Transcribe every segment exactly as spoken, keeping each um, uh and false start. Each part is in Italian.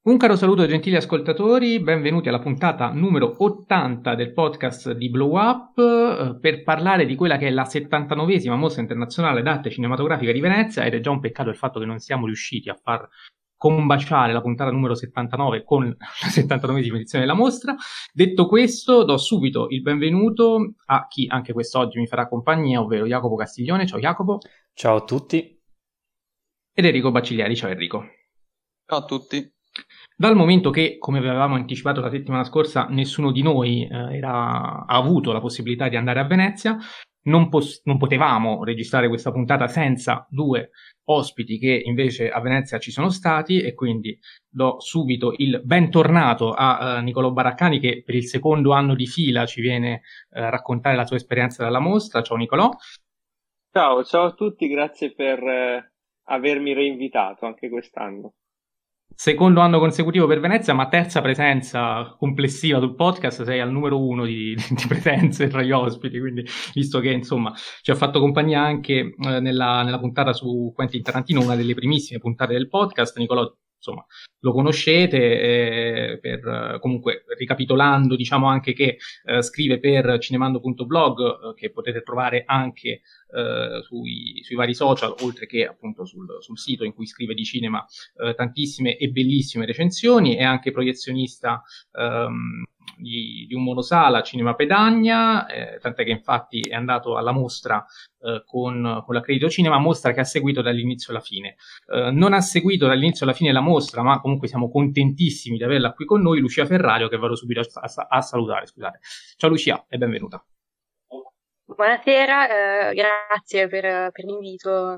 Un caro saluto ai gentili ascoltatori, benvenuti alla puntata numero ottanta del podcast di Blow Up eh, per parlare di quella che è la settantanovesima Mostra Internazionale d'Arte Cinematografica di Venezia, ed è già un peccato il fatto che non siamo riusciti a far combaciare la puntata numero settantanove con la settantanovesima edizione della mostra. Detto questo, do subito il benvenuto a chi anche quest'oggi mi farà compagnia, ovvero Jacopo Castiglione. Ciao Jacopo. Ciao a tutti. Ed Enrico Baccigliari. Ciao Enrico. Ciao a tutti. Dal momento che, come avevamo anticipato la settimana scorsa, nessuno di noi eh, era, ha avuto la possibilità di andare a Venezia, non, pos- non potevamo registrare questa puntata senza due ospiti che invece a Venezia ci sono stati, e quindi do subito il bentornato a uh, Nicolò Baraccani, che per il secondo anno di fila ci viene uh, a raccontare la sua esperienza dalla mostra. Ciao Nicolò. Ciao, ciao a tutti, grazie per eh, avermi reinvitato anche quest'anno. Secondo anno consecutivo per Venezia, ma terza presenza complessiva sul podcast, sei al numero uno di, di presenze tra gli ospiti, quindi visto che insomma ci ha fatto compagnia anche eh, nella, nella puntata su Quentin Tarantino, una delle primissime puntate del podcast, Nicolò, insomma, lo conoscete, eh, per, comunque ricapitolando, diciamo anche che eh, scrive per cinemando punto blog, eh, che potete trovare anche eh, sui, sui vari social, oltre che appunto sul, sul sito in cui scrive di cinema eh, tantissime e bellissime recensioni. È anche proiezionista ehm, di, di un monosala, Cinema Pedagna, eh, tant'è che infatti è andato alla mostra eh, con, con l'Accredito Cinema, mostra che ha seguito dall'inizio alla fine. Eh, non ha seguito dall'inizio alla fine la mostra, ma comunque siamo contentissimi di averla qui con noi, Lucia Ferrario, che vado subito a, a, a salutare. Scusate. Ciao Lucia e benvenuta. Buonasera, eh, grazie per, per l'invito.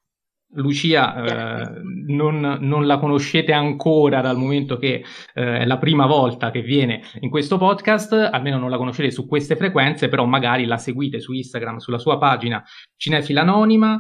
Lucia, eh, non, non la conoscete ancora, dal momento che eh, è la prima volta che viene in questo podcast, almeno non la conoscete su queste frequenze, però magari la seguite su Instagram, sulla sua pagina Cinefila Anonima,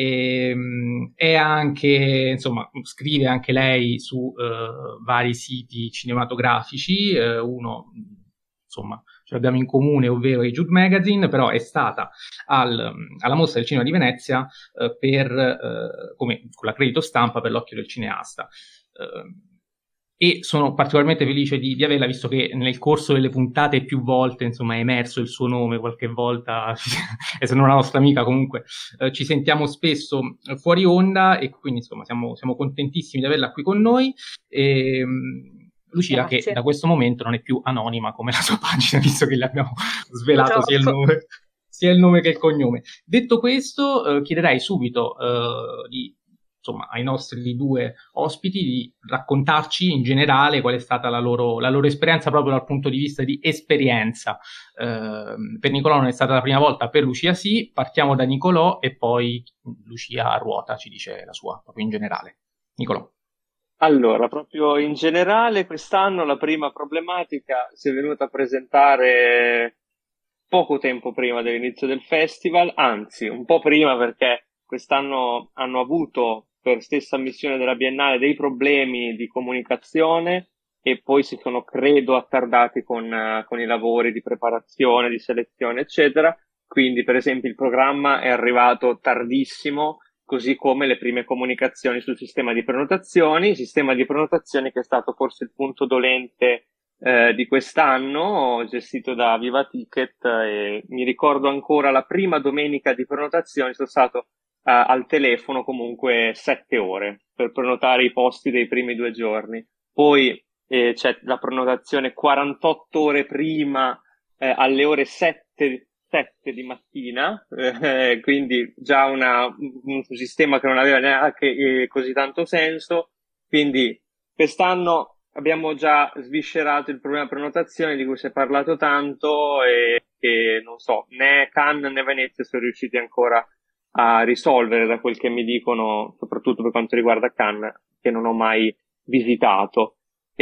e, è anche, insomma, scrive anche lei su eh, vari siti cinematografici, eh, uno, insomma, ce l'abbiamo in comune, ovvero i Jude Magazine, però è stata al, alla Mostra del Cinema di Venezia eh, per, eh, come, con l'accredito stampa per l'occhio del cineasta. Eh, e sono particolarmente felice di, di averla, visto che nel corso delle puntate più volte, insomma, è emerso il suo nome, qualche volta, essendo una nostra amica comunque, eh, ci sentiamo spesso fuori onda, e quindi insomma siamo, siamo contentissimi di averla qui con noi. E, Lucia, grazie, che da questo momento non è più anonima come la sua pagina, visto che le abbiamo svelato sia il nome, sia il nome che il cognome. Detto questo, eh, chiederei subito eh, di, insomma, ai nostri due ospiti di raccontarci in generale qual è stata la loro, la loro esperienza, proprio dal punto di vista di esperienza. Eh, per Nicolò non è stata la prima volta, per Lucia sì. Partiamo da Nicolò e poi Lucia a ruota ci dice la sua, proprio in generale. Nicolò. Allora, proprio in generale, quest'anno la prima problematica si è venuta a presentare poco tempo prima dell'inizio del festival, anzi, un po' prima, perché quest'anno hanno avuto, per stessa ammissione della Biennale, dei problemi di comunicazione e poi si sono, credo, attardati con, uh, con i lavori di preparazione, di selezione, eccetera. Quindi, per esempio, il programma è arrivato tardissimo, così come le prime comunicazioni sul sistema di prenotazioni, sistema di prenotazioni che è stato forse il punto dolente eh, di quest'anno, gestito da Viva Ticket, e mi ricordo ancora la prima domenica di prenotazioni, sono stato eh, al telefono comunque sette ore per prenotare i posti dei primi due giorni. Poi eh, c'è la prenotazione quarantotto ore prima, eh, alle ore sette sette di mattina, eh, quindi già una, un sistema che non aveva neanche eh, così tanto senso. Quindi quest'anno abbiamo già sviscerato il problema prenotazione di cui si è parlato tanto e che non so, né Cannes né Venezia sono riusciti ancora a risolvere, da quel che mi dicono, soprattutto per quanto riguarda Cannes, che non ho mai visitato.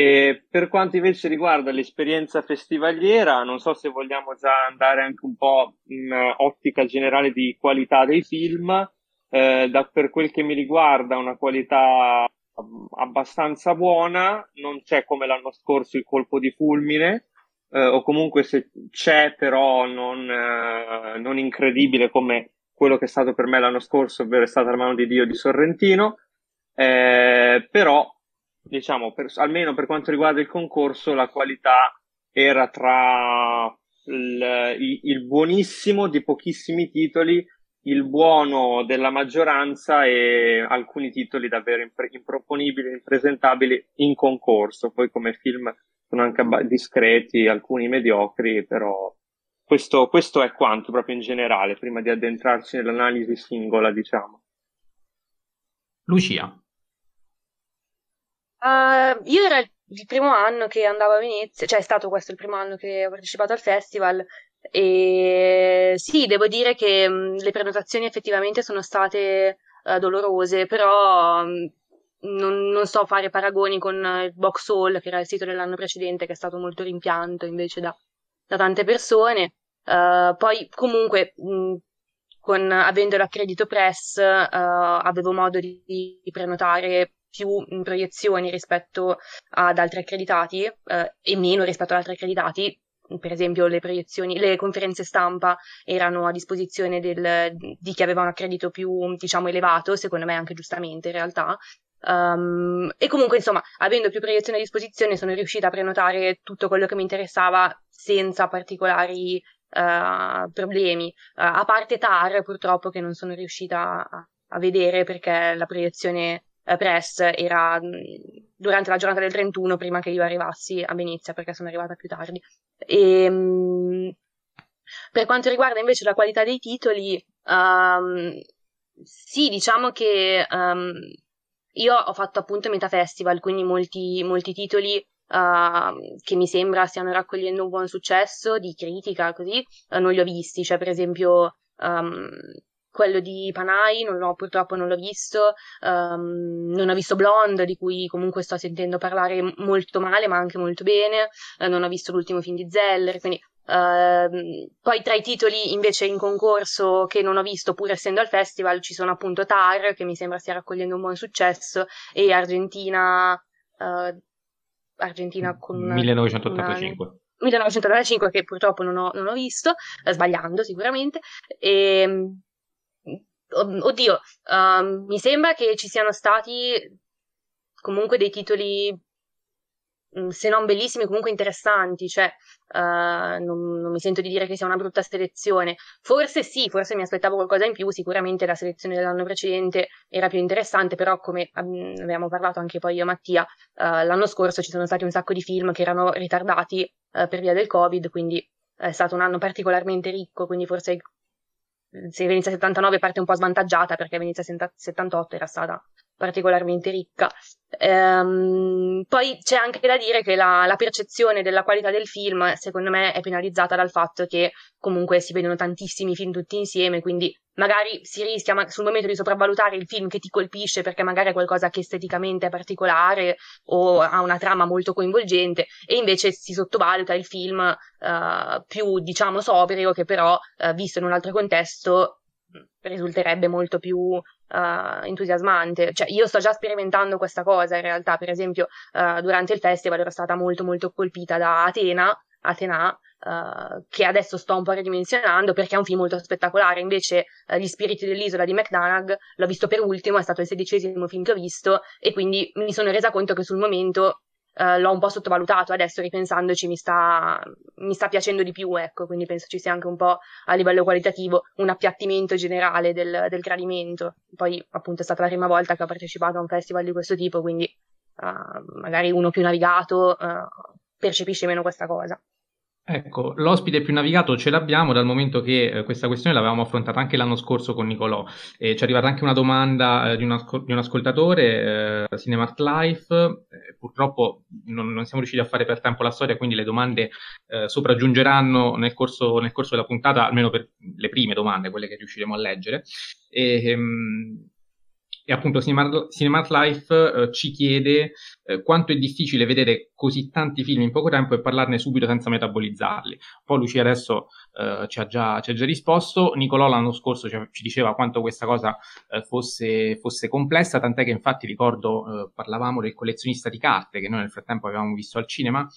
E per quanto invece riguarda l'esperienza festivaliera, non so se vogliamo già andare anche un po' in ottica generale di qualità dei film. Eh, da, per quel che mi riguarda, una qualità abbastanza buona, non c'è come l'anno scorso il colpo di fulmine, eh, o comunque se c'è, però non, eh, non incredibile come quello che è stato per me l'anno scorso, ovvero È stata la mano di Dio di Sorrentino, eh, però diciamo, per, almeno per quanto riguarda il concorso, la qualità era tra il, il, il buonissimo di pochissimi titoli, il buono della maggioranza e alcuni titoli davvero impre- improponibili, impresentabili in concorso. Poi come film sono anche abba- discreti, alcuni mediocri, però questo, questo è quanto proprio in generale, prima di addentrarci nell'analisi singola, diciamo. Lucia. Uh, io era il, il primo anno che andavo a Venezia, cioè è stato questo il primo anno che ho partecipato al festival e sì, devo dire che mh, le prenotazioni effettivamente sono state uh, dolorose, però mh, non, non so fare paragoni con uh, il Box Hall, che era il sito dell'anno precedente, che è stato molto rimpianto invece da, da tante persone. Uh, poi comunque mh, con, avendo l'accredito Press uh, avevo modo di, di prenotare più in proiezioni rispetto ad altri accreditati eh, e meno rispetto ad altri accreditati. Per esempio le proiezioni, le conferenze stampa erano a disposizione del, di chi aveva un accredito più, diciamo, elevato, secondo me anche giustamente in realtà. Um, e comunque, insomma, avendo più proiezioni a disposizione sono riuscita a prenotare tutto quello che mi interessava senza particolari uh, problemi. Uh, a parte T A R, purtroppo, che non sono riuscita a, a vedere perché la proiezione Press era mh, durante la giornata del trentuno, prima che io arrivassi a Venezia, perché sono arrivata più tardi. E, mh, per quanto riguarda invece la qualità dei titoli, um, sì, diciamo che um, io ho fatto appunto Meta Festival, quindi molti, molti titoli uh, che mi sembra stiano raccogliendo un buon successo di critica, così, uh, non li ho visti. Cioè, per esempio, um, quello di Panay non l'ho, purtroppo non l'ho visto, um, non ho visto Blonde, di cui comunque sto sentendo parlare molto male ma anche molto bene, uh, non ho visto l'ultimo film di Zeller, quindi uh, poi tra i titoli invece in concorso che non ho visto pur essendo al festival ci sono appunto T A R, che mi sembra stia raccogliendo un buon successo, e Argentina uh, Argentina con una, millenovecentottantacinque. millenovecentottantacinque, che purtroppo non ho, non ho visto, eh, sbagliando sicuramente. E, oddio, um, mi sembra che ci siano stati comunque dei titoli, se non bellissimi, comunque interessanti, cioè uh, non, non mi sento di dire che sia una brutta selezione. Forse sì, forse mi aspettavo qualcosa in più, sicuramente la selezione dell'anno precedente era più interessante, però come um, abbiamo parlato anche poi io e Mattia, uh, l'anno scorso ci sono stati un sacco di film che erano ritardati uh, per via del Covid, quindi è stato un anno particolarmente ricco, quindi forse se Venezia settantanove parte un po' svantaggiata perché Venezia settantotto era stata particolarmente ricca. Ehm, poi c'è anche da dire che la, la percezione della qualità del film, secondo me, è penalizzata dal fatto che comunque si vedono tantissimi film tutti insieme, quindi magari si rischia ma- sul momento di sopravvalutare il film che ti colpisce perché magari è qualcosa che esteticamente è particolare o ha una trama molto coinvolgente, e invece si sottovaluta il film uh, più, diciamo, sobrio, che però, uh, visto in un altro contesto, risulterebbe molto più uh, entusiasmante. Cioè, io sto già sperimentando questa cosa in realtà. Per esempio, uh, durante il festival ero stata molto molto colpita da Atena, Atena, uh, che adesso sto un po' ridimensionando perché è un film molto spettacolare. Invece uh, Gli spiriti dell'isola di McDonagh l'ho visto per ultimo, è stato il sedicesimo film che ho visto, e quindi mi sono resa conto che sul momento Uh, l'ho un po' sottovalutato. Adesso, ripensandoci, mi sta, mi sta piacendo di più, ecco, quindi penso ci sia anche un po' a livello qualitativo un appiattimento generale del, del gradimento. Poi appunto è stata la prima volta che ho partecipato a un festival di questo tipo, quindi uh, magari uno più navigato uh, percepisce meno questa cosa. Ecco, l'ospite più navigato ce l'abbiamo dal momento che eh, questa questione l'avevamo affrontata anche l'anno scorso con Nicolò. E ci è arrivata anche una domanda eh, di, un ascol- di un ascoltatore, eh, Cinemart Life. Eh, purtroppo non, non siamo riusciti a fare per tempo la storia, quindi le domande eh, sopraggiungeranno nel corso, nel corso della puntata, almeno per le prime domande, quelle che riusciremo a leggere. E, ehm, E appunto Cinemart, Cinemart Life eh, ci chiede eh, quanto è difficile vedere così tanti film in poco tempo e parlarne subito senza metabolizzarli. Poi Lucia adesso eh, ci, ha già, ci ha già risposto. Nicolò l'anno scorso ci, ci diceva quanto questa cosa eh, fosse, fosse complessa, tant'è che infatti ricordo eh, parlavamo del collezionista di carte che noi nel frattempo avevamo visto al cinema,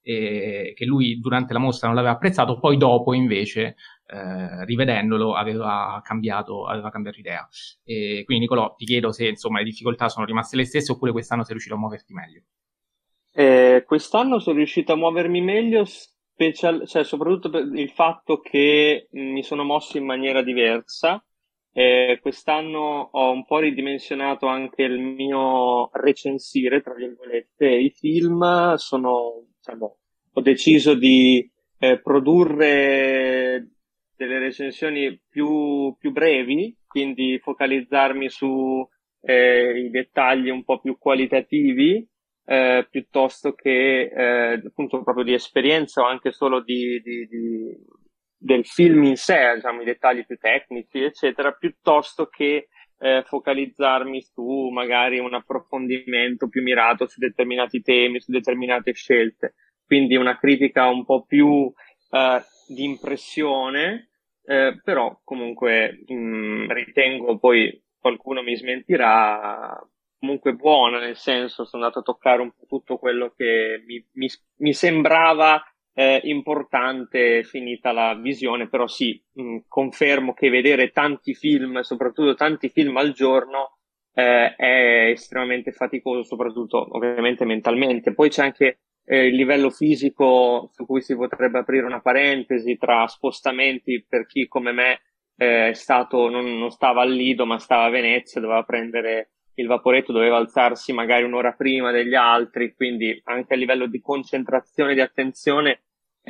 e che lui durante la mostra non l'aveva apprezzato, poi dopo invece eh, rivedendolo aveva cambiato, aveva cambiato idea. E quindi Nicolò, ti chiedo se insomma le difficoltà sono rimaste le stesse oppure quest'anno sei riuscito a muoverti meglio. Eh, quest'anno sono riuscito a muovermi meglio, special- cioè, soprattutto per il fatto che mh, mi sono mosso in maniera diversa. Eh, quest'anno ho un po' ridimensionato anche il mio recensire, tra virgolette, i film. Sono, diciamo, ho deciso di eh, produrre delle recensioni più, più brevi, quindi focalizzarmi su eh, i dettagli un po' più qualitativi eh, piuttosto che eh, appunto proprio di esperienza o anche solo di, di, di- del film in sé, diciamo, i dettagli più tecnici, eccetera, piuttosto che eh, focalizzarmi su magari un approfondimento più mirato su determinati temi, su determinate scelte. Quindi una critica un po' più eh, di impressione, eh, però comunque mh, ritengo, poi qualcuno mi smentirà, comunque buona, nel senso sono andato a toccare un po' tutto quello che mi, mi, mi sembrava eh, importante finita la visione, però sì, mh, confermo che vedere tanti film, soprattutto tanti film al giorno, eh, è estremamente faticoso, soprattutto ovviamente mentalmente. Poi c'è anche eh, il livello fisico su cui si potrebbe aprire una parentesi tra spostamenti per chi come me eh, è stato, non, non stava al Lido ma stava a Venezia, doveva prendere il vaporetto, doveva alzarsi magari un'ora prima degli altri, quindi anche a livello di concentrazione di attenzione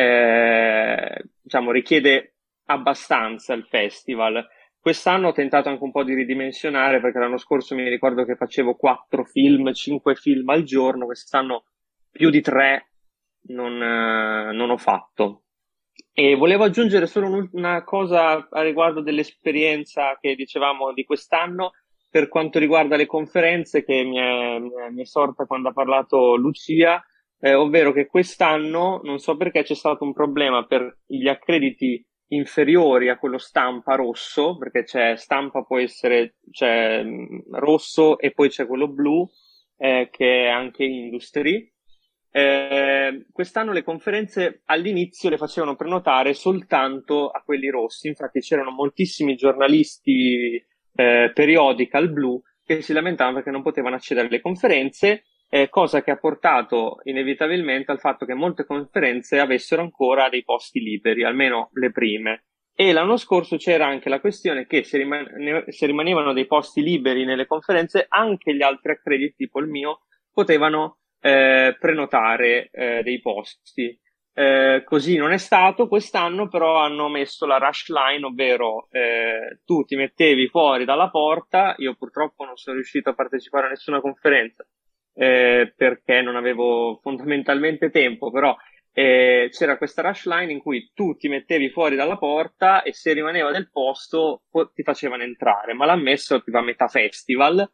eh, diciamo richiede abbastanza il festival. Quest'anno ho tentato anche un po' di ridimensionare, perché l'anno scorso mi ricordo che facevo quattro film, cinque film al giorno, quest'anno più di tre non, eh, non ho fatto. E volevo aggiungere solo un- una cosa a riguardo dell'esperienza che dicevamo di quest'anno, per quanto riguarda le conferenze che mi è, mi è- mi è sorta quando ha parlato Lucia, eh, ovvero che quest'anno, non so perché, c'è stato un problema per gli accrediti inferiori a quello stampa rosso, perché c'è stampa, può essere, c'è mh, rosso e poi c'è quello blu, eh, che è anche industry. Eh, quest'anno le conferenze all'inizio le facevano prenotare soltanto a quelli rossi, infatti c'erano moltissimi giornalisti eh, periodical blu che si lamentavano perché non potevano accedere alle conferenze, eh, cosa che ha portato inevitabilmente al fatto che molte conferenze avessero ancora dei posti liberi, almeno le prime. E l'anno scorso c'era anche la questione che se, rimane- se rimanevano dei posti liberi nelle conferenze, anche gli altri accrediti, tipo il mio, potevano eh, prenotare eh, dei posti. Eh, così non è stato quest'anno, però hanno messo la rush line, ovvero eh, tu ti mettevi fuori dalla porta. Io purtroppo non sono riuscito a partecipare a nessuna conferenza eh, perché non avevo fondamentalmente tempo, però eh, c'era questa rush line in cui tu ti mettevi fuori dalla porta e se rimaneva del posto po- ti facevano entrare, ma l'ha messo tipo a metà festival.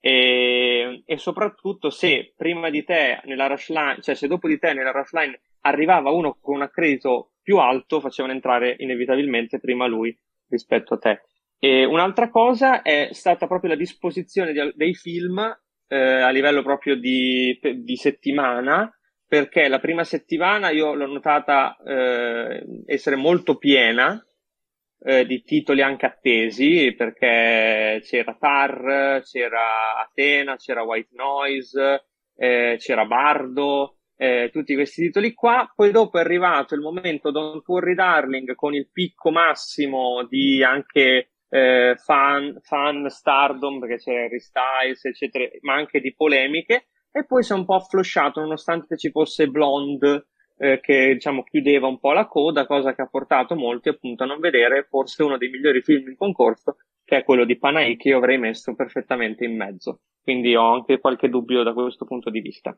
E, e soprattutto se prima di te nella rush line, cioè se dopo di te nella rush line arrivava uno con un accredito più alto, facevano entrare inevitabilmente prima lui rispetto a te. E un'altra cosa è stata proprio la disposizione di- dei film eh, a livello proprio di, di settimana, perché la prima settimana io l'ho notata eh, essere molto piena eh, di titoli anche attesi, perché c'era Tar, c'era Athena, c'era White Noise, eh, c'era Bardo, eh, tutti questi titoli qua. Poi dopo è arrivato il momento Don't Worry Darling con il picco massimo di anche eh, fan, fan stardom, perché c'è Harry Styles, eccetera, ma anche di polemiche. E poi si è un po' afflosciato, nonostante ci fosse Blonde, eh, che diciamo chiudeva un po' la coda, cosa che ha portato molti appunto a non vedere forse uno dei migliori film in concorso, che è quello di Panahi, che io avrei messo perfettamente in mezzo. Quindi ho anche qualche dubbio da questo punto di vista.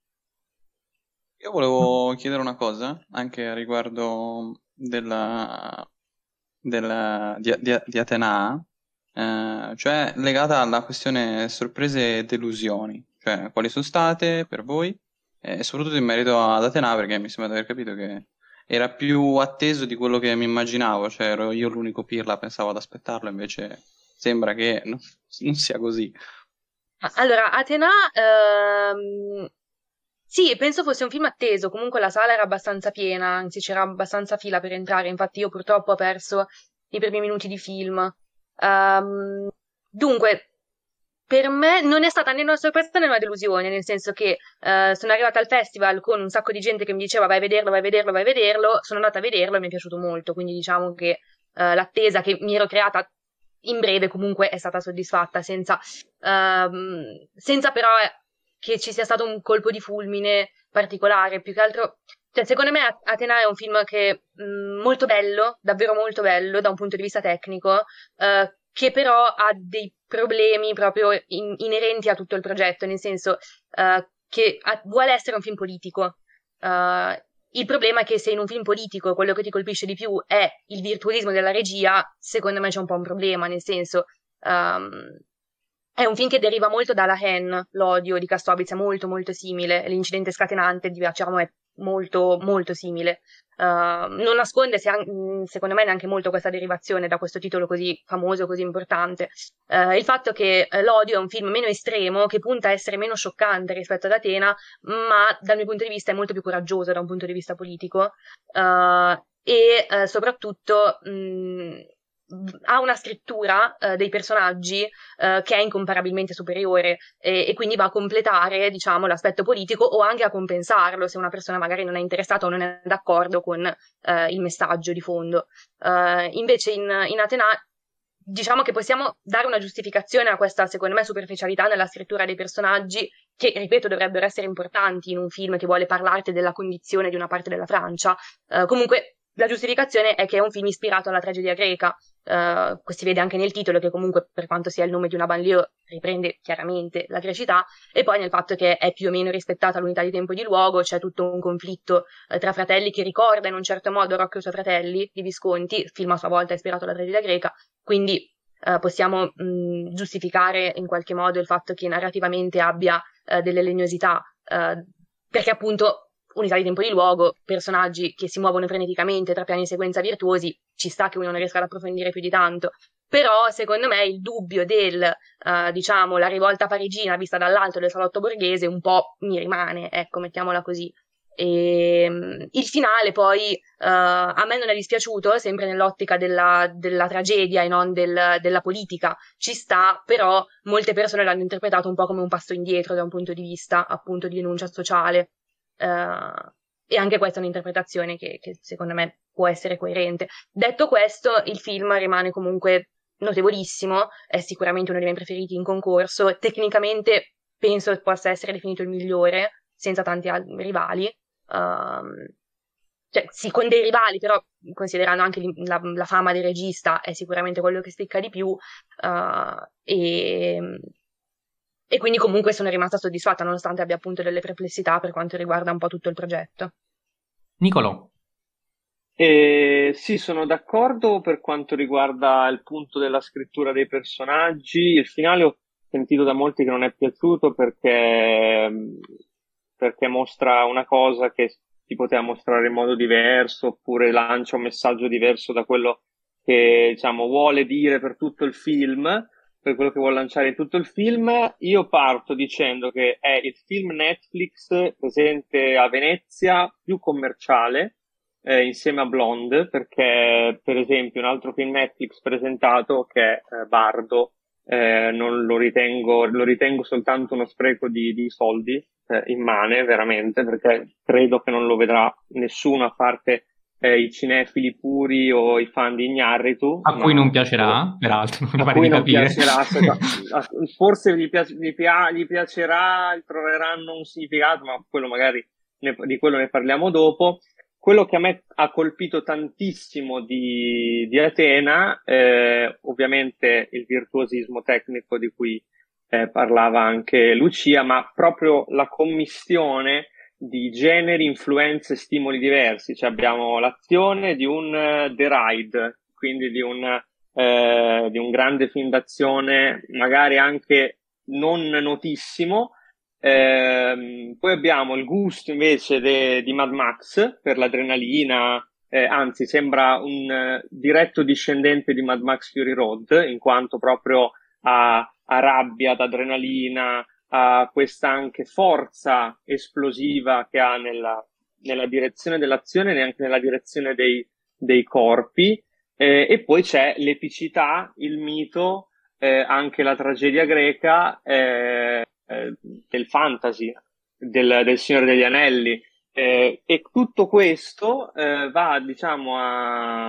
Io volevo chiedere una cosa, anche a riguardo della, della- di, di, di Atena, eh, cioè legata alla questione sorprese e delusioni, cioè quali sono state per voi, e soprattutto in merito ad Atena, perché mi sembra di aver capito che era più atteso di quello che mi immaginavo, cioè ero io l'unico pirla, pensavo ad aspettarlo, invece sembra che non, non sia così. Allora, Atena, ehm, Sì, penso fosse un film atteso, comunque la sala era abbastanza piena, anzi c'era abbastanza fila per entrare, infatti io purtroppo ho perso i primi minuti di film. Ehm, dunque, per me non è stata né una sorpresa né una delusione, nel senso che eh, sono arrivata al festival con un sacco di gente che mi diceva vai a vederlo, vai a vederlo, vai a vederlo, sono andata a vederlo e mi è piaciuto molto, quindi diciamo che eh, l'attesa che mi ero creata in breve comunque è stata soddisfatta, senza, ehm, senza però che ci sia stato un colpo di fulmine particolare, più che altro, cioè, secondo me Atena è un film che mh, molto bello, davvero molto bello da un punto di vista tecnico, eh, che però ha dei problemi proprio in- inerenti a tutto il progetto, nel senso eh, che ha- vuole essere un film politico. Eh, il problema è che se in un film politico quello che ti colpisce di più è il virtuosismo della regia, secondo me c'è un po' un problema, nel senso ehm, è un film che deriva molto dalla Hen, l'odio di Kassovitz, è molto molto simile, l'incidente scatenante di Vachermo è molto molto simile. Uh, non nasconde se an- secondo me neanche molto questa derivazione da questo titolo così famoso, così importante. Uh, il fatto che uh, l'odio è un film meno estremo, che punta a essere meno scioccante rispetto ad Atena, ma dal mio punto di vista è molto più coraggioso da un punto di vista politico. Uh, e uh, soprattutto mh, ha una scrittura uh, dei personaggi uh, che è incomparabilmente superiore e, e quindi va a completare, diciamo, l'aspetto politico o anche a compensarlo se una persona magari non è interessata o non è d'accordo con uh, il messaggio di fondo. Uh, invece in, in Atena diciamo che possiamo dare una giustificazione a questa, secondo me, superficialità nella scrittura dei personaggi che, ripeto, dovrebbero essere importanti in un film che vuole parlarti della condizione di una parte della Francia. Uh, comunque la giustificazione è che è un film ispirato alla tragedia greca. Uh, si vede anche nel titolo che comunque, per quanto sia il nome di una banlieue, riprende chiaramente la grecità, e poi nel fatto che è più o meno rispettata l'unità di tempo e di luogo, c'è tutto un conflitto uh, tra fratelli che ricorda in un certo modo Rocco e i suoi fratelli di Visconti, il film a sua volta è ispirato alla tragedia greca, quindi uh, possiamo mh, giustificare in qualche modo il fatto che narrativamente abbia uh, delle legnosità, uh, perché appunto unità di tempo e di luogo, personaggi che si muovono freneticamente tra piani di sequenza virtuosi, ci sta che uno non riesca ad approfondire più di tanto. Però, secondo me, il dubbio del, uh, diciamo, la rivolta parigina vista dall'alto del salotto borghese un po' mi rimane, ecco, mettiamola così. E, um, il finale poi uh, a me non è dispiaciuto, sempre nell'ottica della, della tragedia e non del, della politica, ci sta, però molte persone l'hanno interpretato un po' come un passo indietro da un punto di vista appunto di denuncia sociale. Uh, e anche questa è un'interpretazione che, che secondo me può essere coerente. Detto questo, il film rimane comunque notevolissimo, è sicuramente uno dei miei preferiti in concorso, tecnicamente penso possa essere definito il migliore, senza tanti al- rivali, um, cioè sì, con dei rivali, però considerando anche la, la fama del regista è sicuramente quello che spicca di più, uh, e... E quindi comunque sono rimasta soddisfatta, nonostante abbia appunto delle perplessità per quanto riguarda un po' tutto il progetto. Nicolò. Eh, sì, sono d'accordo per quanto riguarda il punto della scrittura dei personaggi. Il finale ho sentito da molti che non è piaciuto perché, perché mostra una cosa che si poteva mostrare in modo diverso, oppure lancia un messaggio diverso da quello che, diciamo, vuole dire per tutto il film, per quello che vuole lanciare in tutto il film. Io parto dicendo che è il film Netflix presente a Venezia più commerciale, eh, insieme a Blonde, perché per esempio un altro film Netflix presentato, che è eh, Bardo, eh, non lo ritengo, lo ritengo soltanto uno spreco di, di soldi eh, immane, veramente, perché credo che non lo vedrà nessuno a parte eh, i cinefili puri o i fan di Iñárritu. A cui ma, non piacerà, peraltro, mi a pare cui di non capire. piacerà, forse gli, piace, gli, pia, gli piacerà, troveranno un significato, ma quello magari ne, di quello ne parliamo dopo. Quello che a me ha colpito tantissimo di, di Atena, eh, ovviamente il virtuosismo tecnico di cui eh, parlava anche Lucia, ma proprio la commistione di generi, influenze, stimoli diversi. Cioè abbiamo l'azione di un uh, The Ride, quindi di un, uh, di un grande film d'azione, magari anche non notissimo. Eh, poi abbiamo il gusto invece de, di Mad Max per l'adrenalina, eh, anzi sembra un uh, diretto discendente di Mad Max Fury Road, in quanto proprio a, a rabbia, ad adrenalina, a questa anche forza esplosiva che ha nella, nella direzione dell'azione e neanche nella direzione dei, dei corpi, eh, e poi c'è l'epicità, il mito, eh, anche la tragedia greca, eh, eh, del fantasy, del, del Signore degli Anelli, eh, e tutto questo eh, va, diciamo, a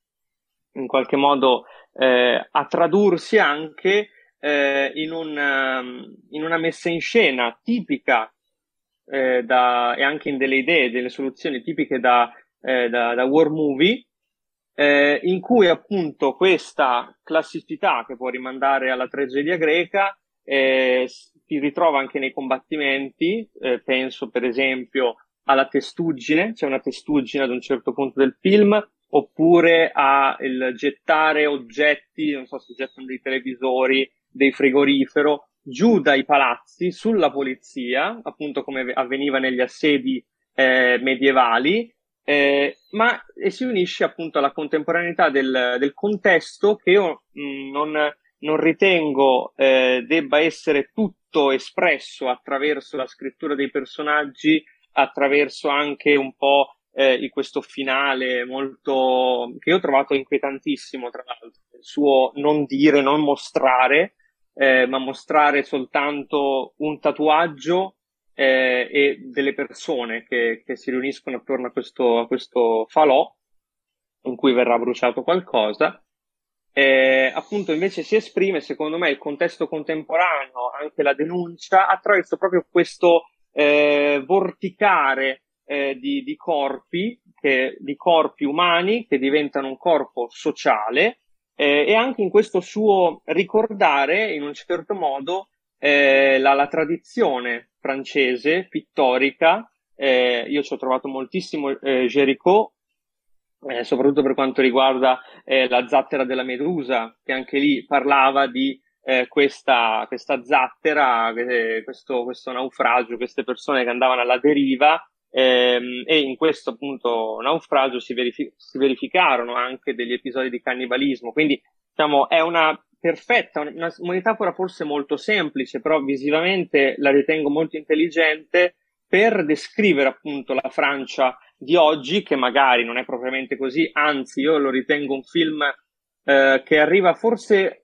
in qualche modo eh, a tradursi anche eh, in, un, um, in una messa in scena tipica eh, da, e anche in delle idee, delle soluzioni tipiche da, eh, da, da war movie, eh, in cui appunto questa classicità che può rimandare alla tragedia greca eh, si ritrova anche nei combattimenti. Eh, penso per esempio alla testuggine, c'è una testuggine ad un certo punto del film, oppure a il gettare oggetti, non so se gettano dei televisori, dei frigorifero, giù dai palazzi sulla polizia, appunto come avveniva negli assedi eh, medievali, eh, ma e si unisce appunto alla contemporaneità del, del contesto che io mh, non, non ritengo eh, debba essere tutto espresso attraverso la scrittura dei personaggi, attraverso anche un po' Eh, in questo finale molto che io ho trovato inquietantissimo, tra l'altro, il suo non dire, non mostrare, eh, ma mostrare soltanto un tatuaggio eh, e delle persone che, che si riuniscono attorno a questo, a questo falò in cui verrà bruciato qualcosa. Eh, appunto invece si esprime, secondo me, il contesto contemporaneo, anche la denuncia, attraverso proprio questo eh, vorticare Eh, di, di corpi, che, di corpi umani che diventano un corpo sociale, eh, e anche in questo suo ricordare in un certo modo eh, la, la tradizione francese pittorica. Eh, io ci ho trovato moltissimo eh, Géricault, eh, soprattutto per quanto riguarda eh, la zattera della Medusa, che anche lì parlava di eh, questa, questa zattera, eh, questo, questo naufragio, queste persone che andavano alla deriva. Ehm, e in questo appunto naufragio si, verifi- si verificarono anche degli episodi di cannibalismo, quindi diciamo è una perfetta, una, una metafora forse molto semplice, però visivamente la ritengo molto intelligente per descrivere appunto la Francia di oggi, che magari non è propriamente così, anzi io lo ritengo un film eh, che arriva forse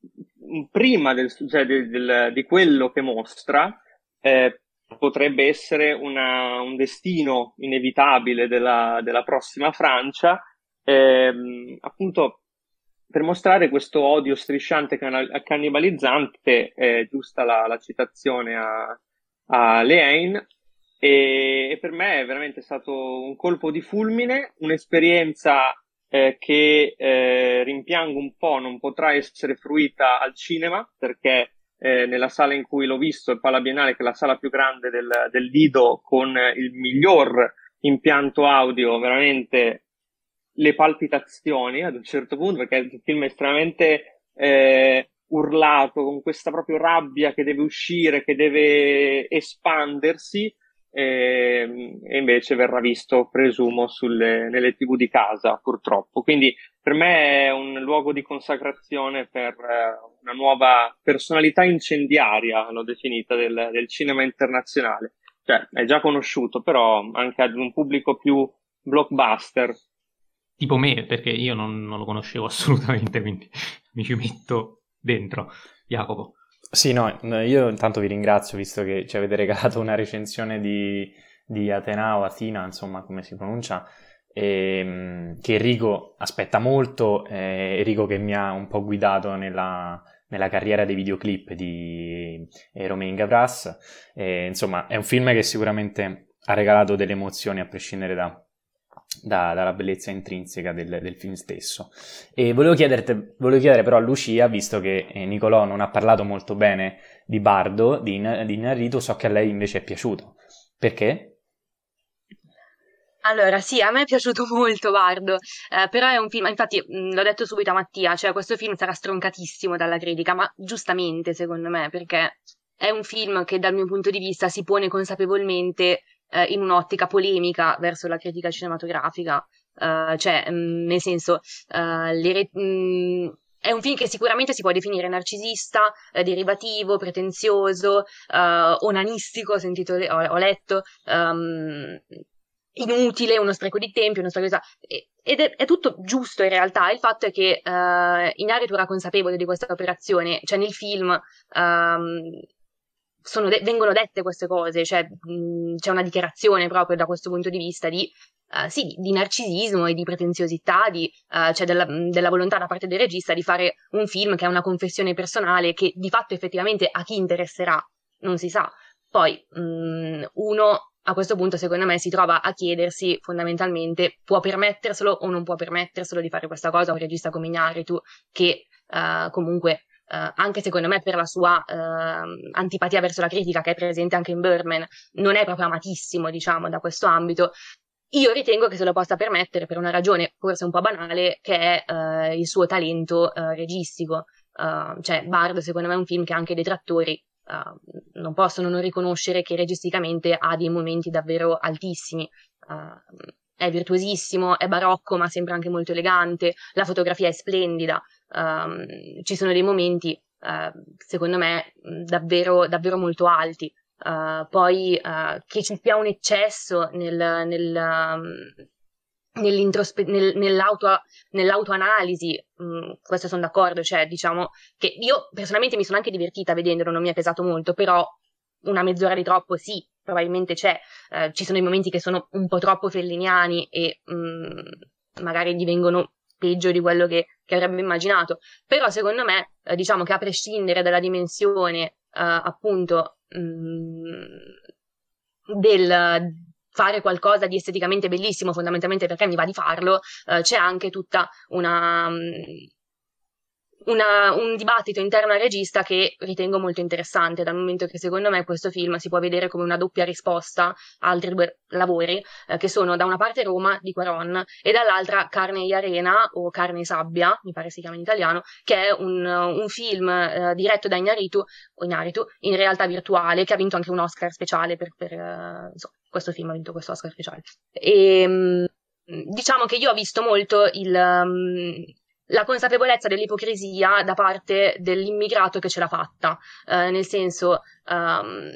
prima del, cioè del, del, di quello che mostra. eh, potrebbe essere una, un destino inevitabile della, della prossima Francia, ehm, appunto per mostrare questo odio strisciante e cannibalizzante. È giusta la, la citazione a, a Leine, e, e per me è veramente stato un colpo di fulmine, un'esperienza eh, che eh, rimpiango un po' non potrà essere fruita al cinema, perché Eh, nella sala in cui l'ho visto, il Pala Biennale, che è la sala più grande del, del Lido, con il miglior impianto audio, veramente le palpitazioni ad un certo punto, perché il film è estremamente eh, urlato, con questa proprio rabbia che deve uscire, che deve espandersi, eh, e invece verrà visto, presumo, sulle, nelle tivù di casa, purtroppo. Quindi per me è un luogo di consacrazione per eh, una nuova personalità incendiaria, l'ho definita, del, del cinema internazionale. Cioè, è già conosciuto, però anche ad un pubblico più blockbuster. Tipo me, perché io non, non lo conoscevo assolutamente, quindi mi ci metto dentro. Jacopo. Sì, no, io intanto vi ringrazio, visto che ci avete regalato una recensione di, di Atena o Athena, insomma, come si pronuncia, e, che Enrico aspetta molto, eh, Enrico che mi ha un po' guidato nella, nella carriera dei videoclip di eh, Romain Gavras. E, insomma, è un film che sicuramente ha regalato delle emozioni a prescindere da, da, dalla bellezza intrinseca del, del film stesso. E volevo, chiederti, volevo chiedere però a Lucia, visto che eh, Nicolò non ha parlato molto bene di Bardo, di, di Inarritu, so che a lei invece è piaciuto. Perché? Allora, sì, a me è piaciuto molto Bardo, eh, però è un film, infatti mh, l'ho detto subito a Mattia, cioè questo film sarà stroncatissimo dalla critica, ma giustamente secondo me, perché è un film che dal mio punto di vista si pone consapevolmente eh, in un'ottica polemica verso la critica cinematografica, uh, cioè mh, nel senso uh, le re- mh, è un film che sicuramente si può definire narcisista, eh, derivativo, pretenzioso, eh, onanistico, ho sentito, ho, ho letto, um, inutile, uno spreco di tempi, uno spreco di... ed è, è tutto giusto in realtà. Il fatto è che uh, Iñárritu era consapevole di questa operazione, cioè nel film um, sono de- vengono dette queste cose, cioè mh, c'è una dichiarazione proprio da questo punto di vista di Uh, sì, di narcisismo e di pretenziosità, di, uh, cioè della, della volontà da parte del regista di fare un film che è una confessione personale che di fatto effettivamente a chi interesserà non si sa. Poi mh, uno a questo punto secondo me si trova a chiedersi fondamentalmente può permetterselo o non può permetterselo di fare questa cosa un regista come Iñárritu che uh, comunque Uh, anche secondo me per la sua uh, antipatia verso la critica che è presente anche in Birdman non è proprio amatissimo diciamo da questo ambito. Io ritengo che se lo possa permettere per una ragione forse un po' banale, che è uh, il suo talento uh, registico. Uh, cioè, Bard, secondo me, è un film che anche i detrattori uh, non possono non riconoscere che registicamente ha dei momenti davvero altissimi. Uh, è virtuosissimo, è barocco, ma sembra anche molto elegante. La fotografia è splendida. Um, ci sono dei momenti, uh, secondo me, davvero, davvero molto alti. Uh, poi uh, che ci sia un eccesso nel, nel, um, nell'introspe- nel, nell'auto, nell'autoanalisi, um, questo sono d'accordo, cioè diciamo che io personalmente mi sono anche divertita vedendolo, non mi è pesato molto, però una mezz'ora di troppo sì, probabilmente c'è, uh, ci sono i momenti che sono un po' troppo felliniani e um, magari divengono peggio di quello che, che avrebbe immaginato, però secondo me uh, diciamo che a prescindere dalla dimensione uh, appunto del fare qualcosa di esteticamente bellissimo fondamentalmente perché mi va di farlo, eh, c'è anche tutta una, una un dibattito interno al regista che ritengo molto interessante, dal momento che secondo me questo film si può vedere come una doppia risposta a altri due lavori eh, che sono da una parte Roma di Cuarón e dall'altra Carne y Arena o Carne e Sabbia, mi pare si chiama in italiano, che è un, un film eh, diretto da Iñárritu, o Iñárritu, in realtà virtuale, che ha vinto anche un Oscar speciale per, per uh, insomma, questo film ha vinto questo Oscar speciale. E um, diciamo che io ho visto molto il... Um, la consapevolezza dell'ipocrisia da parte dell'immigrato che ce l'ha fatta, eh, nel senso um,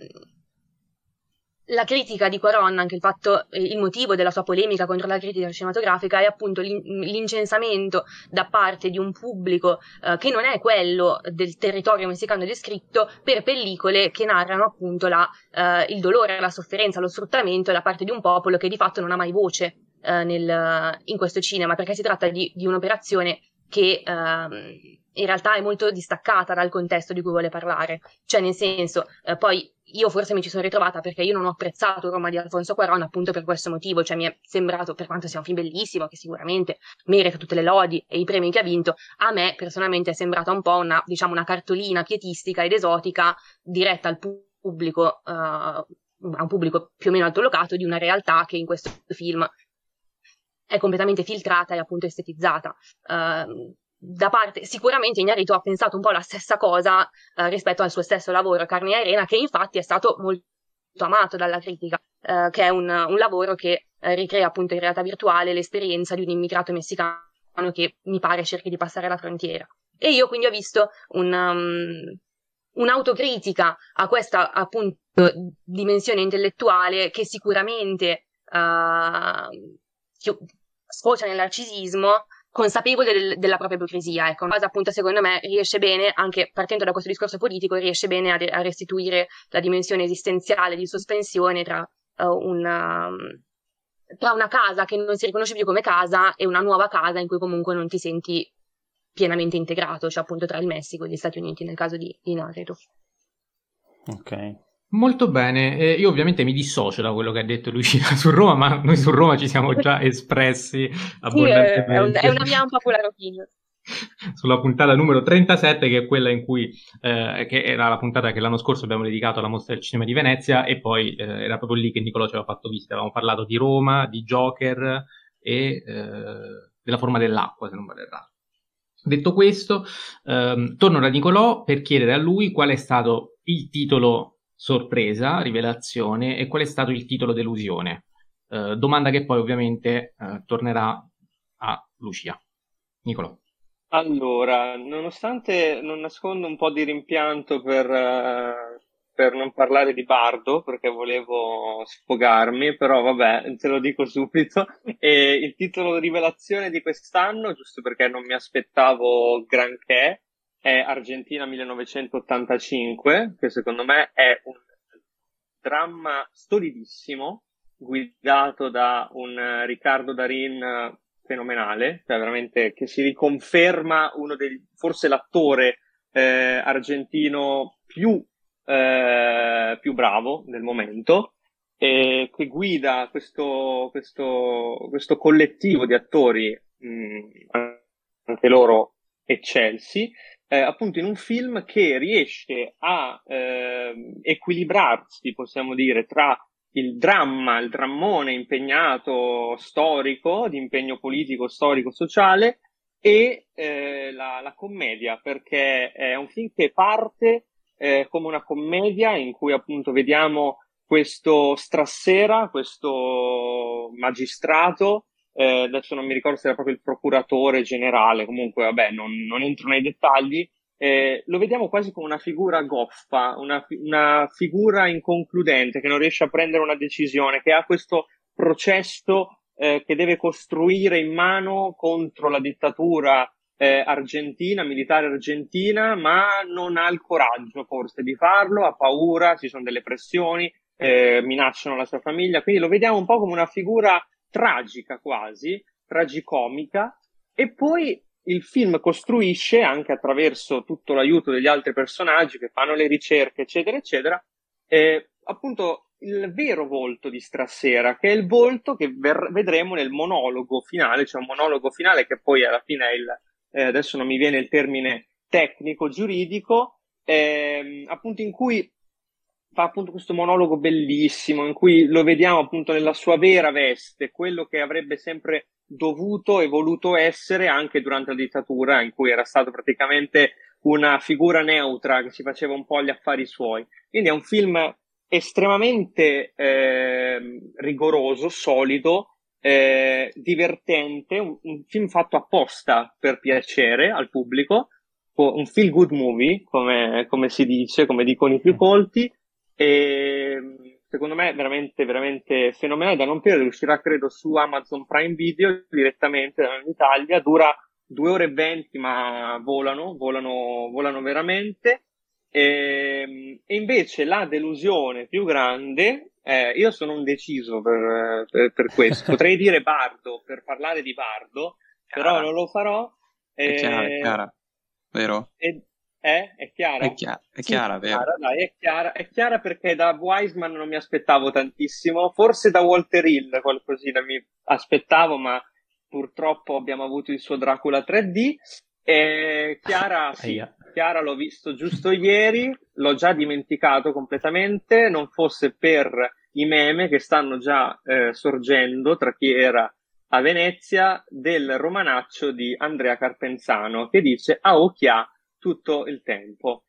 la critica di Cuarón, anche il fatto, il motivo della sua polemica contro la critica cinematografica è appunto l'incensamento da parte di un pubblico eh, che non è quello del territorio messicano descritto per pellicole che narrano appunto la, eh, il dolore, la sofferenza, lo sfruttamento da parte di un popolo che di fatto non ha mai voce eh, nel, in questo cinema, perché si tratta di, di un'operazione che ehm, in realtà è molto distaccata dal contesto di cui vuole parlare, cioè nel senso, eh, poi io forse mi ci sono ritrovata perché io non ho apprezzato Roma di Alfonso Cuarón appunto per questo motivo, cioè mi è sembrato, per quanto sia un film bellissimo, che sicuramente merita tutte le lodi e i premi che ha vinto, a me personalmente è sembrata un po' una, diciamo, una cartolina pietistica ed esotica diretta al pubblico, uh, a un pubblico più o meno altolocato di una realtà che in questo film è completamente filtrata e appunto estetizzata. Uh, da parte, sicuramente Iñárritu ha pensato un po' la stessa cosa uh, rispetto al suo stesso lavoro Carne y Arena, che infatti è stato molto amato dalla critica, uh, che è un, un lavoro che uh, ricrea appunto in realtà virtuale l'esperienza di un immigrato messicano che mi pare cerchi di passare la frontiera. E io quindi ho visto un, um, un'autocritica a questa appunto dimensione intellettuale che sicuramente uh, sfocia nel narcisismo, consapevole del, della propria ipocrisia. Ecco, una cosa appunto secondo me riesce bene, anche partendo da questo discorso politico, riesce bene a, a restituire la dimensione esistenziale di sospensione tra, uh, una, tra una casa che non si riconosce più come casa e una nuova casa in cui comunque non ti senti pienamente integrato, cioè appunto tra il Messico e gli Stati Uniti nel caso di, di Iñárritu. Ok. Molto bene, eh, io ovviamente mi dissocio da quello che ha detto Lucia su Roma, ma noi su Roma ci siamo già espressi abbondantemente. Sì, è, un, è una mia unpopular opinion. Sulla puntata numero trentasette, che è quella in cui eh, che era la puntata che l'anno scorso abbiamo dedicato alla Mostra del Cinema di Venezia, e poi eh, era proprio lì che Nicolò ci aveva fatto visita. Avevamo parlato di Roma, di Joker e eh, della forma dell'acqua, se non vado errato. Detto questo, ehm, torno da Nicolò per chiedere a lui qual è stato il titolo sorpresa, rivelazione, e qual è stato il titolo delusione. Eh, domanda che poi ovviamente eh, tornerà a Lucia. Nicolò. Allora, nonostante non nascondo un po' di rimpianto per, eh, per non parlare di Bardo, perché volevo sfogarmi, però vabbè, te lo dico subito. E il titolo di rivelazione di quest'anno, giusto perché non mi aspettavo granché, è Argentina millenovecentottantacinque, che secondo me è un dramma solidissimo, guidato da un eh, Riccardo Darín eh, fenomenale, cioè veramente che si riconferma uno dei, forse l'attore eh, argentino più, eh, più bravo del momento, e che guida questo, questo, questo collettivo di attori, mh, anche loro eccelsi, eh, appunto in un film che riesce a eh, equilibrarsi, possiamo dire, tra il dramma, il drammone impegnato storico, di impegno politico, storico, sociale, e eh, la, la commedia, perché è un film che parte eh, come una commedia in cui appunto vediamo questo Strassera, questo magistrato, eh, adesso non mi ricordo se era proprio il procuratore generale, comunque vabbè, non, non entro nei dettagli, eh, lo vediamo quasi come una figura goffa, una, una figura inconcludente che non riesce a prendere una decisione, che ha questo processo eh, che deve costruire in mano contro la dittatura eh, argentina, militare argentina, ma non ha il coraggio forse di farlo, ha paura, ci sono delle pressioni, eh, minacciano la sua famiglia, quindi lo vediamo un po' come una figura tragica quasi, tragicomica, e poi il film costruisce, anche attraverso tutto l'aiuto degli altri personaggi che fanno le ricerche, eccetera, eccetera, eh, appunto il vero volto di Strassera, che è il volto che ver- vedremo nel monologo finale, cioè un monologo finale che poi alla fine è il, eh, adesso non mi viene il termine tecnico, giuridico, ehm, appunto in cui fa appunto questo monologo bellissimo, in cui lo vediamo appunto nella sua vera veste, quello che avrebbe sempre dovuto e voluto essere anche durante la dittatura, in cui era stato praticamente una figura neutra che si faceva un po' gli affari suoi. Quindi è un film estremamente eh, rigoroso, solido, eh, divertente, un, un film fatto apposta per piacere al pubblico, un feel good movie, come, come si dice, come dicono i più colti, e secondo me è veramente, veramente fenomenale. Da non perdere, uscirà credo su Amazon Prime Video direttamente in Italia, dura due ore e venti, ma volano, volano, volano veramente. E, e invece la delusione più grande, eh, io sono indeciso per, per, per questo, potrei dire Bardo per parlare di Bardo, però non lo farò. È chiara, è Eh, chiara, vero? e- eh? È chiara? È chiara, è Sì, chiara, è vero? chiara, dai, è chiara, è chiara perché da Wiseman non mi aspettavo tantissimo, forse da Walter Hill qualcosina mi aspettavo, ma purtroppo abbiamo avuto il suo Dracula tre D. E Chiara, sì, Aia. Chiara l'ho visto giusto ieri, l'ho già dimenticato completamente, non fosse per i meme che stanno già eh, sorgendo tra chi era a Venezia del romanaccio di Andrea Carpenzano che dice a occhia tutto il tempo.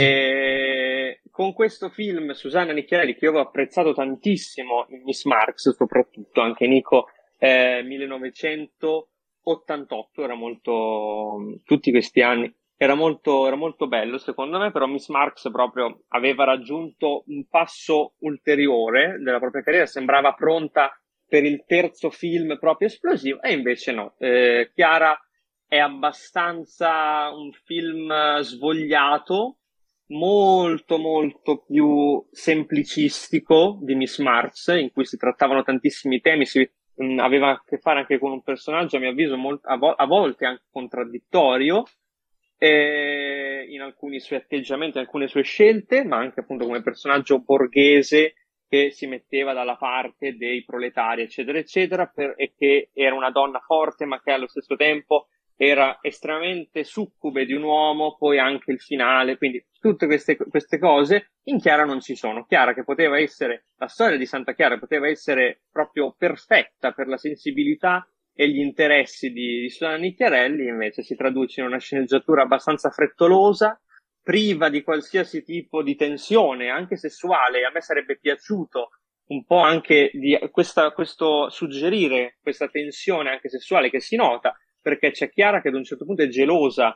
E con questo film Susanna Nicchiarelli, che io avevo apprezzato tantissimo in Miss Marx, soprattutto anche Nico eh, millenovecentottantotto, era molto, tutti questi anni, era molto, era molto bello secondo me, però Miss Marx proprio aveva raggiunto un passo ulteriore della propria carriera, sembrava pronta per il terzo film proprio esplosivo, e invece no. Eh, Chiara è abbastanza un film svogliato, molto molto più semplicistico di Miss Marx, in cui si trattavano tantissimi temi, si mh, aveva a che fare anche con un personaggio, a mio avviso, molt- a, vo- a volte anche contraddittorio, eh, in alcuni suoi atteggiamenti, in alcune sue scelte, ma anche appunto come personaggio borghese che si metteva dalla parte dei proletari, eccetera, eccetera, per, e che era una donna forte, ma che allo stesso tempo era estremamente succube di un uomo, poi anche il finale, quindi tutte queste, queste cose in Chiara non ci sono. Chiara, che poteva essere, la storia di Santa Chiara poteva essere proprio perfetta per la sensibilità e gli interessi di, di Susanna Nicchiarelli, invece si traduce in una sceneggiatura abbastanza frettolosa, priva di qualsiasi tipo di tensione, anche sessuale. A me sarebbe piaciuto un po' anche di questa, questo suggerire questa tensione anche sessuale che si nota, perché c'è Chiara che ad un certo punto è gelosa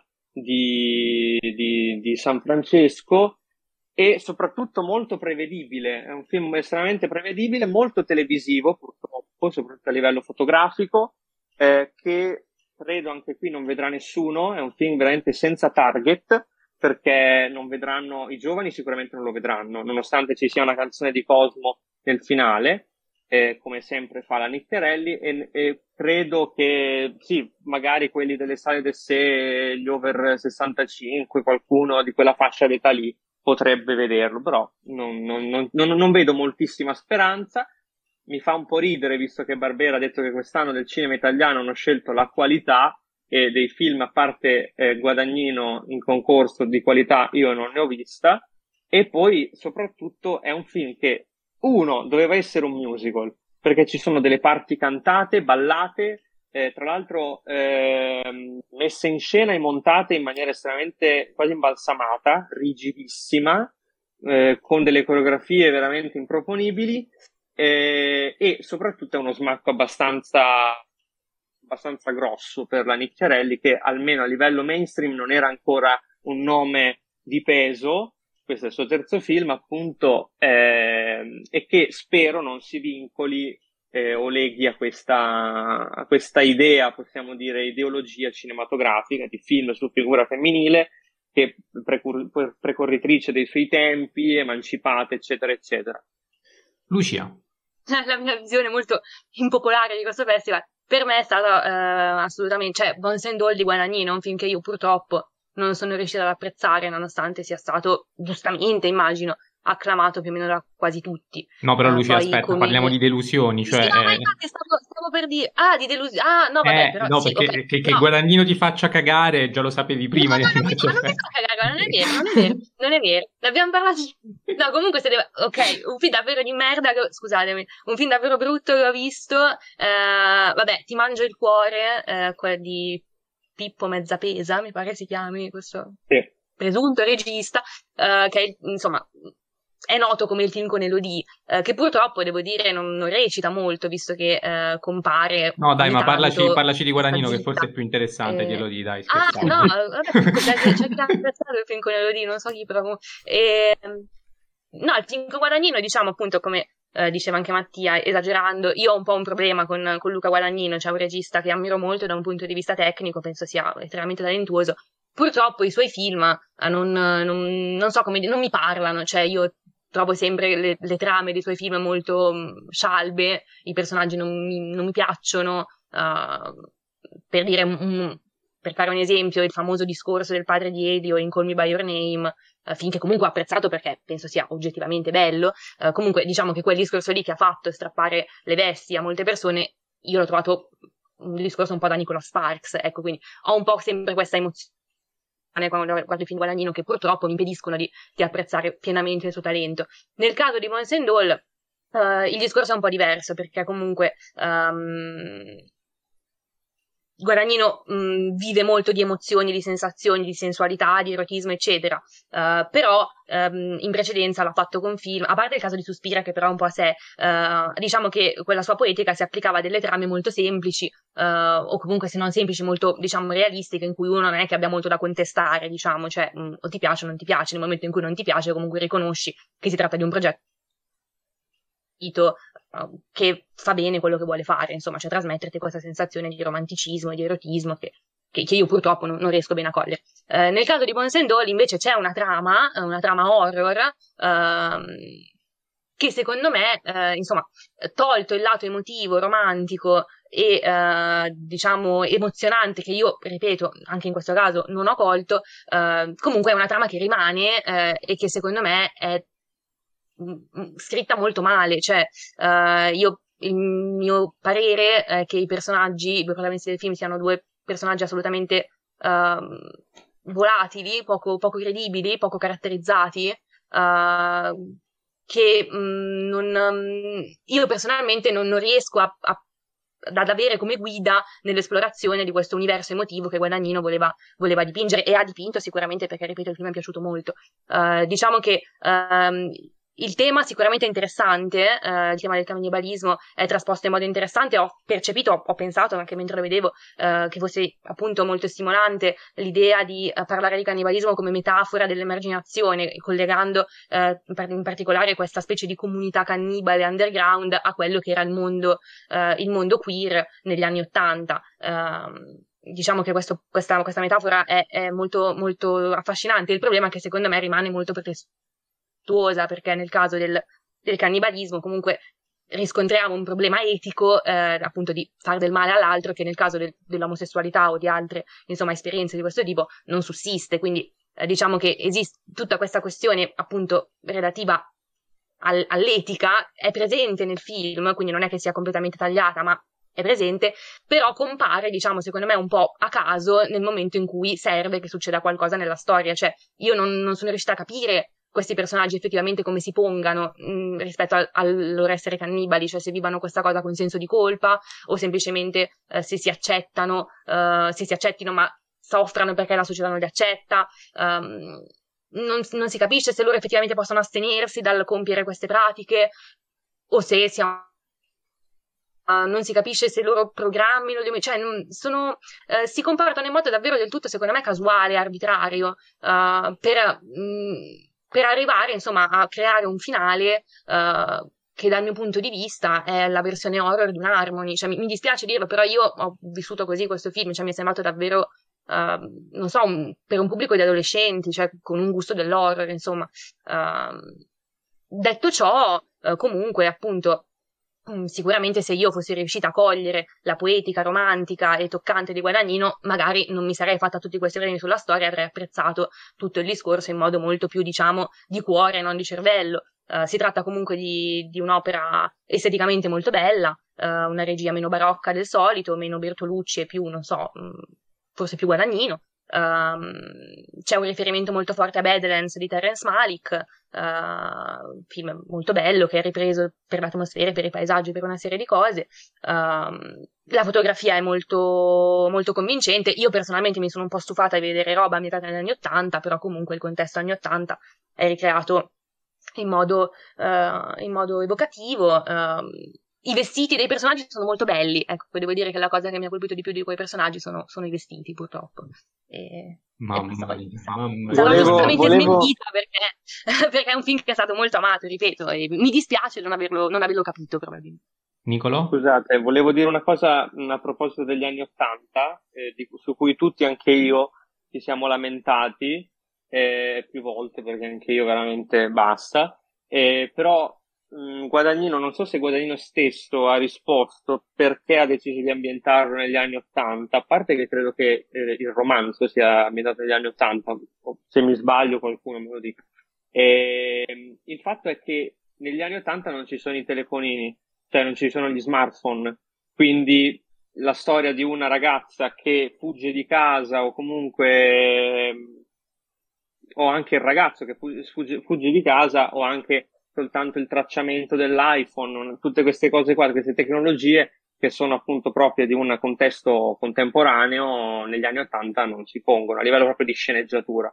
di, di, di San Francesco, e soprattutto molto prevedibile. È un film estremamente prevedibile, molto televisivo purtroppo, soprattutto a livello fotografico, eh, che credo anche qui non vedrà nessuno. È un film veramente senza target, perché non vedranno i giovani, sicuramente non lo vedranno, nonostante ci sia una canzone di Cosmo nel finale, eh, come sempre fa la Niccherelli, e, e credo che sì, magari quelli delle sale del sé, gli over sessantacinque, qualcuno di quella fascia d'età lì potrebbe vederlo, però non, non, non, non, non vedo moltissima speranza. Mi fa un po' ridere, visto che Barbera ha detto che quest'anno del cinema italiano hanno scelto la qualità, e dei film, a parte eh, Guadagnino in concorso di qualità, io non ne ho vista. E poi soprattutto è un film che, uno, doveva essere un musical, perché ci sono delle parti cantate, ballate, eh, tra l'altro eh, messe in scena e montate in maniera estremamente quasi imbalsamata, rigidissima, eh, con delle coreografie veramente improponibili, eh, e soprattutto è uno smacco abbastanza abbastanza grosso per la Nicchiarelli, che almeno a livello mainstream non era ancora un nome di peso. Questo è il suo terzo film, appunto, eh, e che spero non si vincoli eh, o leghi a questa, a questa idea, possiamo dire, ideologia cinematografica di film su figura femminile, che precor- precorritrice dei suoi tempi, emancipata, eccetera, eccetera. Lucia. La mia visione molto impopolare di questo festival, per me è stata eh, assolutamente, cioè Bones and All di Guadagnino, un film che io purtroppo non sono riuscita ad apprezzare, nonostante sia stato, giustamente immagino, acclamato più o meno da quasi tutti. No, però Uh, Lucia, poi aspetta, come... parliamo di delusioni, cioè... Sì, no, ma eh... infatti stavo, stavo per dire, ah, di delusione, ah, no, vabbè, Eh, però no, sì, perché ok, che, che no. Guadagnino ti faccia cagare già lo sapevi prima No, di no, non mi, andarci ma al non mi fa festival. cagare, non è vero, non è vero, non è vero. L'abbiamo parlato. No, comunque se deve... Ok, un film davvero di merda, che... scusatemi, un film davvero brutto che ho visto. Eh, vabbè, Ti mangio il cuore, eh, quello di Pippo Mezzapesa, mi pare si chiami questo Sì. presunto regista, eh, che insomma è noto come il film con Elodie, eh, che purtroppo devo dire non, non recita molto, visto che eh, compare No, dai, ogni ma parlaci, tanto parlaci di Guadagnino, che zitta. forse è più interessante, Eh, glielo di, dai, ah, scherzavo. no, vabbè, comunque c'è, c'è chi l'ha apprezzato il film con Elodie, non so chi, però... E, no, il film con Guadagnino, diciamo, appunto, come eh, diceva anche Mattia, esagerando, io ho un po' un problema con, con Luca Guadagnino, cioè un regista che ammiro molto da un punto di vista tecnico, penso sia estremamente talentuoso. Purtroppo i suoi film eh, non, non, non so come dire, non mi parlano, cioè io trovo sempre le, le trame dei suoi film molto mh, scialbe, i personaggi non mi, non mi piacciono, uh, per dire un, per fare un esempio, il famoso discorso del padre di Elio in Call Me By Your Name, uh, film che comunque ho apprezzato perché penso sia oggettivamente bello, uh, comunque diciamo che quel discorso lì che ha fatto strappare le vesti a molte persone, io l'ho trovato un discorso un po' da Nicholas Sparks, ecco, quindi ho un po' sempre questa emozione quando guardo i film Guadagnino, che purtroppo mi impediscono di, di apprezzare pienamente il suo talento. Nel caso di Bones and All uh, il discorso è un po' diverso, perché comunque um, Guadagnino mh, vive molto di emozioni, di sensazioni, di sensualità, di erotismo, eccetera, uh, però um, in precedenza l'ha fatto con film, a parte il caso di Suspiria che però è un po' a sé, uh, diciamo che quella sua poetica si applicava a delle trame molto semplici, uh, o comunque se non semplici molto, diciamo, realistiche, in cui uno non è che abbia molto da contestare, diciamo, cioè mh, o ti piace o non ti piace, nel momento in cui non ti piace comunque riconosci che si tratta di un progetto che fa bene quello che vuole fare, insomma, cioè trasmetterti questa sensazione di romanticismo e di erotismo che, che, che io purtroppo non, non riesco bene a cogliere. Eh, nel caso di Bones and All invece c'è una trama, una trama horror, ehm, che secondo me, eh, insomma, tolto il lato emotivo, romantico e eh, diciamo emozionante, che io, ripeto, anche in questo caso non ho colto, eh, comunque è una trama che rimane eh, e che secondo me è scritta molto male, cioè uh, io il mio parere è che i personaggi, i due protagonisti del film siano due personaggi assolutamente uh, volatili, poco, poco credibili, poco caratterizzati, uh, che mh, non, um, io personalmente non, non riesco a, a ad avere come guida nell'esplorazione di questo universo emotivo che Guadagnino voleva, voleva dipingere, e ha dipinto sicuramente, perché ripeto il film mi è piaciuto molto. Uh, diciamo che um, il tema sicuramente è interessante, eh, il tema del cannibalismo è trasposto in modo interessante, ho percepito, ho, ho pensato anche mentre lo vedevo eh, che fosse appunto molto stimolante l'idea di eh, parlare di cannibalismo come metafora dell'emarginazione, collegando eh, in particolare questa specie di comunità cannibale underground a quello che era il mondo, eh, il mondo queer negli anni Ottanta. Eh, diciamo che questo, questa, questa metafora è, è molto, molto affascinante, il problema è che secondo me rimane molto pretestuosa, perché nel caso del, del cannibalismo comunque riscontriamo un problema etico eh, appunto di fare del male all'altro, che nel caso del, dell'omosessualità o di altre insomma esperienze di questo tipo non sussiste, quindi eh, diciamo che esiste tutta questa questione appunto relativa al, all'etica, è presente nel film, quindi non è che sia completamente tagliata, ma è presente, però compare, diciamo, secondo me un po' a caso nel momento in cui serve che succeda qualcosa nella storia, cioè io non, non sono riuscita a capire questi personaggi effettivamente come si pongano mh, rispetto al, al loro essere cannibali, cioè se vivano questa cosa con senso di colpa o semplicemente eh, se si accettano, eh, se si accettino ma soffrano perché la società non li accetta. Um, non, non si capisce se loro effettivamente possono astenersi dal compiere queste pratiche o se siamo Uh, non si capisce se loro programmino, cioè non, sono, uh, si comportano in modo davvero del tutto, secondo me, casuale, arbitrario, uh, per, mh, per arrivare, insomma, a creare un finale uh, che dal mio punto di vista è la versione horror di un Harmony. Cioè, mi, mi dispiace dirlo, però io ho vissuto così questo film, cioè mi è sembrato davvero, uh, non so, un, per un pubblico di adolescenti, cioè con un gusto dell'horror, insomma. Uh, detto ciò, uh, comunque, appunto, sicuramente se io fossi riuscita a cogliere la poetica, romantica e toccante di Guadagnino, magari non mi sarei fatta tutti questi problemi sulla storia, avrei apprezzato tutto il discorso in modo molto più, diciamo, di cuore, non di cervello. Uh, si tratta comunque di, di un'opera esteticamente molto bella, uh, una regia meno barocca del solito, meno Bertolucci e più, non so, forse più Guadagnino. Um, c'è un riferimento molto forte a Badlands di Terrence Malick, uh, film molto bello che è ripreso per l'atmosfera, per i paesaggi, per una serie di cose. Um, la fotografia è molto, molto convincente. Io personalmente mi sono un po' stufata di vedere roba ambientata negli anni Ottanta, però comunque il contesto anni Ottanta è ricreato in modo, uh, in modo evocativo. Uh, I vestiti dei personaggi sono molto belli, ecco, devo dire che la cosa che mi ha colpito di più di quei personaggi sono, sono i vestiti, purtroppo. E, mamma e mia, mamma mia. sarò Volevo- assolutamente volevo- smentita perché, perché è un film che è stato molto amato, ripeto, e mi dispiace non averlo, non averlo capito probabilmente. Nicolò? Scusate, volevo dire una cosa mh, a proposito degli anni Ottanta, eh, di- su cui tutti, anche io, ci siamo lamentati eh, più volte, perché anche io veramente basta. Eh, però mh, Guadagnino, non so se Guadagnino stesso ha risposto perché ha deciso di ambientarlo negli anni Ottanta, a parte che credo che eh, il romanzo sia ambientato negli anni Ottanta, o se mi sbaglio qualcuno me lo dica. E, il fatto è che negli anni Ottanta non ci sono i telefonini, cioè non ci sono gli smartphone, quindi la storia di una ragazza che fugge di casa o comunque o anche il ragazzo che fugge, fugge di casa o anche soltanto il tracciamento dell'iPhone, tutte queste cose qua, queste tecnologie che sono appunto proprie di un contesto contemporaneo negli anni Ottanta non si pongono a livello proprio di sceneggiatura.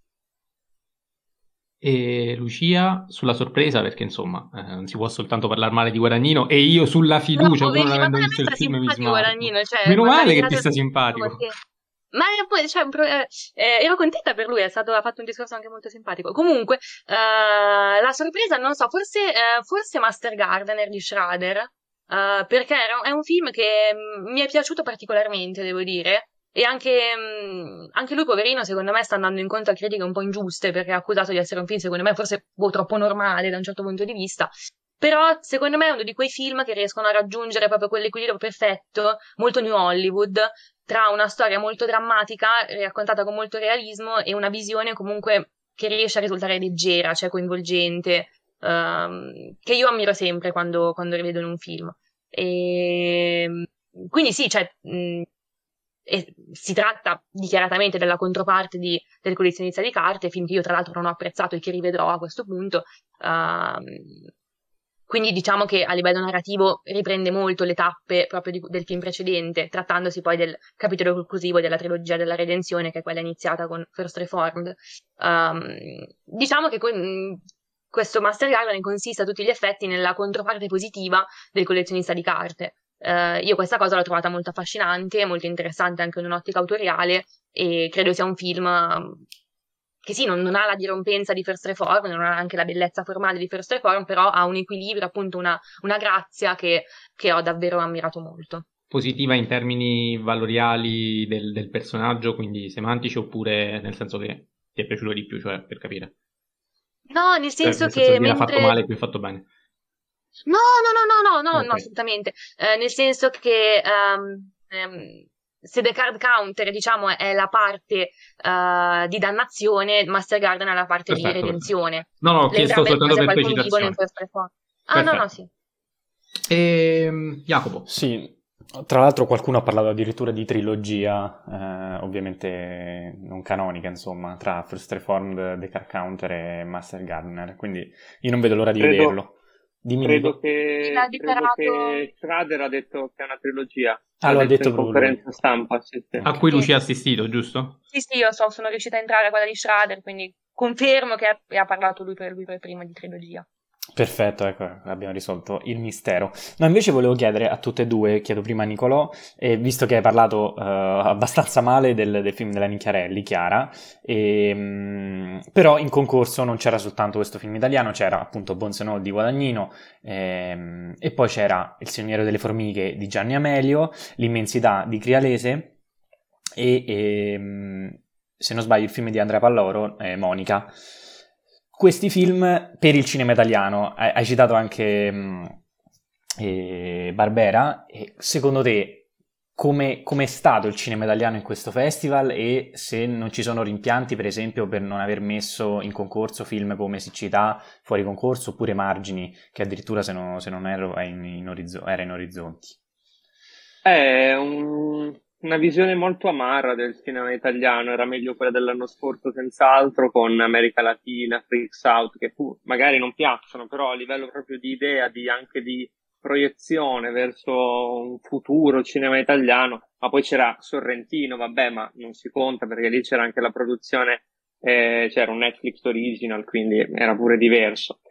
E Lucia sulla sorpresa, perché insomma eh, non si può soltanto parlare male di Guadagnino, e io sulla fiducia, No, pur non vedi, ma avendo poi a visto me il sta film, mi simpatico smarco. Guadagnino, cioè, Meno magari male che grazie ti sta al- simpatico. perché- Ma poi, cioè, un pro- eh, eh, ero contenta per lui, è stato, ha fatto un discorso anche molto simpatico. Comunque, eh, la sorpresa, non so, forse, eh, forse Master Gardener di Schrader, eh, perché era- è un film che mm, mi è piaciuto particolarmente, devo dire. E anche, mm, anche lui, poverino, secondo me sta andando incontro a critiche un po' ingiuste, perché è accusato di essere un film, secondo me, forse un po' troppo normale da un certo punto di vista. Però, secondo me, è uno di quei film che riescono a raggiungere proprio quell'equilibrio perfetto, molto New Hollywood, tra una storia molto drammatica, raccontata con molto realismo, e una visione comunque che riesce a risultare leggera, cioè coinvolgente, ehm, che io ammiro sempre quando, quando rivedo in un film. E quindi sì, cioè, mh, e si tratta dichiaratamente della controparte di, del Collezionista di carte, film che io tra l'altro non ho apprezzato e che rivedrò a questo punto. ehm, Quindi diciamo che a livello narrativo riprende molto le tappe proprio di- del film precedente, trattandosi poi del capitolo conclusivo della trilogia della redenzione, che è quella iniziata con First Reformed. Um, diciamo che con- questo Master Garden consiste a tutti gli effetti nella controparte positiva del collezionista di carte. Uh, io questa cosa l'ho trovata molto affascinante, molto interessante anche in un'ottica autoriale, e credo sia un film che sì, non, non ha la dirompenza di First Reform, non ha anche la bellezza formale di First Reform, però ha un equilibrio, appunto una, una grazia che, che ho davvero ammirato molto. Positiva in termini valoriali del, del personaggio, quindi semantici, oppure nel senso che ti è piaciuto di più, cioè per capire? No, nel senso cioè, nel che senso mentre... fatto male più fatto bene. No, no, no, no, no, no, okay. no, assolutamente. Eh, nel senso che um, um, se The Card Counter, diciamo, è la parte uh, di dannazione, Master Garden è la parte perfetto, di redenzione. Perfetto. No, no, ho chiesto soltanto per precisazione. In ah, no, no, sì. E, Jacopo. Sì, tra l'altro qualcuno ha parlato addirittura di trilogia, eh, ovviamente non canonica, insomma, tra First Reformed, The Card Counter e Master Gardener, quindi io non vedo l'ora di credo, vederlo. Dimmi, credo dico. che, credo che Schrader ha detto che è una trilogia. Ah, lo ha detto in conferenza stampa. Sì, sì. A cui lui ci ha assistito, giusto? Sì, sì, io so, sono riuscita a entrare a quella di Schrader, quindi confermo che ha, ha parlato lui per lui per prima di trilogia. Perfetto, ecco, abbiamo risolto il mistero. No, invece volevo chiedere a tutte e due, chiedo prima a Nicolò, eh, visto che hai parlato uh, abbastanza male del, del film della Nicchiarelli, Chiara, e, mh, però in concorso non c'era soltanto questo film italiano, c'era appunto Bonsenol di Guadagnino, ehm, e poi c'era Il Signore delle Formiche di Gianni Amelio, L'immensità di Crialese e, e mh, se non sbaglio il film di Andrea Palloro, eh, Monica. Questi film per il cinema italiano, hai, hai citato anche mh, eh, Barbera, e secondo te come è stato il cinema italiano in questo festival, e se non ci sono rimpianti per esempio per non aver messo in concorso film come Siccità, Fuori concorso, oppure Margini, che addirittura se, no, se non ero in, in orizzo- era in Orizzonti? È un... una visione molto amara del cinema italiano, era meglio quella dell'anno scorso senz'altro, con America Latina, Freaks Out, che pur, magari non piacciono, però a livello proprio di idea, di, anche di proiezione verso un futuro cinema italiano, ma poi c'era Sorrentino, vabbè, ma non si conta perché lì c'era anche la produzione, eh, c'era un Netflix original, quindi era pure diverso.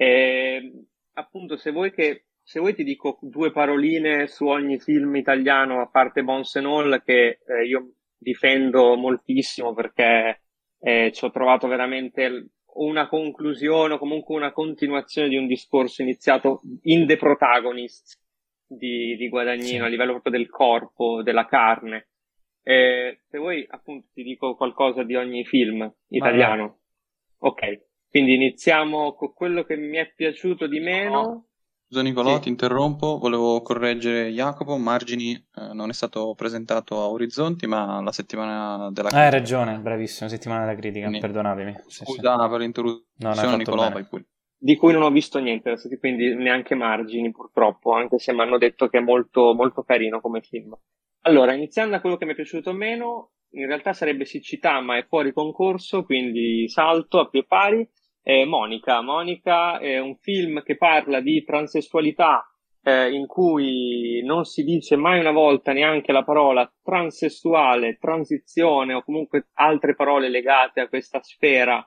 E, appunto, se vuoi che Se vuoi ti dico due paroline su ogni film italiano, a parte Bones and All, che eh, io difendo moltissimo perché eh, ci ho trovato veramente una conclusione o comunque una continuazione di un discorso iniziato in The Protagonist di, di Guadagnino, sì, a livello proprio del corpo, della carne. Eh, se vuoi appunto ti dico qualcosa di ogni film italiano. Ok, quindi iniziamo con quello che mi è piaciuto di meno. No. Scusa Nicolò, Sì. ti interrompo, volevo correggere Jacopo, Margini eh, non è stato presentato a Orizzonti, ma la settimana della critica. Ah, hai ragione, bravissimo, settimana della critica, Quindi, perdonatemi. Scusa sì, sì. per l'interruzione, no, Nicolò, vai pure. Di cui non ho visto niente, quindi neanche Margini purtroppo, anche se mi hanno detto che è molto, molto carino come film. Allora, iniziando da quello che mi è piaciuto meno, in realtà sarebbe Siccità, ma è fuori concorso, quindi salto a più pari. Eh, Monica. Monica è un film che parla di transessualità, eh, in cui non si dice mai una volta neanche la parola transessuale, transizione o comunque altre parole legate a questa sfera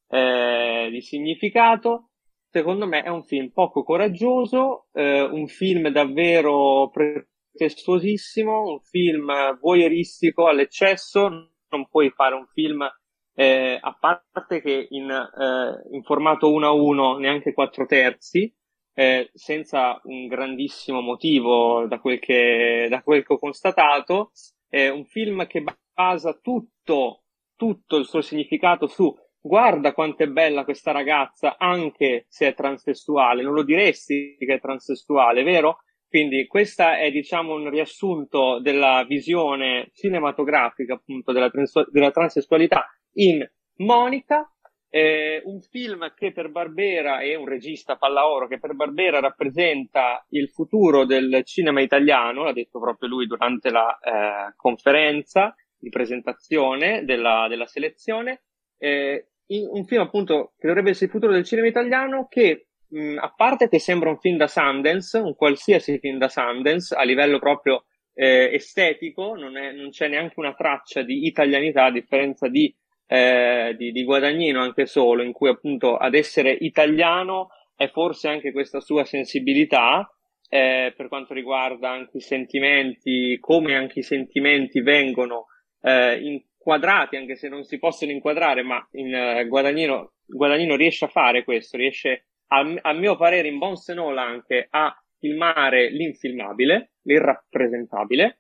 eh, di significato. Secondo me è un film poco coraggioso, eh, un film davvero pretestuosissimo, un film voyeuristico all'eccesso. Non puoi fare un film Eh, a parte che in, eh, in formato uno a uno, neanche quattro terzi, eh, senza un grandissimo motivo da quel che, da quel che ho constatato, è un film che basa tutto, tutto il suo significato su guarda quanto è bella questa ragazza anche se è transessuale, non lo diresti che è transessuale, vero? Quindi questa è, diciamo, un riassunto della visione cinematografica appunto della, trans- della transessualità in Monica, eh, un film che per Barbera è un regista Pallaoro che per Barbera rappresenta il futuro del cinema italiano, l'ha detto proprio lui durante la eh, conferenza di presentazione della, della selezione, eh, in, un film appunto che dovrebbe essere il futuro del cinema italiano che mh, a parte che sembra un film da Sundance, un qualsiasi film da Sundance a livello proprio eh, estetico, non, è, non c'è neanche una traccia di italianità a differenza di eh, di, di Guadagnino anche solo, in cui appunto ad essere italiano è forse anche questa sua sensibilità, eh, per quanto riguarda anche i sentimenti, come anche i sentimenti vengono eh, inquadrati, anche se non si possono inquadrare, ma in, eh, Guadagnino, Guadagnino riesce a fare questo, riesce a, a mio parere in buon senol anche a filmare l'infilmabile, l'irrappresentabile.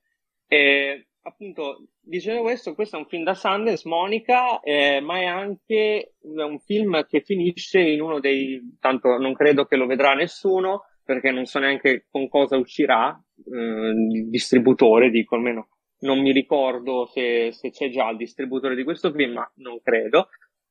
E appunto, dicendo questo, questo è un film da Sundance, Monica, eh, ma è anche un film che finisce in uno dei, tanto non credo che lo vedrà nessuno, perché non so neanche con cosa uscirà, eh, il distributore, dico, almeno non mi ricordo se, se c'è già il distributore di questo film, ma non credo,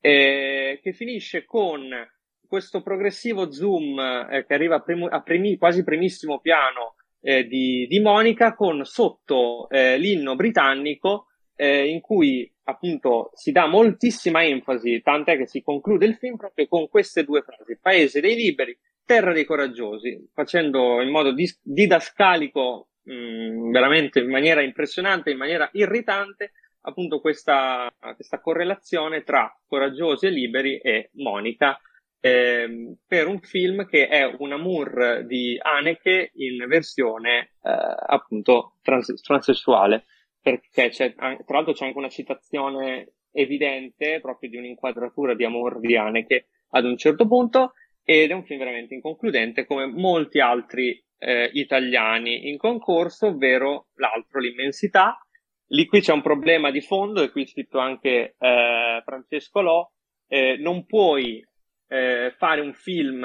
eh, che finisce con questo progressivo zoom eh, che arriva a, primo, a primi, quasi primissimo piano eh, di, di Monica, con sotto eh, l'inno britannico eh, in cui appunto si dà moltissima enfasi, tant'è che si conclude il film proprio con queste due frasi: Paese dei liberi, terra dei coraggiosi, facendo in modo dis- didascalico mh, veramente in maniera impressionante, in maniera irritante, appunto questa, questa correlazione tra coraggiosi e liberi e Monica, eh, per un film che è un amour di Haneke in versione eh, appunto trans- transessuale, perché c'è, tra l'altro c'è anche una citazione evidente proprio di un'inquadratura di amour di Haneke ad un certo punto, ed è un film veramente inconcludente come molti altri eh, italiani in concorso, ovvero l'altro, L'Immensità. Lì qui c'è un problema di fondo, e qui cito anche eh, Francesco Lo, eh, non puoi eh, fare un film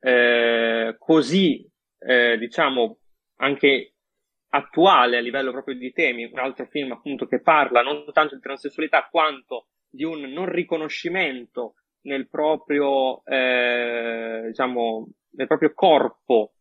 eh, così, eh, diciamo, anche attuale a livello proprio di temi, un altro film appunto che parla non tanto di transessualità quanto di un non riconoscimento nel proprio, eh, diciamo, nel proprio corpo,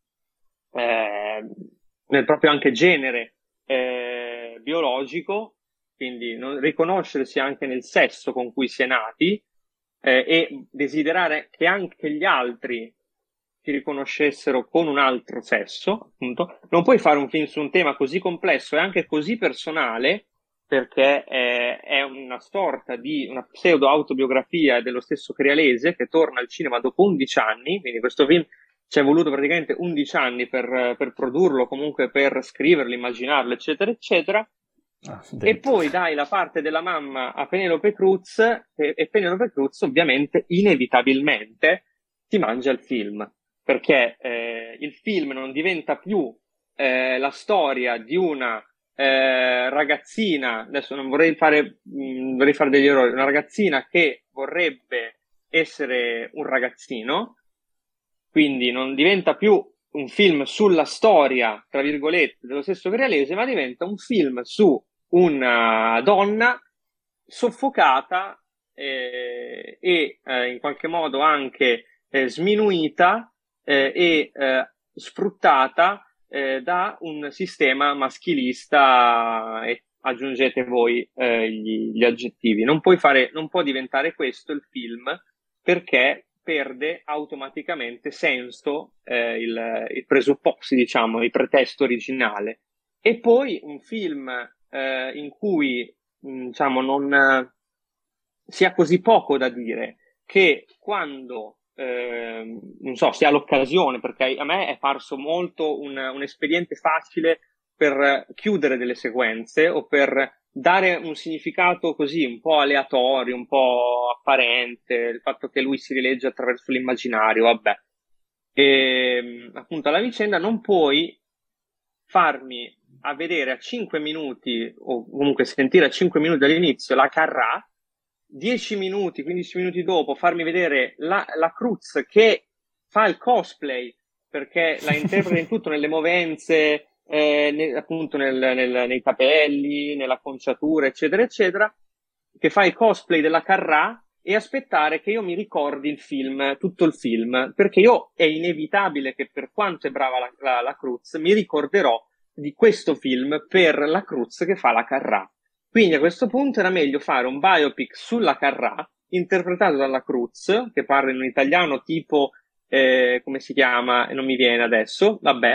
eh, nel proprio anche genere eh, biologico, quindi non riconoscersi anche nel sesso con cui si è nati eh, e desiderare che anche gli altri ti riconoscessero con un altro sesso, appunto. Non puoi fare un film su un tema così complesso e anche così personale, perché è, è una sorta di una pseudo autobiografia dello stesso Crealese, che torna al cinema dopo undici anni, quindi questo film ci è voluto praticamente undici anni per, per produrlo, comunque per scriverlo, immaginarlo, eccetera, eccetera. Ah, e poi dai la parte della mamma a Penelope Cruz, e, e Penelope Cruz ovviamente inevitabilmente ti mangia il film, perché eh, il film non diventa più eh, la storia di una eh, ragazzina, adesso non vorrei fare, mh, vorrei fare degli errori, una ragazzina che vorrebbe essere un ragazzino, quindi non diventa più un film sulla storia, tra virgolette, dello stesso Crealese, ma diventa un film su una donna soffocata eh, e eh, in qualche modo anche eh, sminuita eh, e eh, sfruttata eh, da un sistema maschilista, e aggiungete voi eh, gli, gli aggettivi. Non puoi fare, non può diventare questo il film, perché perde automaticamente senso eh, il, il presupposto, diciamo, il pretesto originale. E poi un film eh, in cui mh, diciamo non eh, si ha così poco da dire, che quando eh, non so, si ha l'occasione, perché a me è parso molto un, un espediente facile per chiudere delle sequenze o per dare un significato così un po' aleatorio, un po' apparente, il fatto che lui si rilegge attraverso l'immaginario, vabbè. E appunto alla vicenda non puoi farmi a vedere a cinque minuti, o comunque sentire a cinque minuti dall'inizio la Carrà, dieci minuti, quindici minuti dopo farmi vedere la, la Cruz che fa il cosplay, perché la interpreta in tutto, nelle movenze, eh, ne, appunto nel, nel, nei capelli, nell'acconciatura, eccetera, eccetera, che fa il cosplay della Carrà, e aspettare che io mi ricordi il film, tutto il film, perché io è inevitabile che, per quanto è brava la, la, la Cruz, mi ricorderò di questo film per la Cruz che fa la Carrà. Quindi a questo punto era meglio fare un biopic sulla Carrà, interpretato dalla Cruz, che parla in un italiano tipo, eh, come si chiama? Non mi viene adesso, vabbè,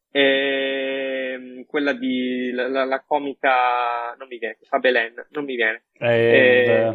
eh, quella di, la, la, la comica, non mi viene, fa Belen, non mi viene. Eh, eh,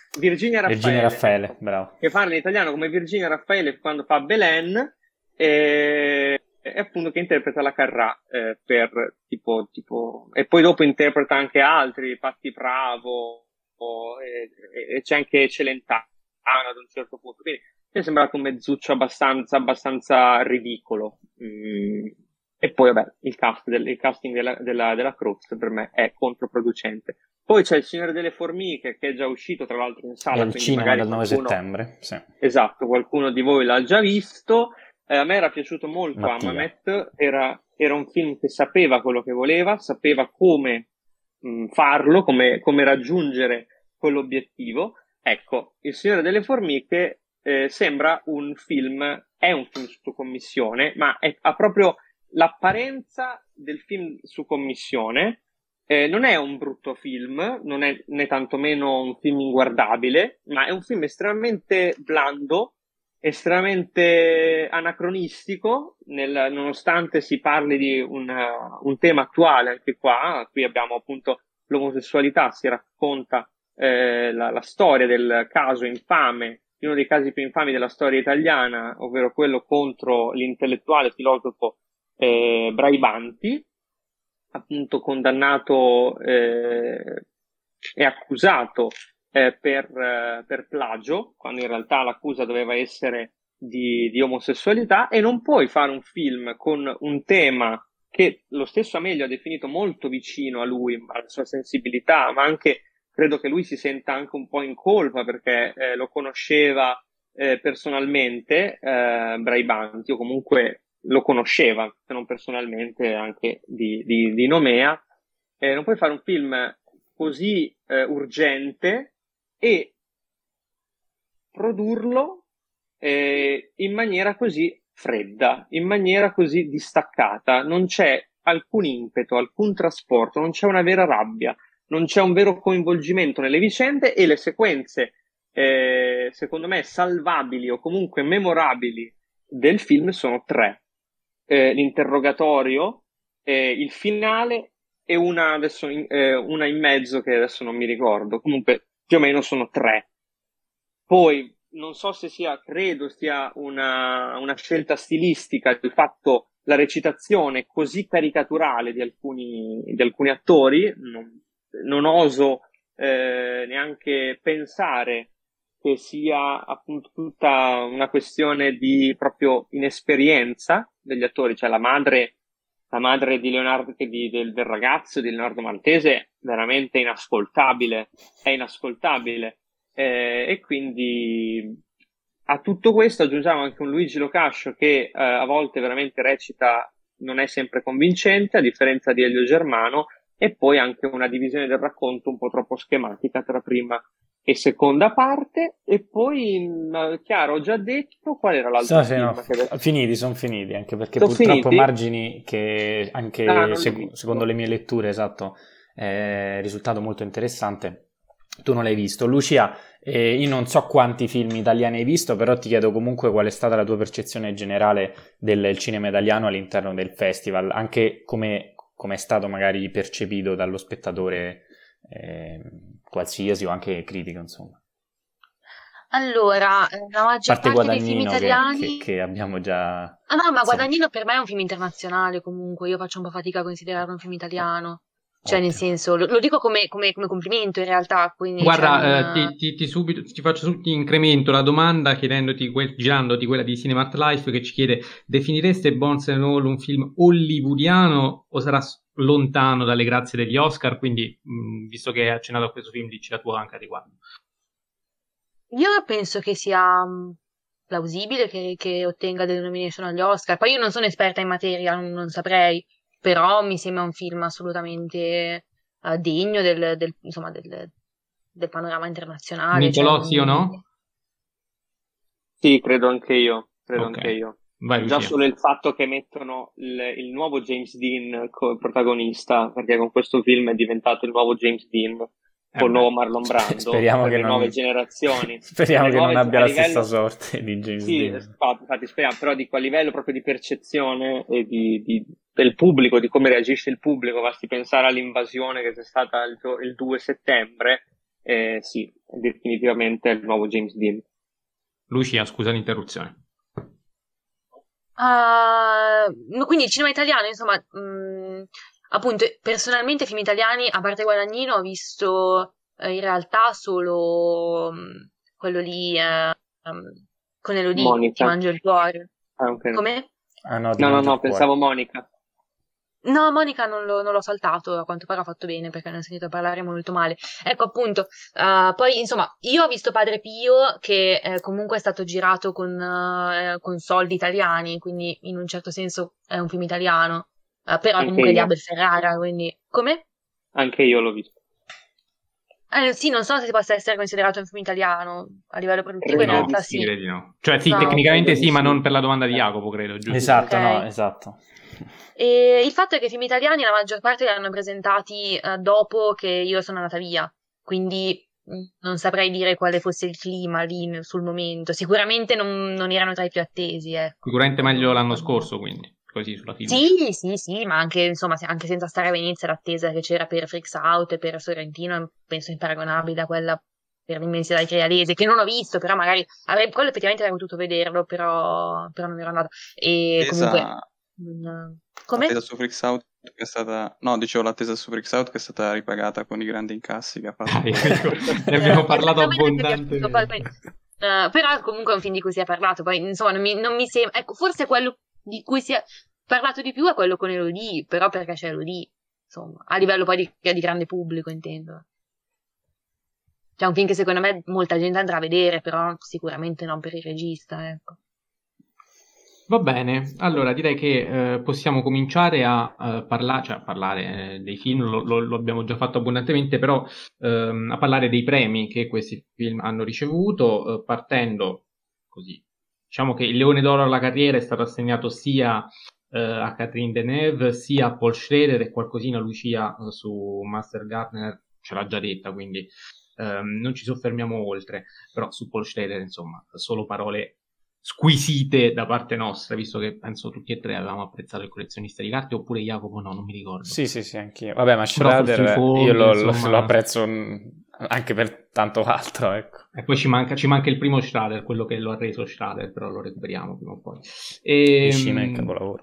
Virginia Raffaele, Virginia Raffaele, ecco, bravo. che parla in italiano come Virginia Raffaele quando fa Belen, e, e appunto che interpreta la Carrà eh, per tipo, tipo e poi dopo interpreta anche altri, Patti Bravo o, e, e c'è anche Celentano ad un certo punto, quindi mi è sembrato un mezzuccio abbastanza, abbastanza ridicolo. Mm. E poi vabbè, il, cast del, il casting della, della, della Cruz per me è controproducente. Poi c'è Il Signore delle Formiche, che è già uscito tra l'altro in sala, È al quindi cinema magari dal nove qualcuno, settembre, sì. esatto, qualcuno di voi l'ha già visto. Eh, a me era piaciuto molto Mattia. Hammamet, era, era un film che sapeva quello che voleva, sapeva come mh, farlo, come, come raggiungere quell'obiettivo. Ecco, Il Signore delle Formiche eh, sembra un film, è un film su commissione, ma è, ha proprio l'apparenza del film su commissione. Eh, non è un brutto film, non è né tantomeno un film inguardabile, ma è un film estremamente blando, estremamente anacronistico, nel, nonostante si parli di una, un tema attuale anche qua. Qui abbiamo appunto l'omosessualità, si racconta eh, la, la storia del caso infame, di uno dei casi più infami della storia italiana, ovvero quello contro l'intellettuale filosofo eh, Braibanti, appunto condannato eh, e accusato eh, per, eh, per plagio, quando in realtà l'accusa doveva essere di, di omosessualità. E non puoi fare un film con un tema che lo stesso Amelio ha definito molto vicino a lui, alla sua sensibilità, ma anche credo che lui si senta anche un po' in colpa perché eh, lo conosceva eh, personalmente, eh, Braibanti, o comunque lo conosceva, se non personalmente, anche di, di, di Nomea. Eh, non puoi fare un film così eh, urgente e produrlo eh, in maniera così fredda, in maniera così distaccata. Non c'è alcun impeto, alcun trasporto, non c'è una vera rabbia, non c'è un vero coinvolgimento nelle vicende, e le sequenze, eh, secondo me, salvabili o comunque memorabili del film sono tre. Eh, l'interrogatorio, eh, il finale e una adesso in, eh, una in mezzo che adesso non mi ricordo. Comunque più o meno sono tre. Poi non so se sia, credo sia una, una scelta stilistica il fatto, la recitazione così caricaturale di alcuni, di alcuni attori. Non, non oso eh, neanche pensare che sia appunto tutta una questione di proprio inesperienza degli attori. Cioè la madre, la madre di Leonardo, di, del, del ragazzo di Leonardo Maltese, veramente inascoltabile, è inascoltabile. Eh, e quindi a tutto questo aggiungiamo anche un Luigi Locascio che eh, a volte veramente recita, non è sempre convincente, a differenza di Elio Germano, e poi anche una divisione del racconto un po' troppo schematica tra prima e seconda parte. E poi, chiaro, ho già detto qual era l'altro so, sì, film no, che adesso... finiti, sono finiti, anche perché Sono purtroppo finiti? margini che anche Ah, sec- secondo le mie letture, esatto, è risultato molto interessante. Tu non l'hai visto. Lucia, eh, io non so quanti film italiani hai visto, però ti chiedo comunque qual è stata la tua percezione generale del cinema italiano all'interno del festival, anche come come è stato magari percepito dallo spettatore eh, qualsiasi o anche critico, insomma. Allora, la maggior parte parte dei film Guadagnino italiani... che, che, che abbiamo già... Ah no, ma insomma. Guadagnino per me è un film internazionale comunque, io faccio un po' fatica a considerarlo un film italiano. Cioè, Ottimo. nel senso, lo, lo dico come, come, come complimento in realtà, quindi... Guarda, cioè, eh, non... ti, ti, ti, subito, ti faccio subito incremento la domanda chiedendoti, que- girandoti quella di Cinemat Life che ci chiede: definireste Bones and All un film hollywoodiano o sarà lontano dalle grazie degli Oscar? Quindi, mh, visto che hai accennato a questo film, dici la tua anche a riguardo. Io penso che sia mh, plausibile che, che ottenga delle nomination agli Oscar. Poi io non sono esperta in materia, non, non saprei, però mi sembra un film assolutamente uh, degno del, del, insomma, del, del panorama internazionale. Nicolò, cioè, sì o no? Sì, credo anche io, credo Ok. anche io. Vai, Già Lucia. solo il fatto che mettono il, il nuovo James Dean come protagonista, perché con questo film è diventato il nuovo James Dean, Eh col beh. nuovo Marlon Brando, Speriamo per che le non... nuove generazioni. Speriamo Per le che non nuove- abbia a la livello- stessa sorte di James Sì, Dean. infatti, infatti speriamo, però dico a livello proprio di percezione e di, di- del pubblico, di come reagisce il pubblico. Basti pensare all'invasione che c'è stata il, gio- il due settembre. eh, sì, definitivamente è il nuovo James Dean. Lucia, scusa l'interruzione. Uh, quindi il cinema italiano, insomma, mh, appunto, personalmente film italiani, a parte Guadagnino, ho visto eh, in realtà solo mh, quello lì eh, um, con Elodie, Ti Monica. mangio il cuore. Ah, ok. Come? Ah, no, Ti No, no, mangio no, il cuore. pensavo Monica. No, Monica non, lo- non l'ho saltato, a quanto pare ha fatto bene perché ne ho sentito parlare molto male. Ecco, appunto, eh, poi insomma, io ho visto Padre Pio che eh, comunque è stato girato con, eh, con soldi italiani, quindi in un certo senso è un film italiano, eh, però Anche comunque di io. Abel Ferrara, quindi... Come? Anche io l'ho visto. Eh, sì, non so se possa essere considerato un film italiano a livello produttivo, in Credo No, realtà di sì. direi di no. Cioè sì, No. tecnicamente credo di sì, ma sì. non per la domanda di Eh. Jacopo, credo, giusto? Esatto, Ok. no, esatto. E il fatto è che i film italiani la maggior parte li hanno presentati eh, dopo che io sono andata via, quindi mh, non saprei dire quale fosse il clima lì nel- sul momento. Sicuramente non, non erano tra i più attesi, ecco. Sicuramente meglio Quello- l'anno quello- scorso, quindi, così sulla fiducia. Sì, sì, sì, ma anche, insomma, se- anche senza stare a Venezia, l'attesa che c'era per Freaks Out e per Sorrentino è, penso imparagonabile a quella per l'immensità di Crealese, che non ho visto, però magari avrei, quello effettivamente avrei potuto vederlo, però, però non ero andata. E comunque... Attesa, non- Come? attesa su Freaks Out che è stata... No, dicevo l'attesa su Freaks Out che è stata ripagata con i grandi incassi che ha fatto. Dai, ecco, ne abbiamo Eh, parlato a me non è piaciuto, poi- abbondantemente. eh, però comunque è un film di cui si è parlato, poi insomma non mi, non mi sembra, ecco, forse quello di cui si è parlato di più è quello con Elodie, però perché c'è Elodie, insomma, a livello poi di, di grande pubblico intendo. Cioè un film che secondo me molta gente andrà a vedere, però sicuramente non per il regista, ecco. Va bene, allora direi che eh, possiamo cominciare a eh, parlare, cioè a parlare eh, dei film, lo, lo- lo abbiamo già fatto abbondantemente, però ehm, a parlare dei premi che questi film hanno ricevuto, eh, partendo così. Diciamo che il Leone d'Oro alla carriera è stato assegnato sia eh, a Catherine Deneuve sia a Paul Schrader e qualcosina Lucia eh, su Master Gartner ce l'ha già detta, quindi ehm, non ci soffermiamo oltre, però su Paul Schrader insomma solo parole squisite da parte nostra, visto che penso tutti e tre avevamo apprezzato il collezionista di carte, oppure Jacopo no, non mi ricordo. Sì, sì, sì, anch'io. Vabbè, ma Però Schrader sul fondo, io lo, lo- insomma- lo apprezzo mh, anche per tanto altro, ecco. E poi ci manca, ci manca il primo Schrader, quello che lo ha reso Schrader, però lo recuperiamo prima o poi. E, Il cinema è il capolavoro.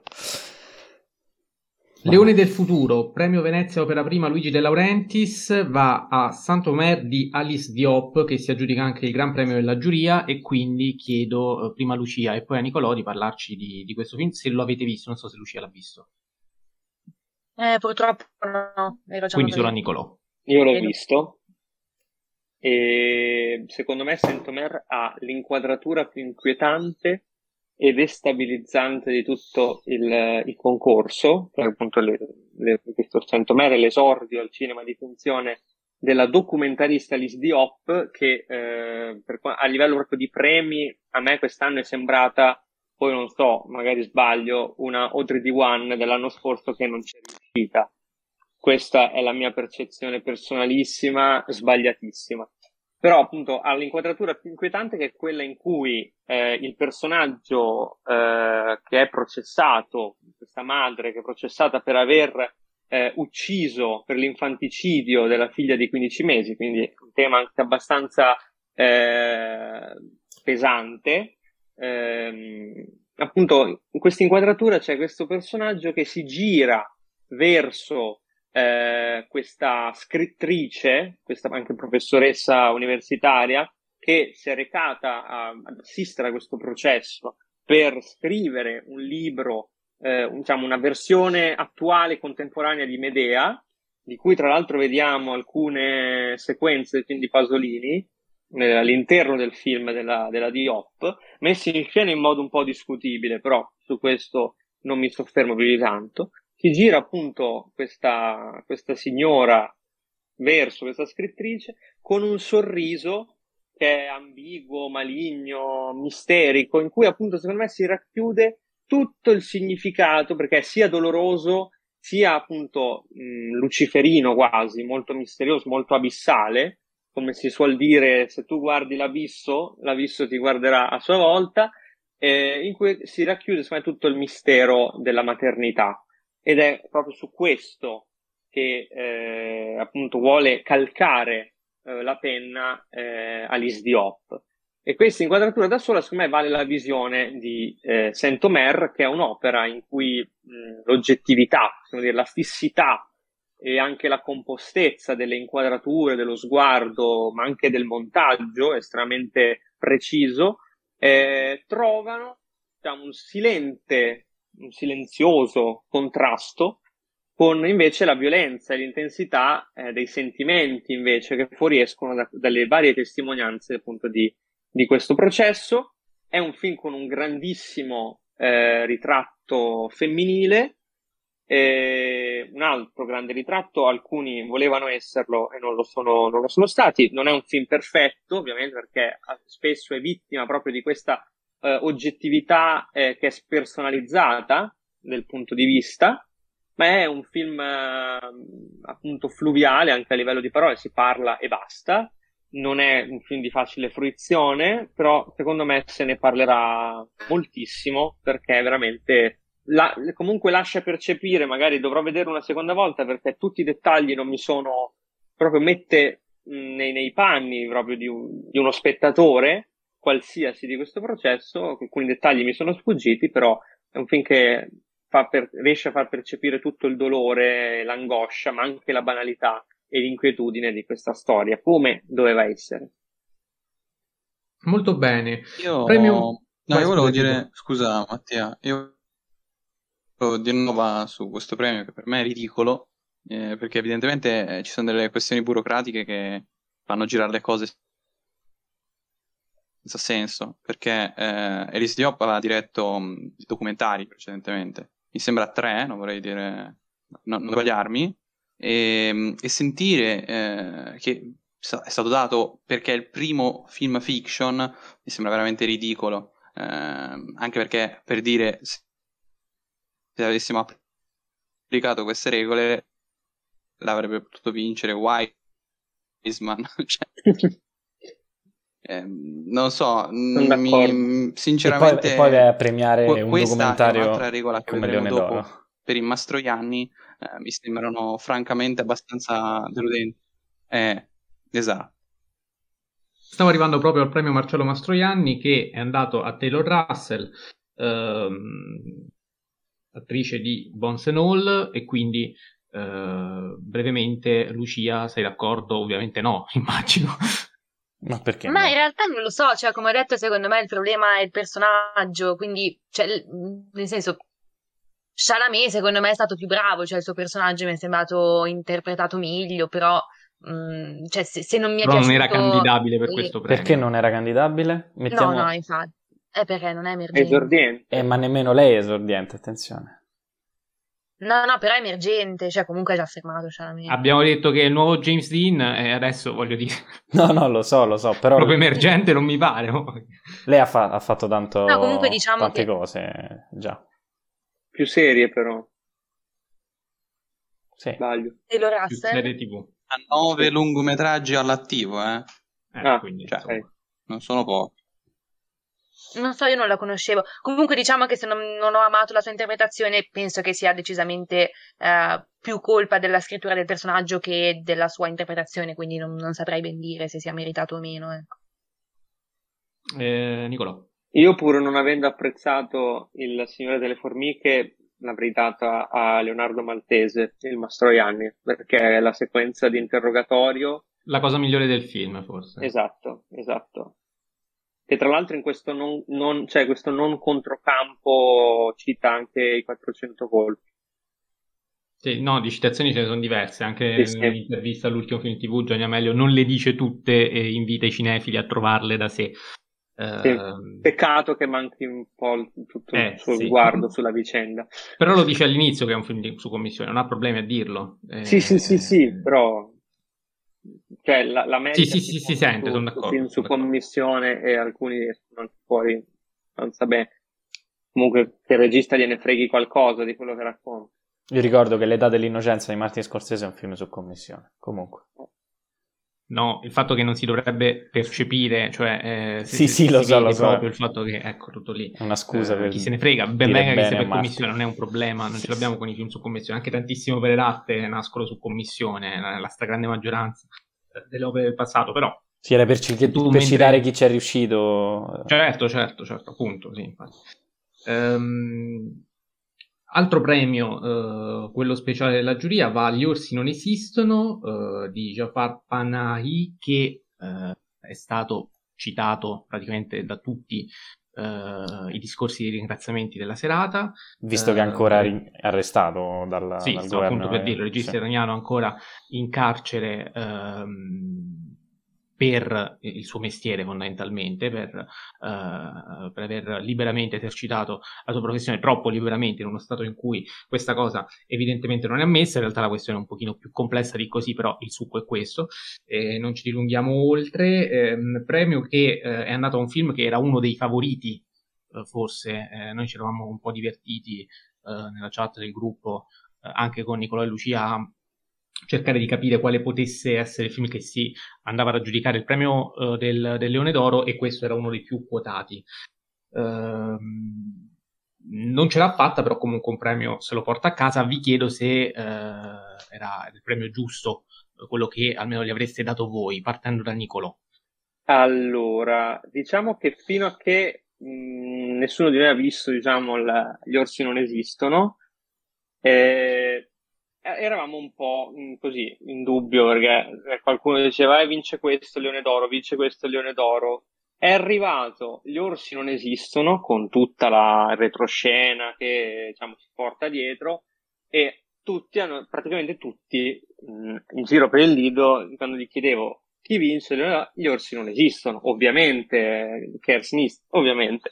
Leone del futuro, premio Venezia opera prima Luigi De Laurentiis, va a Saint-Omer di Alice Diop, che si aggiudica anche il Gran Premio della giuria, e quindi chiedo eh, prima a Lucia e poi a Nicolò di parlarci di, di questo film, se lo avete visto, non so se Lucia l'ha visto. Eh, purtroppo no, ero già Quindi solo a andata via. Nicolò. Io l'ho Credo. visto e secondo me Saint-Omer ha l'inquadratura più inquietante e destabilizzante di tutto il, il concorso, che è appunto le, le, questo Saint-Omer è l'esordio al cinema di funzione della documentarista Alice Diop, che eh, per, a livello proprio di premi a me quest'anno è sembrata, poi non so, magari sbaglio, una Audrey Diwan dell'anno scorso che non c'è riuscita. Questa è la mia percezione personalissima, sbagliatissima. Però appunto ha l'inquadratura più inquietante, che è quella in cui eh, il personaggio eh, che è processato, questa madre che è processata per aver eh, ucciso per l'infanticidio della figlia di quindici mesi, quindi un tema anche abbastanza eh, pesante. Eh, appunto in questa inquadratura c'è questo personaggio che si gira verso Eh, questa scrittrice, questa anche professoressa universitaria, che si è recata a, ad assistere a questo processo per scrivere un libro, eh, diciamo una versione attuale, contemporanea di Medea, di cui tra l'altro vediamo alcune sequenze di Pasolini eh, all'interno del film della, della Diop, messi in scena in modo un po' discutibile, però su questo non mi soffermo più di tanto. Si gira appunto questa, questa signora verso questa scrittrice con un sorriso che è ambiguo, maligno, misterico, in cui appunto secondo me si racchiude tutto il significato, perché è sia doloroso sia appunto mh, luciferino quasi, molto misterioso, molto abissale, come si suol dire, se tu guardi l'abisso, l'abisso ti guarderà a sua volta, eh, in cui si racchiude secondo me tutto il mistero della maternità. Ed è proprio su questo che eh, appunto vuole calcare eh, la penna eh, Alice Diop. E questa inquadratura da sola, secondo me, vale la visione di eh, Saint-Omer, che è un'opera in cui mh, l'oggettività, possiamo dire, la fissità e anche la compostezza delle inquadrature, dello sguardo, ma anche del montaggio estremamente preciso, eh, trovano diciamo, un silente, un silenzioso contrasto con invece la violenza e l'intensità eh, dei sentimenti invece che fuoriescono da, dalle varie testimonianze appunto di, di questo processo. È un film con un grandissimo eh, ritratto femminile, e un altro grande ritratto, alcuni volevano esserlo e non lo sono, non lo sono stati. Non è un film perfetto, ovviamente, perché spesso è vittima proprio di questa eh, oggettività eh, che è spersonalizzata del punto di vista, ma è un film eh, appunto fluviale anche a livello di parole, si parla e basta. Non è un film di facile fruizione, però secondo me se ne parlerà moltissimo, perché è veramente La, comunque lascia percepire, magari dovrò vedere una seconda volta perché tutti i dettagli non mi sono proprio mette mh, nei, nei panni proprio di, un, di uno spettatore qualsiasi di questo processo. Alcuni dettagli mi sono sfuggiti, però è un film che fa per, riesce a far percepire tutto il dolore, l'angoscia, ma anche la banalità e l'inquietudine di questa storia, come doveva essere. Molto bene. Io, Premio... no, Vai, io volevo scusa, dire, Tito. scusa Mattia, io di nuovo su questo premio che per me è ridicolo, eh, perché evidentemente eh, ci sono delle questioni burocratiche che fanno girare le cose senza senso, perché eh, Alice Diop aveva diretto mh, documentari precedentemente, mi sembra tre, non vorrei dire, no, non sbagliarmi, e, e sentire eh, che è stato dato perché è il primo film fiction mi sembra veramente ridicolo, eh, anche perché, per dire, se avessimo applicato queste regole l'avrebbe potuto vincere Wiseman. Cioè, ehm, non so, mi, sinceramente e poi, e poi a premiare un questa documentario è un'altra regola che come vedremo Leone dopo d'Oro. per i Mastroianni, eh, mi sembrano francamente abbastanza deludenti. Eh, esatto. Stavo arrivando proprio al premio Marcello Mastroianni, che è andato a Taylor Russell, ehm, attrice di Bones and All, e quindi eh, brevemente, Lucia, sei d'accordo? Ovviamente no, immagino. Ma perché Ma no? in realtà non lo so, cioè come ho detto, secondo me il problema è il personaggio, quindi, cioè, nel senso, Chalamet secondo me è stato più bravo, cioè il suo personaggio mi è sembrato interpretato meglio, però mh, cioè, se, se non mi è Però non piaciuto... era candidabile per eh, questo premio. Perché non era candidabile? Mettiamo... No, no, infatti. È perché non è È emergente. esordiente. Eh, ma nemmeno lei è esordiente, attenzione. No, no, però è emergente, cioè comunque è già fermato Chalamet. Abbiamo detto che è il nuovo James Dean, e adesso voglio dire... No, no, lo so, lo so, però... Proprio emergente non mi pare. No? Lei ha, fa- ha fatto tanto... No, comunque diciamo tante che... cose, già. Più serie però, Sì. sbaglio. Taylor Più Russell. serie tivù. Ha nove lungometraggi all'attivo, eh? Eh, Ah, quindi, cioè, insomma. eh. non sono pochi. Non so, io non la conoscevo. Comunque diciamo che se non, non ho amato la sua interpretazione, penso che sia decisamente eh, più colpa della scrittura del personaggio che della sua interpretazione, quindi non, non saprei ben dire se sia meritato o meno. Ecco. Eh, Nicolò. Io pur non avendo apprezzato Il Signore delle Formiche l'avrei data a Leonardo Maltese, il Mastroianni, perché la sequenza di interrogatorio... La cosa migliore del film, forse. Esatto, esatto. Che tra l'altro in questo non, non, cioè questo non controcampo cita anche i quattrocento colpi. Sì, no, di citazioni ce ne sono diverse, anche Sì, sì. nell'intervista all'ultimo film tivù Gianni Amelio non le dice tutte e invita i cinefili a trovarle da sé. Sì. Eh, Peccato che manchi un po' il- tutto Eh, il suo sì. sguardo sulla vicenda. Però lo dice all'inizio che è un film di- su commissione, non ha problemi a dirlo. Eh, Sì, sì, sì, sì, però cioè la, la media Sì, sì, sì, si sente, su, sono su d'accordo, film su sono d'accordo. commissione e alcuni escono anche fuori, non sa bene. Comunque che il regista gliene freghi qualcosa di quello che racconta. Io ricordo che L'età dell'innocenza di Martin Scorsese è un film su commissione, comunque. No, il fatto che non si dovrebbe percepire, cioè eh, se, Sì, se- sì, se lo si so, vede lo so. proprio il fatto che, ecco, tutto lì. È una scusa Eh, per chi se ne frega, ben dire venga che bene sia a per Martin. commissione, non è un problema, non Sì, ce l'abbiamo sì. con i film su commissione, anche tantissime opere d'arte nascono su commissione, la, la stragrande maggioranza. delle opere del passato, però... Sì, era per, ci- per mentre... citare chi ci è riuscito. Certo, certo, certo, appunto, sì, infatti. Ehm, altro premio, eh, quello speciale della giuria, va agli Orsi non esistono, eh, di Jafar Panahi, che eh, è stato citato praticamente da tutti Uh, i discorsi di ringraziamenti della serata, visto uh, che è ancora ri- arrestato dal, sì, dal sto governo, appunto per dirlo, il regista sì. iraniano ancora in carcere um, per il suo mestiere fondamentalmente, per, uh, per aver liberamente esercitato la sua professione, troppo liberamente, in uno stato in cui questa cosa evidentemente non è ammessa. In realtà la questione è un pochino più complessa di così, però il succo è questo, e non ci dilunghiamo oltre. Ehm, premio che eh, è andato a un film che era uno dei favoriti, eh, forse, eh, noi ci eravamo un po' divertiti eh, nella chat del gruppo, eh, anche con Nicolò e Lucia, cercare di capire quale potesse essere il film che si andava a giudicare il premio uh, del, del Leone d'Oro, e questo era uno dei più quotati. Uh, non ce l'ha fatta, però comunque un premio se lo porta a casa. Vi chiedo se uh, era il premio giusto, quello che almeno gli avreste dato voi, partendo da Nicolò. Allora, diciamo che fino a che mh, nessuno di noi ha visto, diciamo, la, Gli Orsi non esistono, eh, eravamo un po' mh, così in dubbio, perché qualcuno diceva eh, vince questo Leone d'Oro, vince questo Leone d'Oro. È arrivato Gli Orsi non esistono, con tutta la retroscena che, diciamo, si porta dietro, e tutti hanno, praticamente tutti mh, in giro per il Lido, quando gli chiedevo chi vince, Gli Orsi non esistono, ovviamente, Kersnist, ovviamente.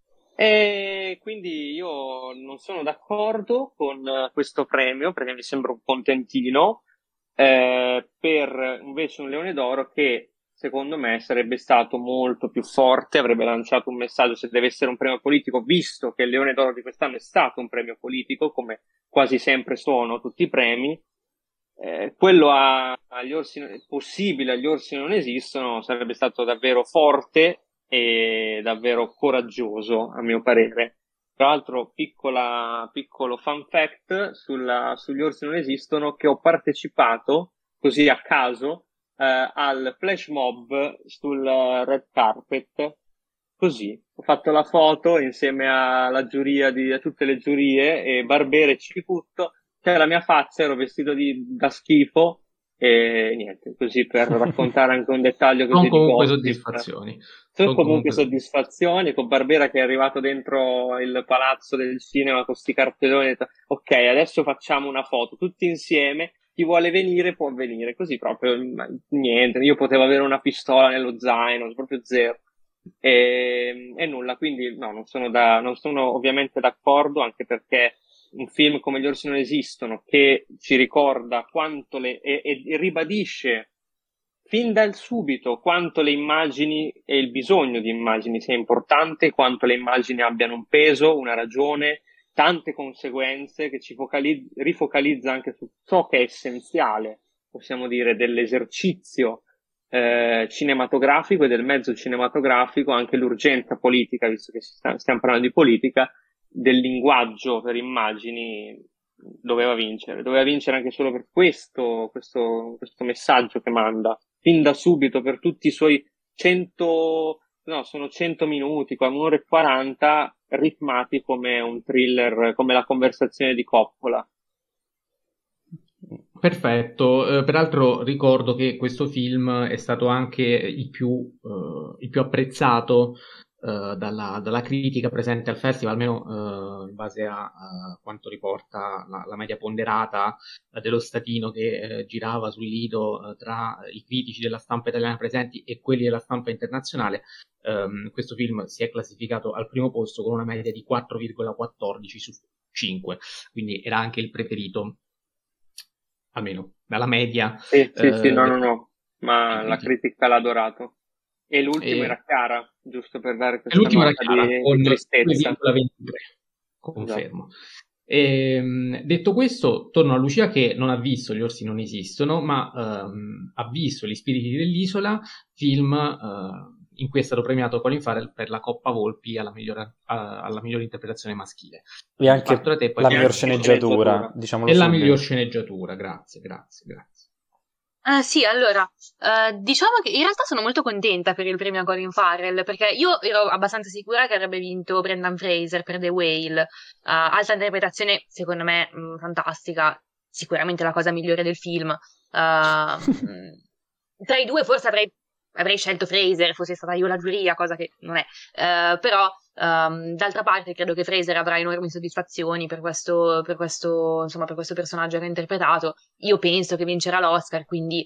E quindi io non sono d'accordo con questo premio, perché mi sembra un contentino, eh, per invece un Leone d'Oro che secondo me sarebbe stato molto più forte, avrebbe lanciato un messaggio, se deve essere un premio politico, visto che il Leone d'Oro di quest'anno è stato un premio politico, come quasi sempre sono tutti i premi. Eh, quello a, agli orsi possibile agli Orsi non esistono sarebbe stato davvero forte e davvero coraggioso, a mio parere. Tra l'altro, piccola, piccolo fun fact sulla, sugli Orsi non esistono, che ho partecipato così a caso eh, al flash mob sul red carpet, così ho fatto la foto insieme alla giuria di a tutte le giurie, e Barbera e Ciputto, c'era la mia faccia, ero vestito di, da schifo, e niente, così per raccontare anche un dettaglio così. Sono comunque di soddisfazioni. Sono comunque soddisfazioni, con Barbera che è arrivato dentro il palazzo del cinema con questi cartelloni, e detto, ok, adesso facciamo una foto tutti insieme, chi vuole venire può venire, così proprio niente, io potevo avere una pistola nello zaino, proprio zero. E, e nulla, quindi no, non sono, da, non sono ovviamente d'accordo, anche perché un film come Gli Orsi non esistono, che ci ricorda quanto le e, e ribadisce fin dal subito quanto le immagini e il bisogno di immagini sia importante, quanto le immagini abbiano un peso, una ragione, tante conseguenze, che ci focalizza, rifocalizza anche su ciò che è essenziale, possiamo dire, dell'esercizio eh, cinematografico e del mezzo cinematografico, anche l'urgenza politica, visto che sta, stiamo parlando di politica, del linguaggio per immagini. Doveva vincere, doveva vincere anche solo per questo, questo, questo messaggio che manda fin da subito, per tutti i suoi cento, no, sono cento minuti, qua un'ora e quaranta, ritmati come un thriller, come La conversazione di Coppola. Perfetto, eh, peraltro ricordo che questo film è stato anche il più, eh, il più apprezzato eh, dalla, dalla critica presente al festival, almeno eh, in base a, a quanto riporta la, la media ponderata eh, dello statino che eh, girava sul Lido eh, tra i critici della stampa italiana presenti e quelli della stampa internazionale. Um, questo film si è classificato al primo posto con una media di quattro virgola quattordici su cinque, quindi era anche il preferito, almeno dalla media. Sì, sì, eh, sì, no, no, no, ma eh, la critica l'ha adorato. E l'ultimo eh, era Chiara, giusto per dare questa l'ultimo era nota Chiara, di, con di due tristezza. virgola ventitré, confermo. E, detto questo, torno a Lucia che non ha visto Gli Orsi non esistono, ma ehm, ha visto Gli spiriti dell'isola, film eh, in cui è stato premiato Colin Farrell per la Coppa Volpi alla migliore, a, alla migliore interpretazione maschile. E anche te, la miglior sceneggiatura, diciamolo e la subito. miglior sceneggiatura, grazie, grazie, grazie. Uh, sì, allora, uh, diciamo che in realtà sono molto contenta per il premio a Colin Farrell, perché io ero abbastanza sicura che avrebbe vinto Brendan Fraser per The Whale. Uh, alta interpretazione, secondo me, mh, fantastica, sicuramente la cosa migliore del film. Uh, tra i due forse avrei, avrei scelto Fraser, fossi stata io la giuria, cosa che non è. Uh, però, um, d'altra parte, credo che Fraser avrà enormi soddisfazioni per questo, per questo, insomma, per questo personaggio che ha interpretato. Io penso che vincerà l'Oscar, quindi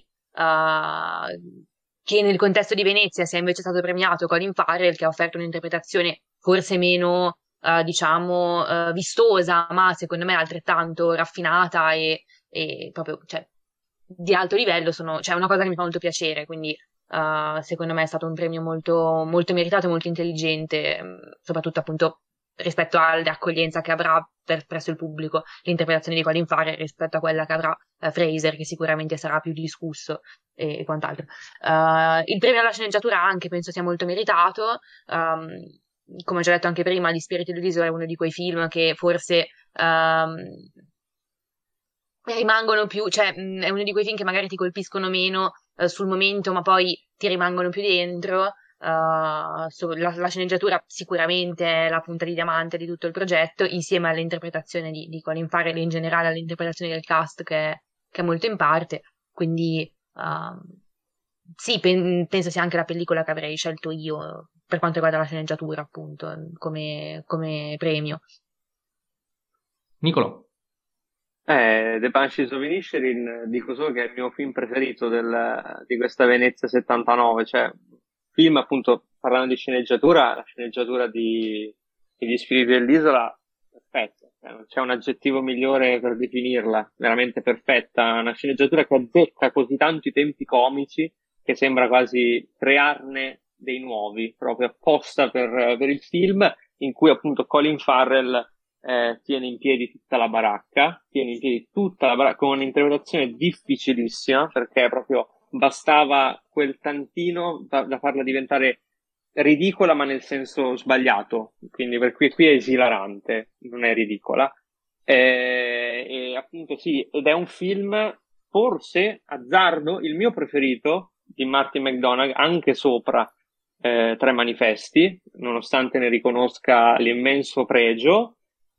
uh, che nel contesto di Venezia sia invece stato premiato Colin Farrell, che ha offerto un'interpretazione forse meno, uh, diciamo, uh, vistosa, ma secondo me altrettanto raffinata e, e proprio, cioè, di alto livello, sono, cioè, è una cosa che mi fa molto piacere, quindi uh, secondo me è stato un premio molto, molto meritato e molto intelligente, soprattutto appunto rispetto all'accoglienza che avrà per, presso il pubblico l'interpretazione di Colin Farrell rispetto a quella che avrà uh, Fraser, che sicuramente sarà più discusso e, e quant'altro. Uh, il premio alla sceneggiatura anche penso sia molto meritato. Um, come ho già detto anche prima, Di Spirito Dell'isola è uno di quei film che forse um, rimangono più, cioè mh, è uno di quei film che magari ti colpiscono meno uh, sul momento, ma poi ti rimangono più dentro. Uh, so, la, la sceneggiatura sicuramente è la punta di diamante di tutto il progetto, insieme all'interpretazione di, di Colin Farrell e in generale all'interpretazione del cast che è, che è molto in parte, quindi uh, sì, pen- penso sia anche la pellicola che avrei scelto io per quanto riguarda la sceneggiatura, appunto, come, come premio. Nicolò. Eh, The Banshees of Inisherin, dico solo che è il mio film preferito del, di questa Venezia settantanove, cioè film appunto parlando di sceneggiatura, la sceneggiatura di, di Gli Spiriti dell'Isola, perfetta, cioè, non c'è un aggettivo migliore per definirla, veramente perfetta, una sceneggiatura che azzecca così tanto i tempi comici che sembra quasi crearne dei nuovi, proprio apposta per, per il film, in cui appunto Colin Farrell Eh, tiene in piedi tutta la baracca, tiene in piedi tutta la baracca con un'interpretazione difficilissima, perché proprio bastava quel tantino da, da farla diventare ridicola, ma nel senso sbagliato, quindi per cui qui è esilarante, non è ridicola. Eh, e appunto sì, ed è un film, forse, azzardo, il mio preferito di Martin McDonagh, anche sopra eh, Tre Manifesti, nonostante ne riconosca l'immenso pregio.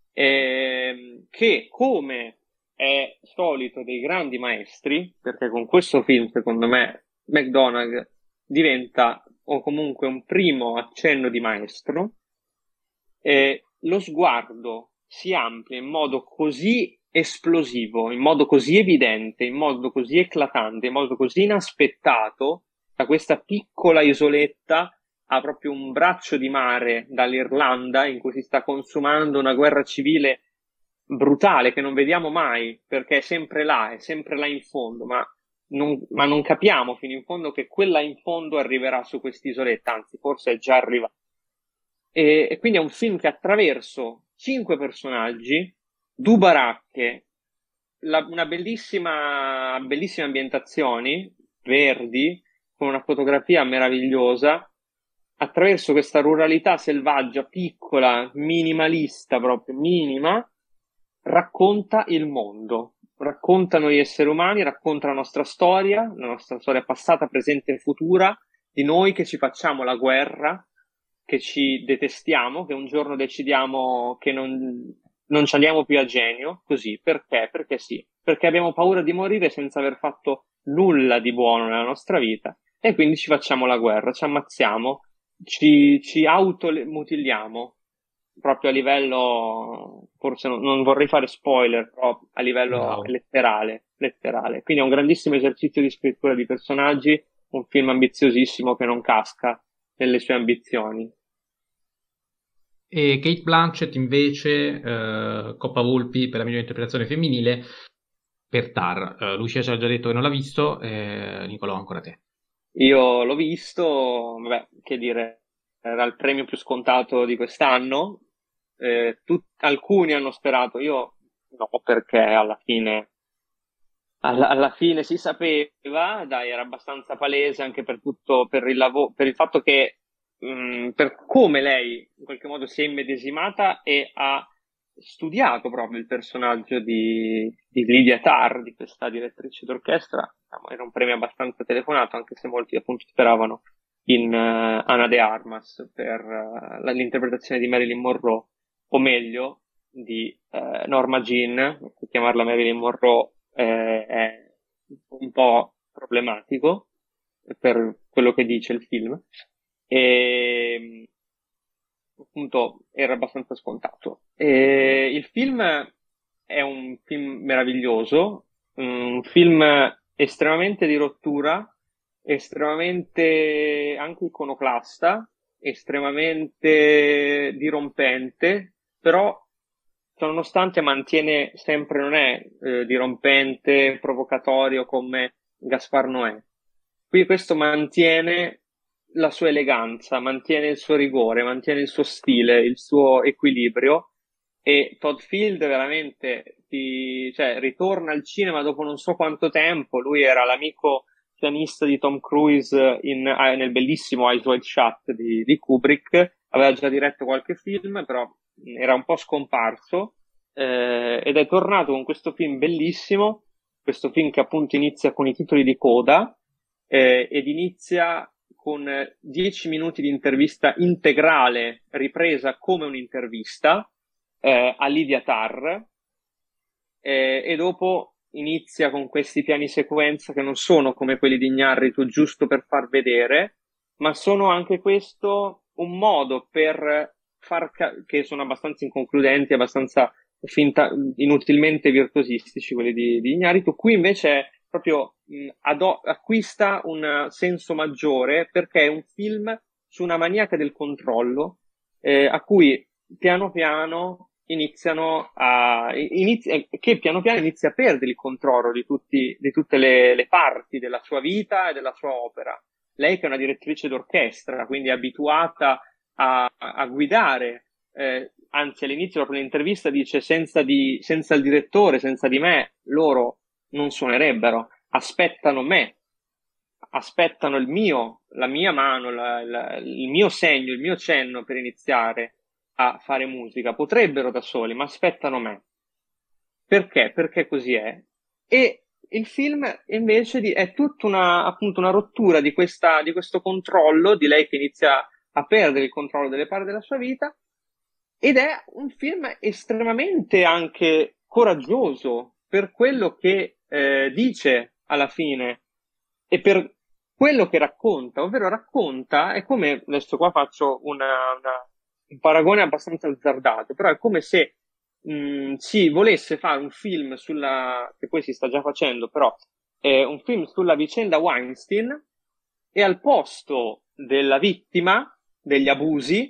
Eh, che come è solito dei grandi maestri, perché con questo film secondo me McDonagh diventa o comunque un primo accenno di maestro, eh, lo sguardo si amplia in modo così esplosivo, in modo così evidente, in modo così eclatante, in modo così inaspettato, da questa piccola isoletta ha proprio un braccio di mare dall'Irlanda in cui si sta consumando una guerra civile brutale che non vediamo mai perché è sempre là, è sempre là in fondo, ma non, ma non capiamo fino in fondo che quella in fondo arriverà su quest'isoletta, anzi forse è già arrivata. E, e quindi è un film che attraverso cinque personaggi, due baracche, la, una bellissima, bellissime ambientazioni verdi, con una fotografia meravigliosa, attraverso questa ruralità selvaggia, piccola, minimalista proprio, minima, racconta il mondo, raccontano gli esseri umani, racconta la nostra storia, la nostra storia passata, presente e futura, di noi che ci facciamo la guerra, che ci detestiamo, che un giorno decidiamo che non, non ci andiamo più a genio, così, perché? Perché sì, perché abbiamo paura di morire senza aver fatto nulla di buono nella nostra vita e quindi ci facciamo la guerra, ci ammazziamo, ci, ci automutiliamo, proprio a livello, forse non, non vorrei fare spoiler, però a livello No. letterale, letterale. Quindi è un grandissimo esercizio di scrittura di personaggi, un film ambiziosissimo che non casca nelle sue ambizioni. E Kate Blanchett invece, eh, Coppa Volpi per la migliore interpretazione femminile per Tar. Eh, Lucia ci ha già detto che non l'ha visto, eh, Nicolò ancora te. Io l'ho visto, vabbè, che dire, era il premio più scontato di quest'anno. Eh, tut- alcuni hanno sperato, io no, perché alla fine, alla, alla fine si sapeva, dai, era abbastanza palese anche per tutto, per il lavoro, per il fatto che, mh, per come lei in qualche modo si è immedesimata e ha studiato proprio il personaggio di, di Lydia Tarr, di questa direttrice d'orchestra. Era un premio abbastanza telefonato, anche se molti appunto speravano in uh, Ana de Armas per uh, l'interpretazione di Marilyn Monroe, o meglio di uh, Norma Jean. Chiamarla Marilyn Monroe eh, è un po' problematico per quello che dice il film, e appunto era abbastanza scontato. E il film è un film meraviglioso, un film estremamente di rottura, estremamente anche iconoclasta, estremamente dirompente, però nonostante mantiene sempre, non è eh, dirompente, provocatorio come Gaspar Noè. Qui questo mantiene la sua eleganza, mantiene il suo rigore, mantiene il suo stile, il suo equilibrio, e Todd Field veramente ti, cioè, ritorna al cinema dopo non so quanto tempo. Lui era l'amico pianista di Tom Cruise in, eh, nel bellissimo Eyes Wide Shut di, di Kubrick, aveva già diretto qualche film, però era un po' scomparso, eh, ed è tornato con questo film bellissimo, questo film che appunto inizia con i titoli di coda, eh, ed inizia con dieci minuti di intervista integrale, ripresa come un'intervista, eh, a Lydia Tarr, eh, e dopo inizia con questi piani sequenza che non sono come quelli di Iñárritu, giusto per far vedere, ma sono anche questo un modo per far ca- che sono abbastanza inconcludenti, abbastanza finta, inutilmente virtuosistici quelli di, di Iñárritu. Qui invece è proprio mh, ado- acquista un senso maggiore, perché è un film su una maniaca del controllo, eh, a cui piano piano iniziano a inizia, che piano piano inizia a perdere il controllo di tutti, di tutte le, le parti della sua vita e della sua opera. Lei che è una direttrice d'orchestra, quindi è abituata a, a guidare, eh, anzi all'inizio proprio dell'intervista dice: senza, di, senza il direttore, senza di me, loro non suonerebbero, aspettano me, aspettano il mio, la mia mano, la, la, il mio segno, il mio cenno per iniziare a fare musica. Potrebbero da soli, ma aspettano me. Perché? Perché così è. E il film invece di, è tutta una, appunto, una rottura di, questa, di questo controllo, di lei che inizia a perdere il controllo delle parti della sua vita, ed è un film estremamente anche coraggioso per quello che eh, dice alla fine e per quello che racconta, ovvero racconta, è come, adesso qua faccio una, una, un paragone abbastanza azzardato, però è come se mh, si volesse fare un film sulla, che poi si sta già facendo, però è un film sulla vicenda Weinstein, e al posto della vittima degli abusi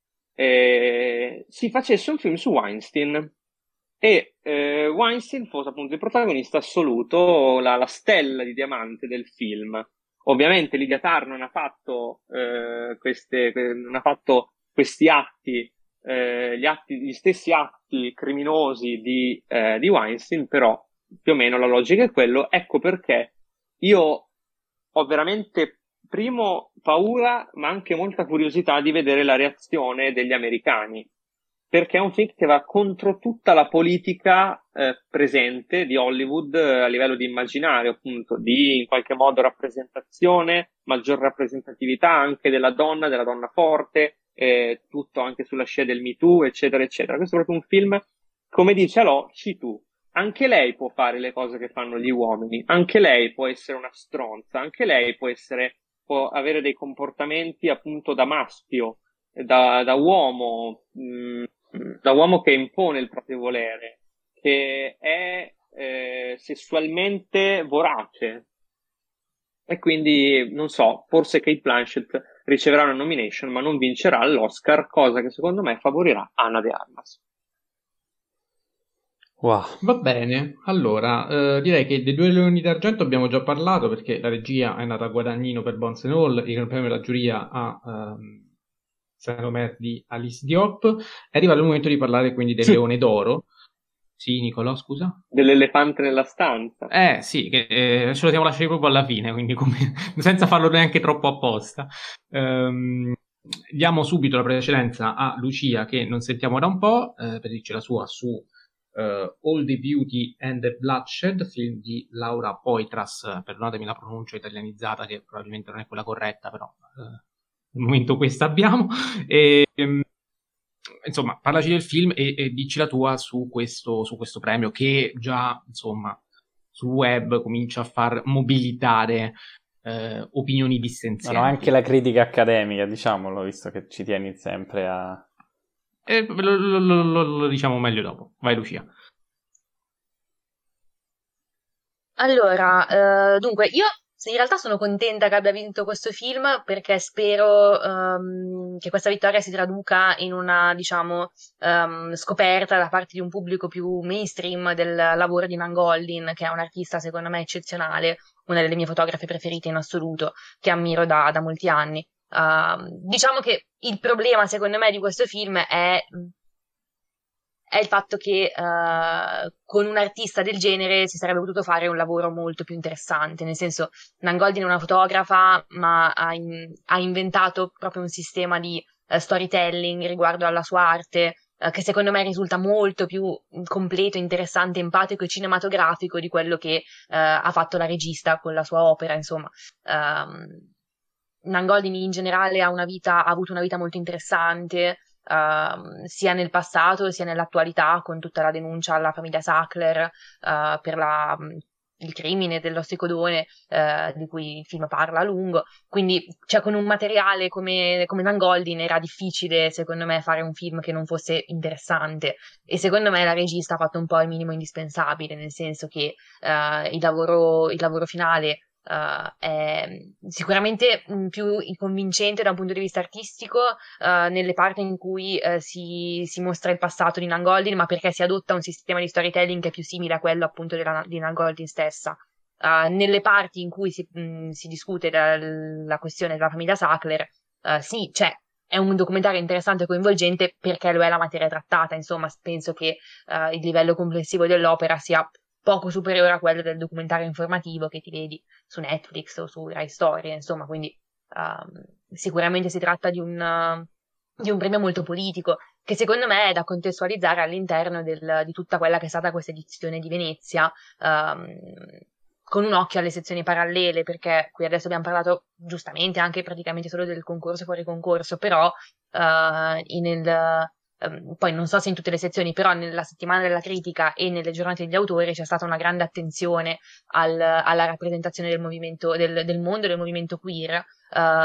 eh, si facesse un film su Weinstein, e eh, Weinstein fosse appunto il protagonista assoluto, la, la stella di diamante del film. Ovviamente Lydia Tarr non ha fatto eh, queste, non ha fatto questi atti, eh, gli atti, gli stessi atti criminosi di, eh, di Weinstein, però più o meno la logica è quello. Ecco perché io ho veramente, primo, paura, ma anche molta curiosità di vedere la reazione degli americani, perché è un film che va contro tutta la politica eh, presente di Hollywood eh, a livello di immaginario, appunto, di in qualche modo rappresentazione, maggior rappresentatività anche della donna, della donna forte, eh, tutto anche sulla scia del Me Too, eccetera, eccetera. Questo è proprio un film, come dice Alò, ci tu. Anche lei può fare le cose che fanno gli uomini, anche lei può essere una stronza, anche lei può essere, può avere dei comportamenti appunto da maschio, da, da uomo, mh, da uomo che impone il proprio volere, che è eh, sessualmente vorace. E quindi, non so, forse Cate Blanchett riceverà una nomination, ma non vincerà l'Oscar, cosa che secondo me favorirà Ana de Armas. Wow. Va bene, allora eh, direi che dei due Leoni d'Argento abbiamo già parlato, perché la regia è andata a guadagnino per Bones and All, il Gran Premio della giuria a um, Saint-Omer di Alice Diop. È arrivato il momento di parlare quindi del Leone d'Oro. Sì, Nicolò, scusa? Dell'elefante nella stanza. Eh sì, che, eh, ce lo siamo lasciati proprio alla fine, quindi come, senza farlo neanche troppo apposta. Um, diamo subito la precedenza a Lucia, che non sentiamo da un po', eh, per dirci la sua su uh, All the Beauty and the Bloodshed, film di Laura Poitras, perdonatemi la pronuncia italianizzata che probabilmente non è quella corretta, però uh, al momento questa abbiamo. E, um, insomma, parlaci del film e, e dici la tua su questo, su questo premio che già, insomma, sul web comincia a far mobilitare eh, opinioni dissenzienti. No, no, anche la critica accademica, diciamolo, visto che ci tieni sempre a... Eh, lo, lo, lo, lo diciamo meglio dopo. Vai Lucia. Allora, eh, dunque, io in realtà sono contenta che abbia vinto questo film perché spero ehm, che questa vittoria si traduca in una, diciamo, ehm, scoperta da parte di un pubblico più mainstream del lavoro di Nan Goldin, che è un artista secondo me eccezionale, una delle mie fotografe preferite in assoluto, che ammiro da, da molti anni. Uh, diciamo che il problema secondo me di questo film è è il fatto che uh, con un artista del genere si sarebbe potuto fare un lavoro molto più interessante, nel senso Nan Goldin è una fotografa ma ha, in, ha inventato proprio un sistema di uh, storytelling riguardo alla sua arte uh, che secondo me risulta molto più completo, interessante, empatico e cinematografico di quello che uh, ha fatto la regista con la sua opera, insomma. Um, Nan Goldin in generale ha una vita, ha avuto una vita molto interessante, Uh, sia nel passato sia nell'attualità, con tutta la denuncia alla famiglia Sackler uh, per la, il crimine dell'ossicodone uh, di cui il film parla a lungo. Quindi, cioè, con un materiale come, come Nan Goldin era difficile secondo me fare un film che non fosse interessante, e secondo me la regista ha fatto un po' il minimo indispensabile, nel senso che uh, il lavoro, il lavoro finale Uh, è sicuramente mh, più convincente da un punto di vista artistico uh, nelle parti in cui uh, si, si mostra il passato di Nan Goldin, ma perché si adotta un sistema di storytelling che è più simile a quello appunto della, di Nan Goldin stessa. Uh, nelle parti in cui si, mh, si discute la, la questione della famiglia Sackler, uh, sì, cioè è un documentario interessante e coinvolgente perché lo è la materia trattata, insomma penso che uh, il livello complessivo dell'opera sia poco superiore a quello del documentario informativo che ti vedi su Netflix o su Rai Storia, insomma, quindi um, sicuramente si tratta di un, uh, di un premio molto politico, che secondo me è da contestualizzare all'interno del, di tutta quella che è stata questa edizione di Venezia, um, con un occhio alle sezioni parallele, perché qui adesso abbiamo parlato giustamente anche praticamente solo del concorso fuori concorso, però uh, nel... Um, poi non so se in tutte le sezioni, però nella settimana della critica e nelle giornate degli autori c'è stata una grande attenzione al, alla rappresentazione del movimento, del, del mondo del movimento queer, uh,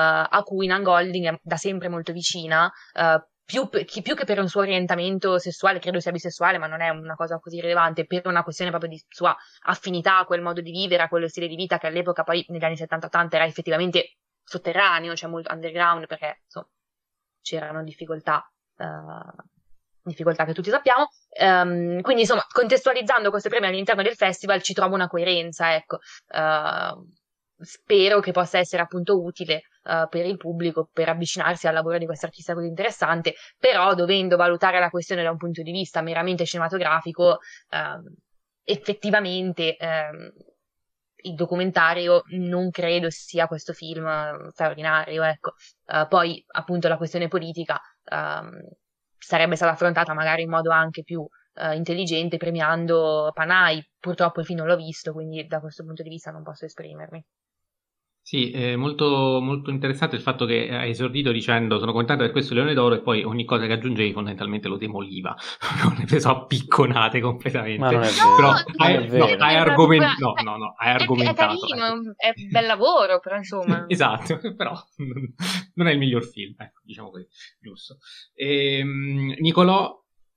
a cui Nan Goldin è da sempre molto vicina, uh, più, più che per un suo orientamento sessuale, credo sia bisessuale, ma non è una cosa così rilevante, per una questione proprio di sua affinità a quel modo di vivere, a quello stile di vita che all'epoca poi negli anni settanta ottanta era effettivamente sotterraneo, cioè molto underground, perché insomma c'erano difficoltà Uh, difficoltà che tutti sappiamo, um, quindi insomma contestualizzando questo premio all'interno del festival ci trovo una coerenza, ecco. Uh, spero che possa essere appunto utile uh, per il pubblico per avvicinarsi al lavoro di questo artista così interessante, però dovendo valutare la questione da un punto di vista meramente cinematografico, uh, effettivamente um, il documentario non credo sia questo film straordinario, ecco. Uh, poi appunto la questione politica um, sarebbe stata affrontata magari in modo anche più uh, intelligente, premiando Panay. Purtroppo il film non l'ho visto, quindi da questo punto di vista non posso esprimermi. Sì, è molto, molto interessante il fatto che hai esordito dicendo sono contento per questo Leone d'Oro e poi ogni cosa che aggiungevi fondamentalmente lo demoliva, non ne preso a picconate completamente. Ma non è vero, però non hai, è vero. No, hai argomentato, no, no, no, hai argomentato. È carino, ecco. è bel lavoro, però insomma. Esatto, però non è il miglior film, ecco, diciamo così, giusto. E, um, Nicolò,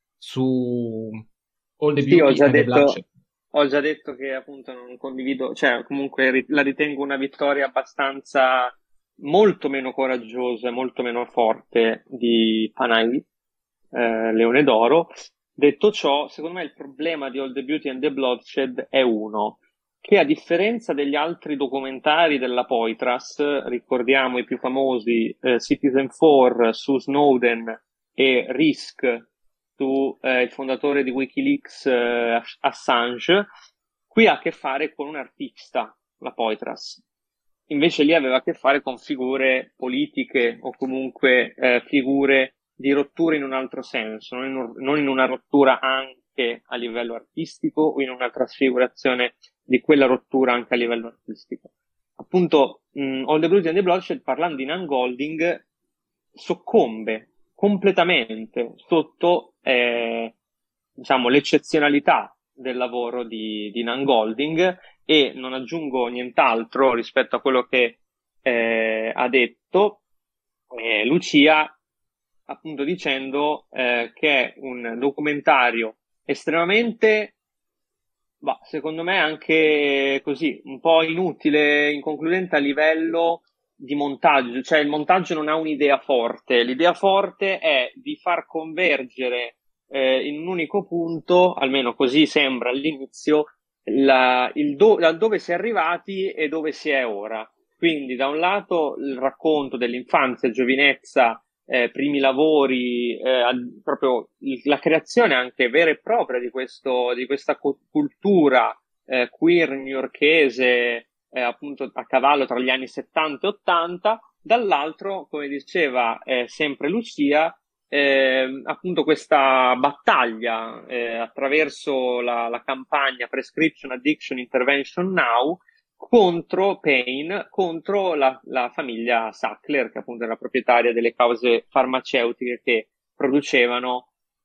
su All the Sì, ho Beauty già and the detto, Bloodshed. ho già detto che appunto non condivido, cioè comunque ri- la ritengo una vittoria abbastanza molto meno coraggiosa e molto meno forte di Panay, eh, Leone d'Oro. Detto ciò, secondo me il problema di All the Beauty and the Bloodshed è uno, che a differenza degli altri documentari della Poitras, ricordiamo i più famosi, eh, Citizen four su Snowden e Risk su eh, il fondatore di Wikileaks, eh, Assange, qui ha a che fare con un artista, la Poitras. invece lì aveva a che fare con figure politiche o comunque eh, figure di rottura in un altro senso, non in, un, non in una rottura anche a livello artistico o in una trasfigurazione di quella rottura anche a livello artistico. Appunto, mh, All the Blues and the Bloodshed, parlando di Nan Golding, soccombe completamente sotto eh, diciamo l'eccezionalità del lavoro di, di Nan Golding, e non aggiungo nient'altro rispetto a quello che eh, ha detto eh, Lucia, appunto dicendo eh, che è un documentario estremamente, bah, secondo me anche così, un po' inutile, inconcludente a livello di montaggio, cioè il montaggio non ha un'idea forte, l'idea forte è di far convergere eh, in un unico punto, almeno così sembra all'inizio, la, il do, da dove si è arrivati e dove si è ora. Quindi da un lato il racconto dell'infanzia, giovinezza, eh, primi lavori, eh, proprio la creazione anche vera e propria di questo, di questa cultura eh, queer newyorkese, Eh, appunto a cavallo tra gli anni settanta e ottanta, dall'altro, come diceva eh, sempre Lucia, eh, appunto questa battaglia eh, attraverso la, la campagna Prescription Addiction Intervention Now contro Pain, contro la, la famiglia Sackler, che appunto è la proprietaria delle cause farmaceutiche che producevano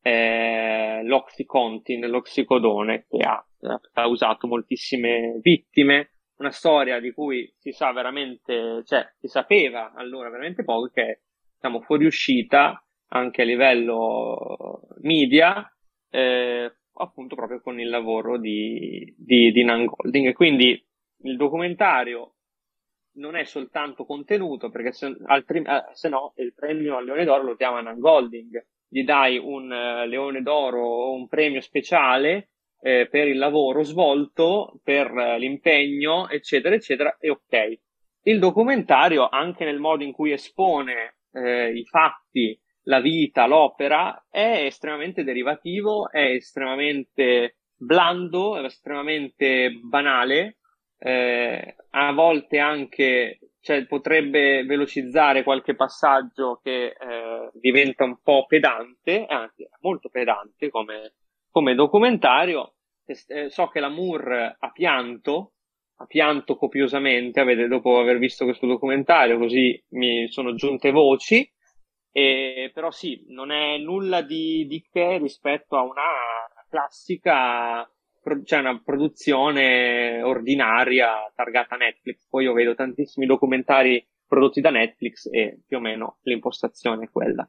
eh, l'Oxycontin, l'oxicodone, che ha, ha causato moltissime vittime. Una storia di cui si sa veramente, cioè si sapeva allora veramente poco, che è, diciamo, fuoriuscita anche a livello media, eh, appunto proprio con il lavoro di, di, di Nan Golding. E quindi il documentario non è soltanto contenuto, perché se, altri, eh, se no il premio al Leone d'Oro lo chiama Nan Golding, gli dai un uh, Leone d'Oro o un premio speciale Eh, per il lavoro svolto, per eh, l'impegno, eccetera, eccetera, e ok. Il documentario, anche nel modo in cui espone eh, i fatti, la vita, l'opera, è estremamente derivativo, è estremamente blando, è estremamente banale, eh, a volte anche, cioè, potrebbe velocizzare qualche passaggio che eh, diventa un po' pedante, anzi molto pedante come come documentario. Eh, so che la Moore ha pianto, ha pianto copiosamente, avete, dopo aver visto questo documentario, così mi sono giunte voci, e, però sì, non è nulla di, di che rispetto a una classica, cioè una produzione ordinaria targata Netflix. Poi io vedo tantissimi documentari prodotti da Netflix e più o meno l'impostazione è quella.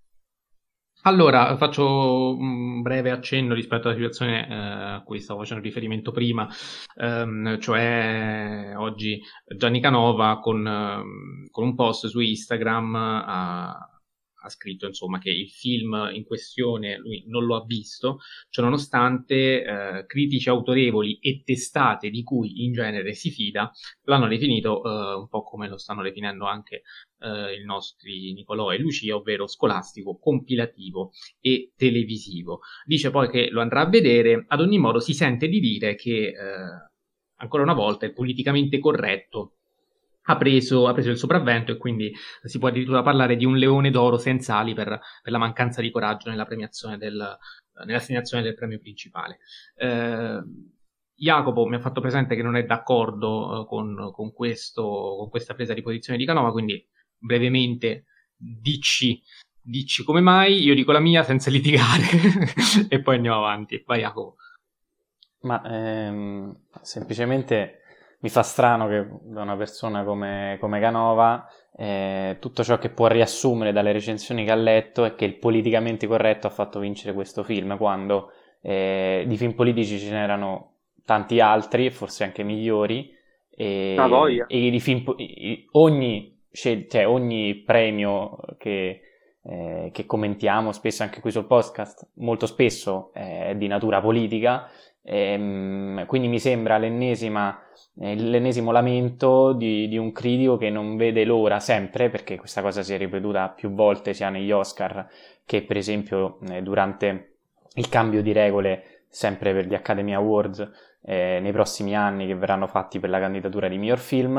Allora, faccio un breve accenno rispetto alla situazione eh, a cui stavo facendo riferimento prima, ehm, cioè oggi Gianni Canova con, ehm, con un post su Instagram ha, ha scritto, insomma, che il film in questione lui non lo ha visto, cioè nonostante eh, critici autorevoli e testate di cui in genere si fida l'hanno definito eh, un po' come lo stanno definendo anche eh, i nostri Nicolò e Lucia, ovvero scolastico, compilativo e televisivo. Dice poi che lo andrà a vedere. Ad ogni modo si sente di dire che eh, ancora una volta il politicamente corretto ha preso, ha preso il sopravvento, e quindi si può addirittura parlare di un leone d'oro senza ali per, per la mancanza di coraggio nella premiazione del, nell'assegnazione del premio principale. Eh, Jacopo mi ha fatto presente che non è d'accordo eh, con, con, questo, con questa presa di posizione di Canova, quindi brevemente dici, dici come mai, io dico la mia senza litigare e poi andiamo avanti. Vai Jacopo. Ma ehm, semplicemente mi fa strano che da una persona come, come Canova eh, tutto ciò che può riassumere dalle recensioni che ha letto è che il politicamente corretto ha fatto vincere questo film, quando eh, di film politici ce n'erano tanti altri, forse anche migliori, e, ah, voglia. e di film, ogni, cioè, ogni premio che, eh, che commentiamo spesso anche qui sul podcast, molto spesso è di natura politica. Ehm, quindi mi sembra l'ennesima, eh, l'ennesimo lamento di, di un critico che non vede l'ora, sempre, perché questa cosa si è ripetuta più volte sia negli Oscar che per esempio eh, durante il cambio di regole sempre per gli Academy Awards eh, nei prossimi anni che verranno fatti per la candidatura di miglior film.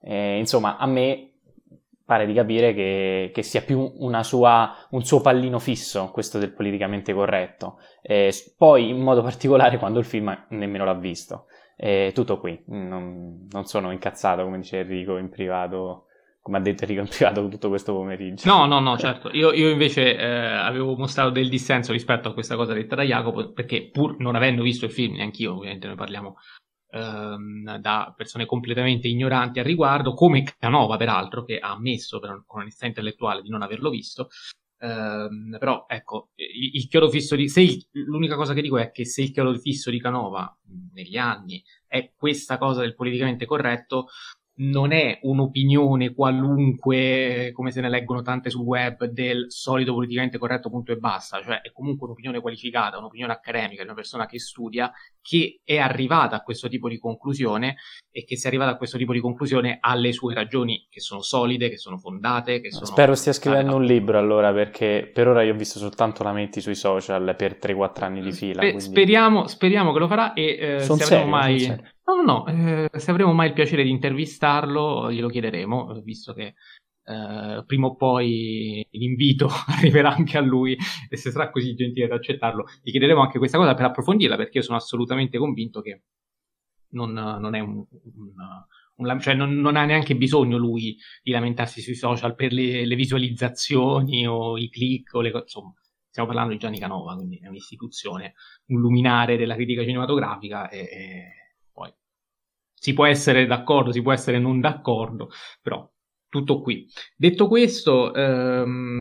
Eh, insomma, a me pare di capire che, che sia più una sua, un suo pallino fisso, questo del politicamente corretto. Eh, poi, in modo particolare, quando il film nemmeno l'ha visto. Eh, tutto qui. Non, non sono incazzato, come dice Enrico in privato, come ha detto Enrico in privato tutto questo pomeriggio. No, no, no, certo. Io, io invece eh, avevo mostrato del dissenso rispetto a questa cosa detta da Jacopo, perché pur non avendo visto il film, neanch'io, ovviamente noi parliamo ehm, da persone completamente ignoranti al riguardo, come Canova peraltro, che ha ammesso per, con onestà intellettuale di non averlo visto. Ehm, però ecco, il, il chiodo fisso di... Se il, l'unica cosa che dico è che se il chiodo fisso di Canova negli anni è questa cosa del politicamente corretto, non è un'opinione qualunque, come se ne leggono tante sul web, del solito politicamente corretto punto e basta, cioè è comunque un'opinione qualificata, un'opinione accademica di una persona che studia, che è arrivata a questo tipo di conclusione e che se è arrivata a questo tipo di conclusione ha le sue ragioni che sono solide, che sono fondate, che sono... Spero stia scrivendo un libro allora, perché per ora io ho visto soltanto lamenti sui social per tre quattro anni di fila. Spe- quindi... speriamo, speriamo che lo farà e eh, se serio, avremo mai... No, no, no, eh, se avremo mai il piacere di intervistarlo, glielo chiederemo, visto che eh, prima o poi l'invito arriverà anche a lui e se sarà così gentile da accettarlo, gli chiederemo anche questa cosa per approfondirla, perché io sono assolutamente convinto che non, non è un... un, un cioè non, non ha neanche bisogno lui di lamentarsi sui social per le, le visualizzazioni o i click o le cose, insomma, stiamo parlando di Gianni Canova, quindi è un'istituzione, un luminare della critica cinematografica e... e... Poi si può essere d'accordo, si può essere non d'accordo, però tutto qui. Detto questo, ehm...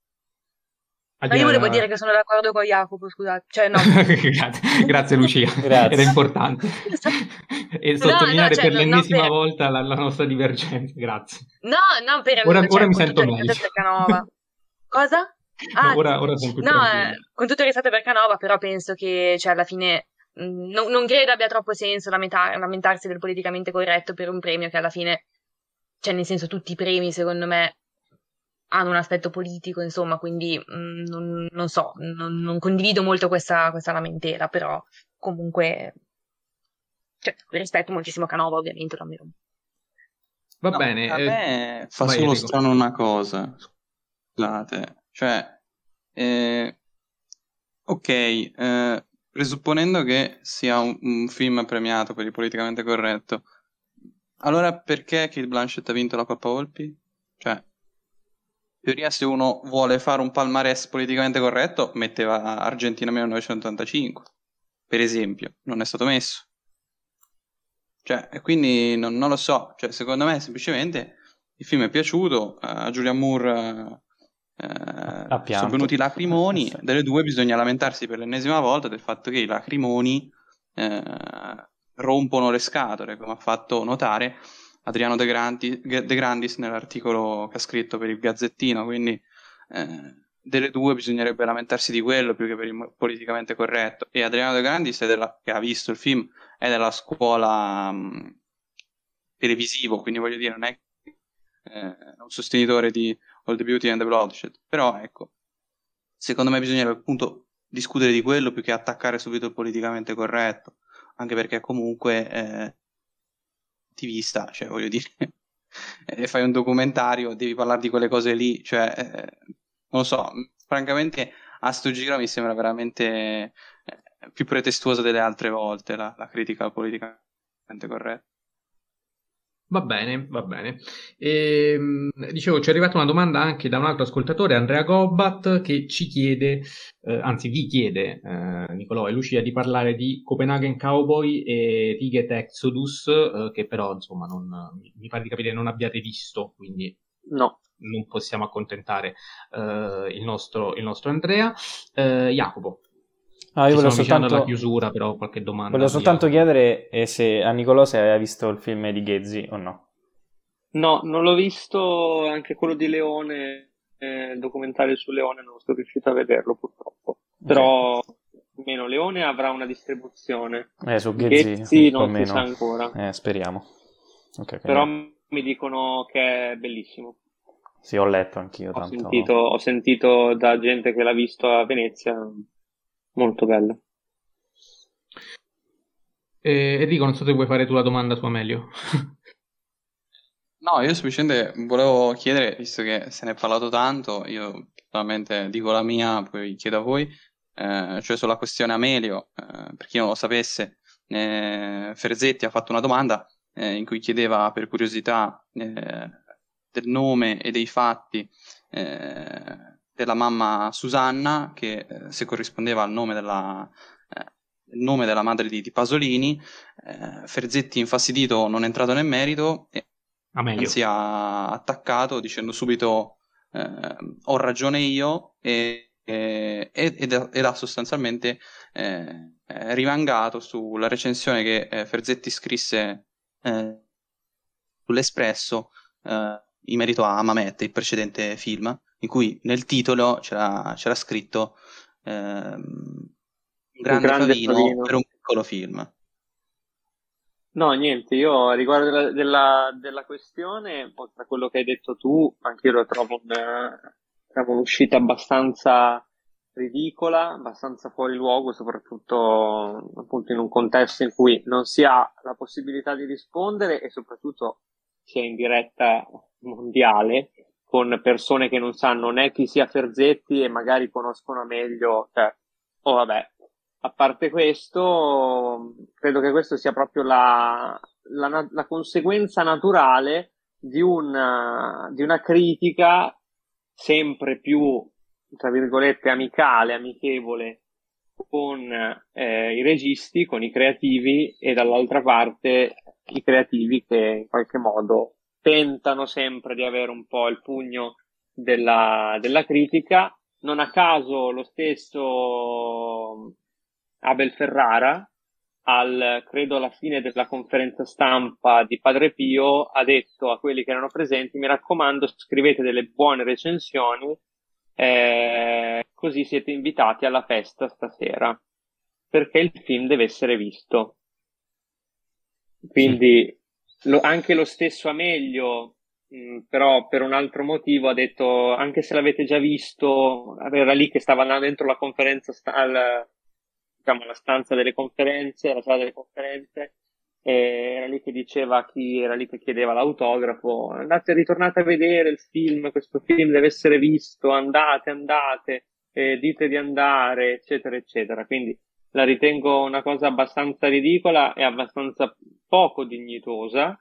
Ma io volevo dire che sono d'accordo con Jacopo, scusate. Cioè, no. grazie, grazie Lucia, grazie. era importante. E sottolineare no, no, cioè, per l'ennesima per... volta la, la nostra divergenza, grazie. No, no, per... Ora, cioè, ora mi con sento tutto meglio. Per Canova. Cosa? Ah, no, ora, ora sono più no, tranquillo. eh, con tutto il rispetto per Canova, però penso che, cioè, alla fine... Non, non credo abbia troppo senso lamentar- lamentarsi del politicamente corretto per un premio che alla fine, cioè nel senso tutti i premi secondo me hanno un aspetto politico, insomma, quindi mh, non, non so, non, non condivido molto questa, questa lamentela, però comunque cioè, rispetto moltissimo Canova, ovviamente, lo ammiro. Va no, bene. A eh, me fa vai, solo Enrico. strano una cosa, scusate, cioè, eh, ok, eh, presupponendo che sia un, un film premiato per il politicamente corretto, allora perché Kate Blanchett ha vinto la Coppa Volpi? Cioè, in teoria se uno vuole fare un palmarès politicamente corretto, metteva Argentina millenovecentottantacinque, per esempio, non è stato messo. Cioè, e quindi non, non lo so, cioè, secondo me semplicemente il film è piaciuto, a Julianne Moore eh, sono venuti i lacrimoni, sì. Delle due bisogna lamentarsi per l'ennesima volta del fatto che i lacrimoni eh, rompono le scatole, come ha fatto notare Adriano De, Grandi, De Grandis nell'articolo che ha scritto per il Gazzettino, quindi eh, delle due bisognerebbe lamentarsi di quello più che per il politicamente corretto. E Adriano De Grandis è della, che ha visto il film è della scuola mh, televisivo, quindi voglio dire non è eh, un sostenitore di All the Beauty and the Bloodshed, però ecco, secondo me bisognerebbe appunto discutere di quello più che attaccare subito il politicamente corretto, anche perché comunque eh, attivista, cioè voglio dire e fai un documentario, devi parlare di quelle cose lì, cioè eh, non lo so, francamente a sto giro mi sembra veramente eh, più pretestuosa delle altre volte la, la critica politicamente corretta. Va bene, va bene. E, dicevo, ci è arrivata una domanda anche da un altro ascoltatore, Andrea Gobbat, che ci chiede, eh, anzi vi chiede, eh, Nicolò e Lucia, di parlare di Copenaghen Cowboy e Ticket Exodus, eh, che però, insomma, non, mi pare di capire non abbiate visto, quindi no. non possiamo accontentare eh, il, nostro, il nostro Andrea. Eh, Jacopo. Ah, io Ci volevo stiamo avvicinando soltanto, alla chiusura, però qualche domanda. volevo soltanto Jacopo. chiedere eh, se a Nicolò se aveva visto il film di Ghezzi o no. No, non l'ho visto, anche quello di Leone, eh, il documentario su Leone, non sono riuscito a vederlo purtroppo. Però almeno Leone avrà una distribuzione. Eh, su Ghezzi, Ghezzi un po' non si meno. sa ancora. Eh, speriamo. Okay, Però quindi... mi dicono che è bellissimo. Sì, ho letto anch'io. Ho, tanto... sentito, ho sentito da gente che l'ha visto a Venezia, molto bello. Eh, Enrico, non so se vuoi fare tu la domanda su Amelio. No, io semplicemente volevo chiedere, visto che se ne è parlato tanto, io solamente dico la mia, poi chiedo a voi, eh, cioè sulla questione Amelio, eh, per chi non lo sapesse, eh, Ferzetti ha fatto una domanda eh, in cui chiedeva per curiosità eh, del nome e dei fatti eh, della mamma Susanna, che eh, se corrispondeva al nome della, eh, il nome della madre di, di Pasolini. eh, Ferzetti, infastidito, non è entrato nel merito e Amelio. anzi ha attaccato dicendo subito eh, ho ragione io e, e- ed, ha, ed ha sostanzialmente eh, eh, rimangato sulla recensione che eh, Ferzetti scrisse eh, sull'Espresso eh, in merito a Mamet, il precedente film, in cui nel titolo c'era, c'era scritto ehm, un Un grande grande Favino Favino. per un piccolo film. No, niente, io riguardo della, della, della questione, oltre a quello che hai detto tu, anch'io lo trovo una, trovo un'uscita abbastanza ridicola, abbastanza fuori luogo, soprattutto appunto in un contesto in cui non si ha la possibilità di rispondere e soprattutto si è in diretta mondiale con persone che non sanno né chi sia Ferzetti e magari conoscono meglio, cioè, oh vabbè. A parte questo, credo che questo sia proprio la, la, la conseguenza naturale di una, di una critica sempre più, tra virgolette, amicale, amichevole con eh, i registi, con i creativi e dall'altra parte i creativi che in qualche modo tentano sempre di avere un po' il pugno della, della critica. Non a caso lo stesso Abel Ferrara, al, credo alla fine della conferenza stampa di Padre Pio, ha detto a quelli che erano presenti: mi raccomando, scrivete delle buone recensioni, eh, così siete invitati alla festa stasera, perché il film deve essere visto. Quindi lo, anche lo stesso Amelio, mh, però per un altro motivo, ha detto: anche se l'avete già visto, era lì che stava andando dentro la conferenza, sta, al, diciamo, la stanza delle conferenze, la sala delle conferenze, e era lì che diceva a chi era lì che chiedeva l'autografo: andate, ritornate a vedere il film, questo film deve essere visto, andate, andate, eh, dite di andare, eccetera, eccetera. Quindi la ritengo una cosa abbastanza ridicola e abbastanza poco dignitosa,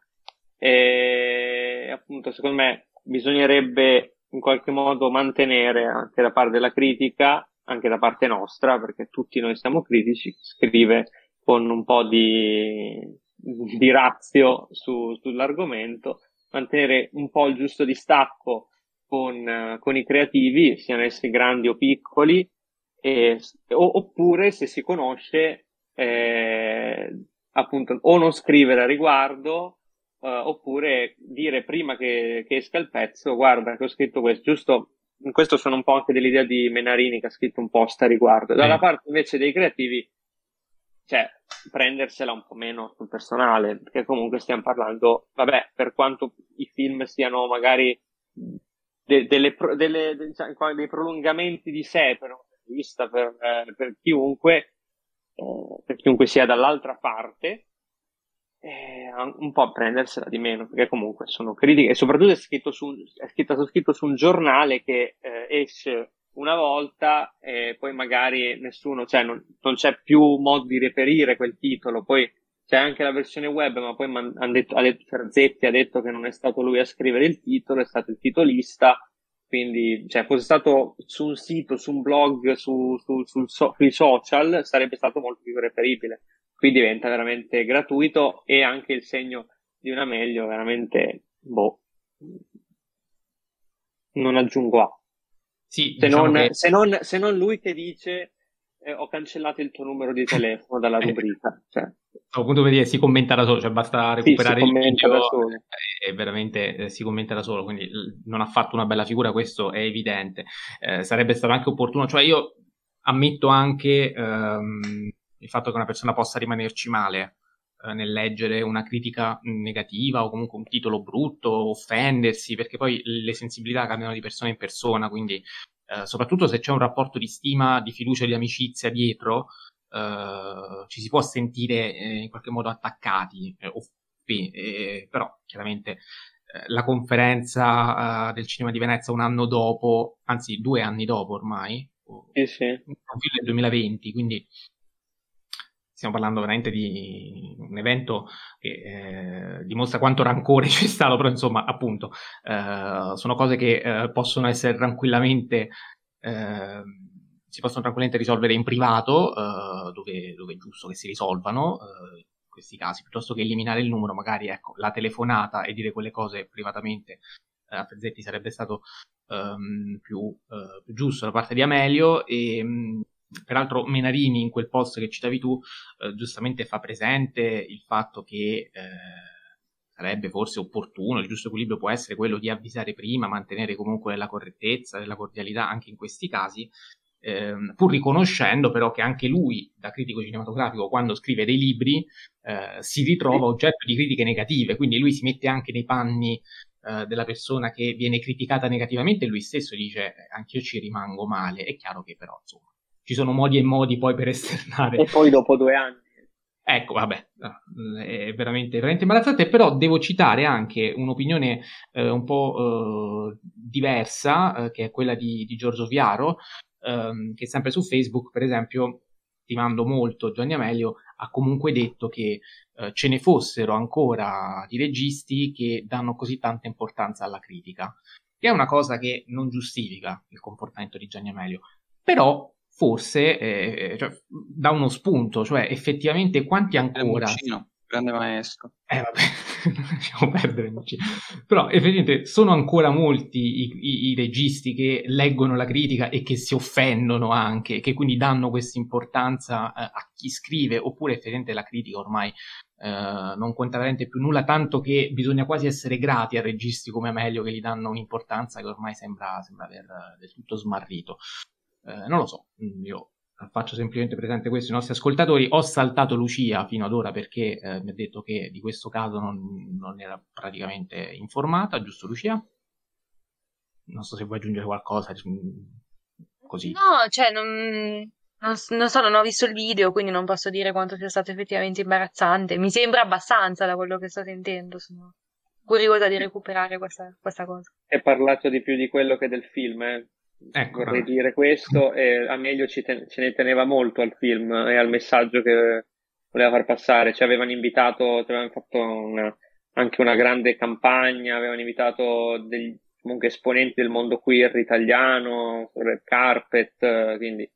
e appunto secondo me bisognerebbe in qualche modo mantenere anche da parte della critica, anche da parte nostra, perché tutti noi siamo critici, scrive con un po' di, di razio su, sull'argomento, mantenere un po' il giusto distacco con, con i creativi, siano essi grandi o piccoli, e, o, oppure se si conosce eh, appunto o non scrivere a riguardo, eh, oppure dire prima che, che esca il pezzo: guarda che ho scritto questo, giusto. In questo sono un po' anche dell'idea di Menarini, che ha scritto un post a riguardo. Dalla Eh. parte invece dei creativi, cioè prendersela un po' meno sul personale, perché comunque stiamo parlando, vabbè, per quanto i film siano magari de, delle, delle, diciamo, dei prolungamenti di sé per un regista, per, eh, per chiunque, eh, per chiunque sia dall'altra parte, eh, un po' prendersela di meno, perché comunque sono critiche, e soprattutto è scritto su un, è scritto, scritto su un giornale che eh, esce una volta e poi magari nessuno, cioè non, non c'è più modo di reperire quel titolo, poi c'è anche la versione web, ma poi man, han detto, ha detto Ferzetti ha detto che non è stato lui a scrivere il titolo, è stato il titolista. Quindi, cioè, fosse stato su un sito, su un blog, su, su, sul so, sui social, sarebbe stato molto più reperibile. Qui diventa veramente gratuito, e anche il segno di una meglio, veramente, boh, non aggiungo a. Sì, Se, diciamo non, che... se, non, se non lui che dice eh, ho cancellato il tuo numero di telefono dalla rubrica. Cioè, appunto per dire, si commenta da solo, cioè basta sì, si recuperare il commenta da video solo. e veramente eh, si commenta da solo, quindi l- non ha fatto una bella figura, questo è evidente. Eh, sarebbe stato anche opportuno, cioè io ammetto anche ehm, il fatto che una persona possa rimanerci male eh, nel leggere una critica negativa o comunque un titolo brutto, offendersi, perché poi le sensibilità cambiano di persona in persona, quindi eh, soprattutto se c'è un rapporto di stima, di fiducia, di amicizia dietro, Uh, ci si può sentire eh, in qualche modo attaccati, eh, offi, eh, però chiaramente la conferenza uh, del cinema di Venezia un anno dopo, anzi due anni dopo ormai, sì, sì. un film del duemilaventi, quindi stiamo parlando veramente di un evento che eh, dimostra quanto rancore c'è stato, però insomma appunto eh, sono cose che eh, possono essere tranquillamente eh, si possono tranquillamente risolvere in privato, eh, dove, dove è giusto che si risolvano eh, questi casi, piuttosto che eliminare il numero, magari ecco, la telefonata e dire quelle cose privatamente eh, a Pezzetti sarebbe stato um, più, uh, più giusto da parte di Amelio. E um, peraltro Menarini in quel post che citavi tu uh, giustamente fa presente il fatto che uh, sarebbe forse opportuno, il giusto equilibrio può essere quello di avvisare prima, mantenere comunque la correttezza, la cordialità anche in questi casi, Ehm, pur riconoscendo però che anche lui, da critico cinematografico, quando scrive dei libri eh, si ritrova oggetto di critiche negative, quindi lui si mette anche nei panni eh, della persona che viene criticata negativamente e lui stesso dice anch'io ci rimango male. È chiaro che però insomma ci sono modi e modi poi per esternare. E poi dopo due anni ecco, vabbè, è veramente, veramente imbarazzante, però devo citare anche un'opinione eh, un po' eh, diversa, eh, che è quella di, di Giorgio Viaro, ehm, che sempre su Facebook, per esempio, stimando molto Gianni Amelio, ha comunque detto che eh, ce ne fossero ancora di registi che danno così tanta importanza alla critica, che è una cosa che non giustifica il comportamento di Gianni Amelio, però forse eh, cioè, dà uno spunto, cioè effettivamente quanti ancora... Muccino, grande maestro. Eh vabbè, lasciamo perdere Muccino. Però effettivamente sono ancora molti i, i, i registi che leggono la critica e che si offendono anche, che quindi danno questa importanza eh, a chi scrive, oppure effettivamente la critica ormai eh, non conta veramente più nulla, tanto che bisogna quasi essere grati a registi come Amelio che gli danno un'importanza che ormai sembra, sembra aver del tutto smarrito. Eh, non lo so, io faccio semplicemente presente questo ai nostri ascoltatori. Ho saltato Lucia fino ad ora perché eh, mi ha detto che di questo caso non, non era praticamente informata, giusto Lucia? Non so se vuoi aggiungere qualcosa così. No, cioè non, non, non so, non ho visto il video, quindi non posso dire quanto sia stato effettivamente imbarazzante. Mi sembra abbastanza da quello che sto sentendo, sono curiosa di recuperare questa, questa cosa. È parlato di più di quello che del film, eh. Ecco, vorrei vabbè. dire questo, e Amelio ci ten- ce ne teneva molto al film e al messaggio che voleva far passare. Ci avevano invitato, ci avevano fatto una, anche una grande campagna, avevano invitato degli comunque esponenti del mondo queer italiano, red carpet, quindi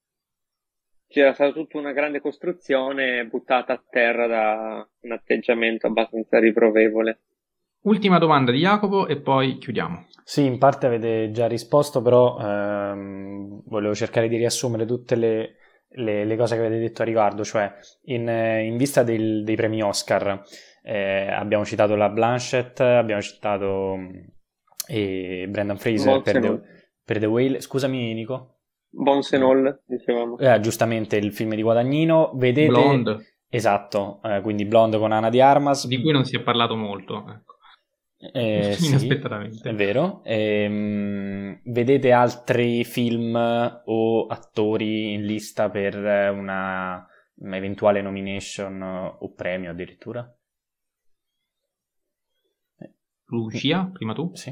c'era stata tutta una grande costruzione buttata a terra da un atteggiamento abbastanza riprovevole. Ultima domanda di Jacopo e poi chiudiamo. Sì, in parte avete già risposto, però ehm, volevo cercare di riassumere tutte le, le, le cose che avete detto a riguardo, cioè in, in vista del, dei premi Oscar eh, abbiamo citato la Blanchett, abbiamo citato eh, Brendan Fraser per the, per The Whale. Scusami Nico? Bones and All, dicevamo. Eh, giustamente il film di Guadagnino, vedete... Blonde. Esatto, eh, quindi Blonde con Ana di Armas. Di cui non si è parlato molto, ecco. Eh, inaspettatamente. Sì, è vero. Ehm, vedete altri film o attori in lista per una, una eventuale nomination o premio addirittura? Lucia, prima tu? Sì.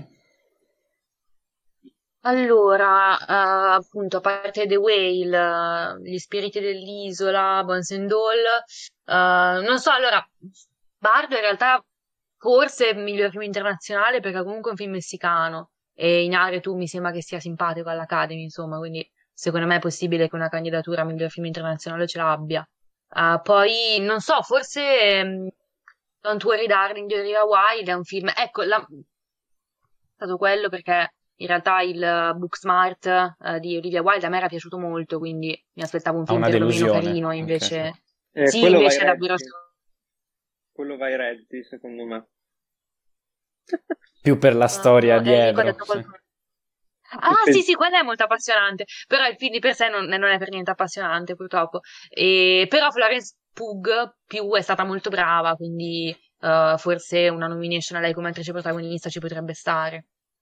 Allora, uh, appunto, a parte The Whale, Gli spiriti dell'isola, Bones and All, uh, non so, allora, Bardo in realtà forse è il miglior film internazionale perché comunque è un film messicano e Iñárritu mi sembra che sia simpatico all'Academy, insomma, quindi secondo me è possibile che una candidatura a miglior film internazionale ce l'abbia. Uh, poi, non so, forse um, Don't Worry Darling di Olivia Wilde è un film, ecco, la... è stato quello perché in realtà il Booksmart uh, di Olivia Wilde a me era piaciuto molto, quindi mi aspettavo un film perlomeno carino, invece... Okay. Eh, sì, invece è davvero... Quello vai Rezzi, secondo me. Più per la storia uh, dietro. Sì. Ah, sì, sì, quella è molto appassionante. Però il film di per sé non, non è per niente appassionante, purtroppo. E, però Florence Pugh più è stata molto brava, quindi uh, forse una nomination a lei come attrice protagonista ci potrebbe stare.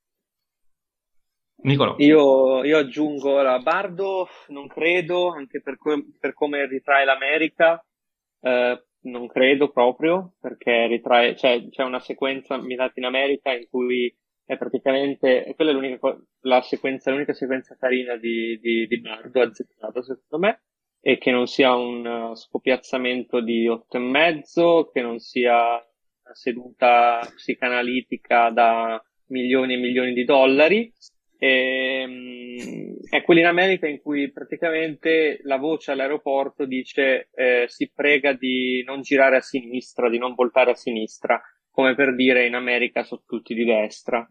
Nicolò. Io, io aggiungo la Bardo, non credo, anche per, co- per come ritrae l'America. Uh, non credo proprio, perché ritrae, cioè, c'è una sequenza ambientata in America in cui è praticamente, quella è l'unica, co- la sequenza, l'unica sequenza carina di, di, di Bardo, azzeccato secondo me, e che non sia un uh, scopiazzamento di otto e mezzo, che non sia una seduta psicanalitica da milioni e milioni di dollari. E, è quello in America in cui praticamente la voce all'aeroporto dice eh, si prega di non girare a sinistra, di non voltare a sinistra, come per dire in America sono tutti di destra.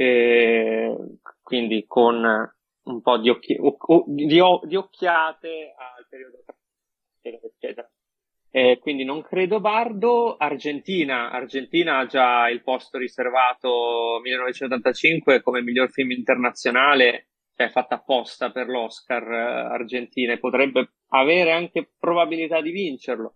E, quindi con un po' di, occhi- o- o- di, o- di occhiate al periodo eccetera, eccetera. Eh, quindi non credo Bardo. Argentina, Argentina ha già il posto riservato millenovecentottantacinque come miglior film internazionale, cioè fatta apposta per l'Oscar eh, Argentina, e potrebbe avere anche probabilità di vincerlo.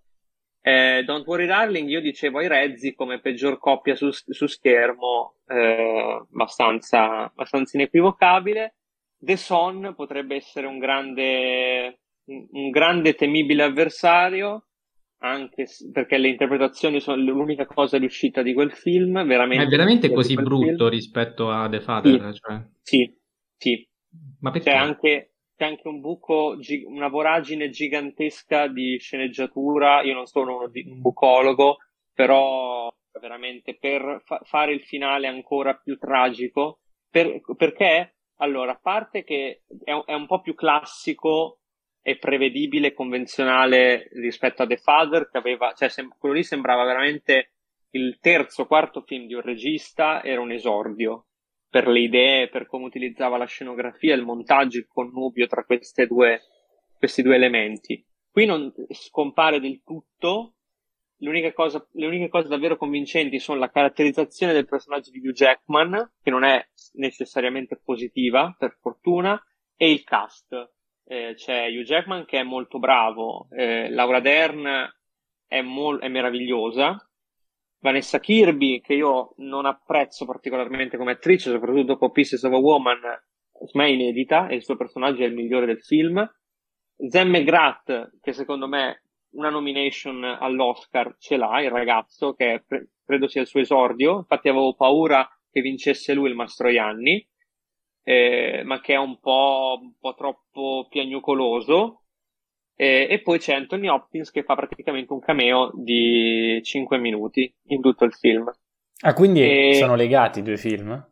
Eh, Don't Worry Darling, io dicevo ai Rezzi come peggior coppia su, su schermo, eh, abbastanza, abbastanza inequivocabile. The Son potrebbe essere un grande, un, un grande temibile avversario, anche s- perché le interpretazioni sono l'unica cosa riuscita di quel film, Ma è veramente veramente l'unica di così quel film. brutto rispetto a The Sì, Father? Cioè... sì, sì. Ma C'è perché? anche, c'è anche un buco, gi- una voragine gigantesca di sceneggiatura. Io non sono uno di- un bucologo, però veramente per fa- fare il finale ancora più tragico, per- perché, allora, a parte che è un, è un po' più classico e prevedibile e convenzionale rispetto a The Father, che aveva, cioè, sem- quello lì sembrava veramente il terzo, quarto film di un regista, era un esordio per le idee, per come utilizzava la scenografia, il montaggio, il connubio tra queste due, questi due elementi. Qui non scompare del tutto. L'unica cosa, le uniche cose davvero convincenti sono la caratterizzazione del personaggio di Hugh Jackman, che non è necessariamente positiva, per fortuna, e il cast. Eh, c'è Hugh Jackman che è molto bravo, eh, Laura Dern è, mol- è meravigliosa, Vanessa Kirby, che io non apprezzo particolarmente come attrice, soprattutto dopo Pieces of a Woman, ma è inedita e il suo personaggio è il migliore del film. Zem McGrath, che secondo me una nomination all'Oscar ce l'ha, il ragazzo, che pre- credo sia il suo esordio, infatti avevo paura che vincesse lui il Mastroianni, eh, ma che è un po', un po' troppo piagnucoloso. E, e poi c'è Anthony Hopkins che fa praticamente un cameo di cinque minuti in tutto il film. Ah, quindi sono E legati i due film?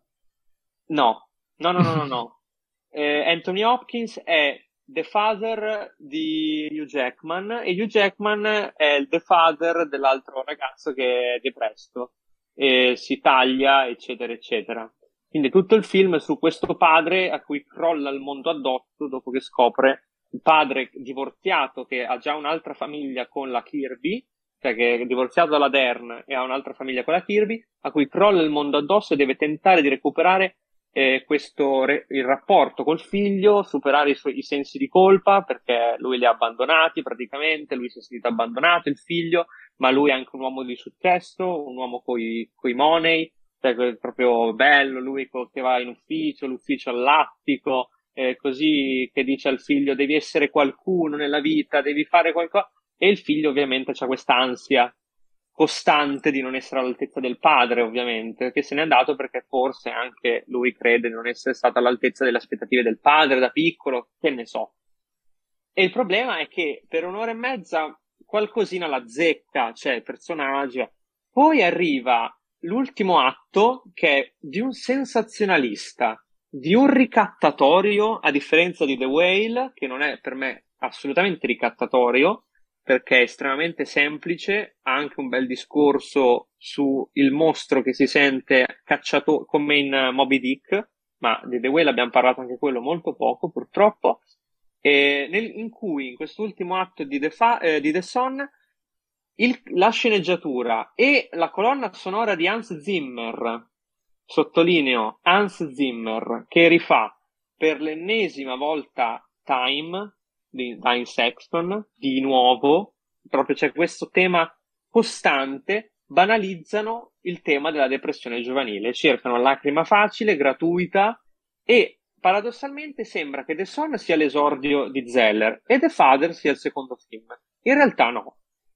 no, no, no, no, no, no. Eh, Anthony Hopkins è The Father di Hugh Jackman e Hugh Jackman è il The Father dell'altro ragazzo che è depresso e si taglia, eccetera, eccetera. Quindi tutto il film è su questo padre a cui crolla il mondo addosso dopo che scopre il padre divorziato che ha già un'altra famiglia con la Kirby, cioè che è divorziato dalla Dern e ha un'altra famiglia con la Kirby, a cui crolla il mondo addosso e deve tentare di recuperare eh, questo re- il rapporto col figlio, superare i suoi i sensi di colpa perché lui li ha abbandonati praticamente, lui si è sentito abbandonato, il figlio, ma lui è anche un uomo di successo, un uomo coi, coi money, cioè que- proprio bello, lui co- che va in ufficio, l'ufficio all'attico, eh, così che dice al figlio devi essere qualcuno nella vita, devi fare qualcosa, e il figlio ovviamente ha questa ansia costante di non essere all'altezza del padre, ovviamente, che se n'è andato perché forse anche lui crede di non essere stato all'altezza delle aspettative del padre da piccolo, che ne so. E il problema è che per un'ora e mezza qualcosina la zecca, cioè il personaggio. Poi arriva l'ultimo atto che è di un sensazionalista, di un ricattatorio, a differenza di The Whale, che non è per me assolutamente ricattatorio, perché è estremamente semplice, ha anche un bel discorso su il mostro che si sente cacciato come in uh, Moby Dick, ma di The Whale abbiamo parlato anche quello molto poco, purtroppo, e nel, in cui in quest'ultimo atto di The, Fa, eh, di The Son il, la sceneggiatura e la colonna sonora di Hans Zimmer, sottolineo Hans Zimmer, che rifà per l'ennesima volta Time di Dine Sexton, di nuovo, proprio c'è questo tema costante, banalizzano il tema della depressione giovanile, cercano lacrima facile, gratuita, e paradossalmente sembra che The Son sia l'esordio di Zeller e The Father sia il secondo film. In realtà no.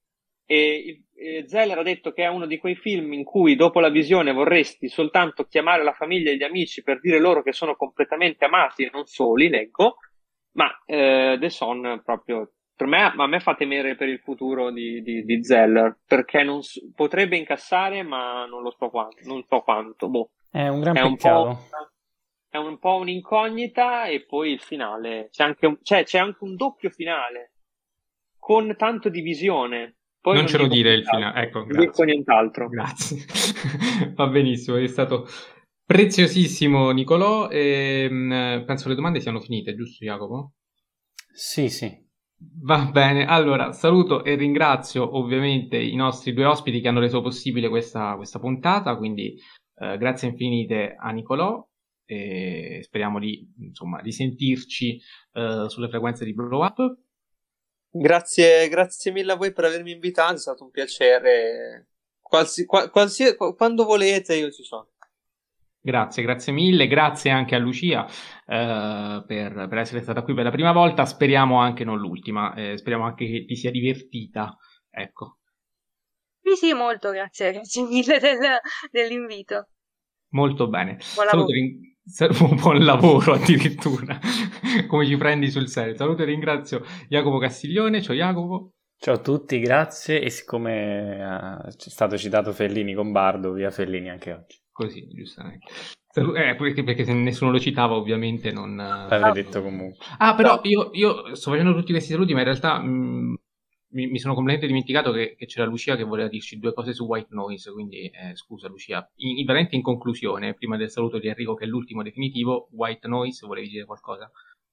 e, e Zeller ha detto che è uno di quei film in cui dopo la visione vorresti soltanto chiamare la famiglia e gli amici per dire loro che sono completamente amati e non soli, leggo, ma eh, The Son proprio, per me, a me fa temere per il futuro di, di, di Zeller, perché non, potrebbe incassare, ma non lo so quanto, non so quanto, boh. È un gran È un peccato. po'... È un po' un'incognita, e poi il finale, c'è anche un, cioè, c'è anche un doppio finale con tanto di visione. Poi non non ce lo dico dire il nient'altro, finale, ecco, non dico grazie. nient'altro. Grazie. Va benissimo, è stato preziosissimo Nicolò, e mh, penso le domande siano finite, giusto Jacopo? Sì, sì. Va bene, allora saluto e ringrazio ovviamente i nostri due ospiti che hanno reso possibile questa, questa puntata, quindi eh, grazie infinite a Nicolò e speriamo di insomma risentirci eh, sulle frequenze di Blow Up. Grazie, grazie mille a voi per avermi invitato, è stato un piacere. Qualsi, qual, qualsiasi, quando volete io ci sono. Grazie, grazie mille, grazie anche a Lucia eh, per, per essere stata qui per la prima volta, speriamo anche non l'ultima, eh, speriamo anche che ti sia divertita, ecco. Sì, sì, molto, grazie, grazie mille del, dell'invito. Molto bene. Buon Saluto, lavoro. ring... buon lavoro addirittura, come ci prendi sul serio. Saluto e ringrazio Jacopo Castiglione, ciao Jacopo. Ciao a tutti, grazie, e siccome uh, c'è stato citato Fellini con Bardo, via Fellini anche oggi. Così, giustamente. Salu- eh, perché, perché se nessuno lo citava ovviamente non... L'avrei detto comunque. Ah, però io, io sto facendo tutti questi saluti, ma in realtà mh, mi, mi sono completamente dimenticato che, che c'era Lucia che voleva dirci due cose su White Noise, quindi eh, scusa Lucia. In, in, veramente in conclusione, prima del saluto di Enrico che è l'ultimo definitivo, White Noise, volevi dire qualcosa?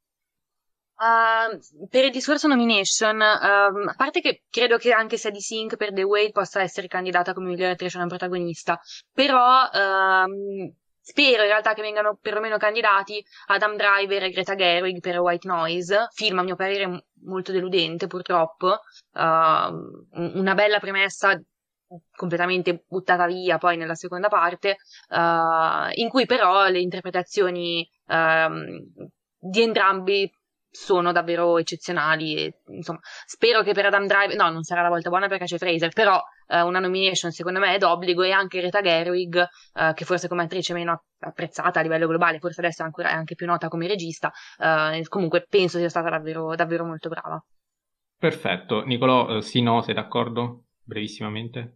Uh, per il discorso nomination, um, a parte che credo che anche Sadie Sink per The Whale possa essere candidata come migliore attrice non protagonista, però um, spero in realtà che vengano perlomeno candidati Adam Driver e Greta Gerwig per White Noise, film a mio parere m- molto deludente purtroppo, uh, una bella premessa completamente buttata via poi nella seconda parte, uh, in cui però le interpretazioni uh, di entrambi sono davvero eccezionali e, insomma, spero che per Adam Driver, no, non sarà la volta buona perché c'è Fraser, però eh, una nomination secondo me è d'obbligo, e anche Greta Gerwig, eh, che forse come attrice meno apprezzata a livello globale, forse adesso è, ancora, è anche più nota come regista, eh, comunque penso sia stata davvero, davvero molto brava. Perfetto. Nicolò, eh, sì, no, sei d'accordo? Brevissimamente.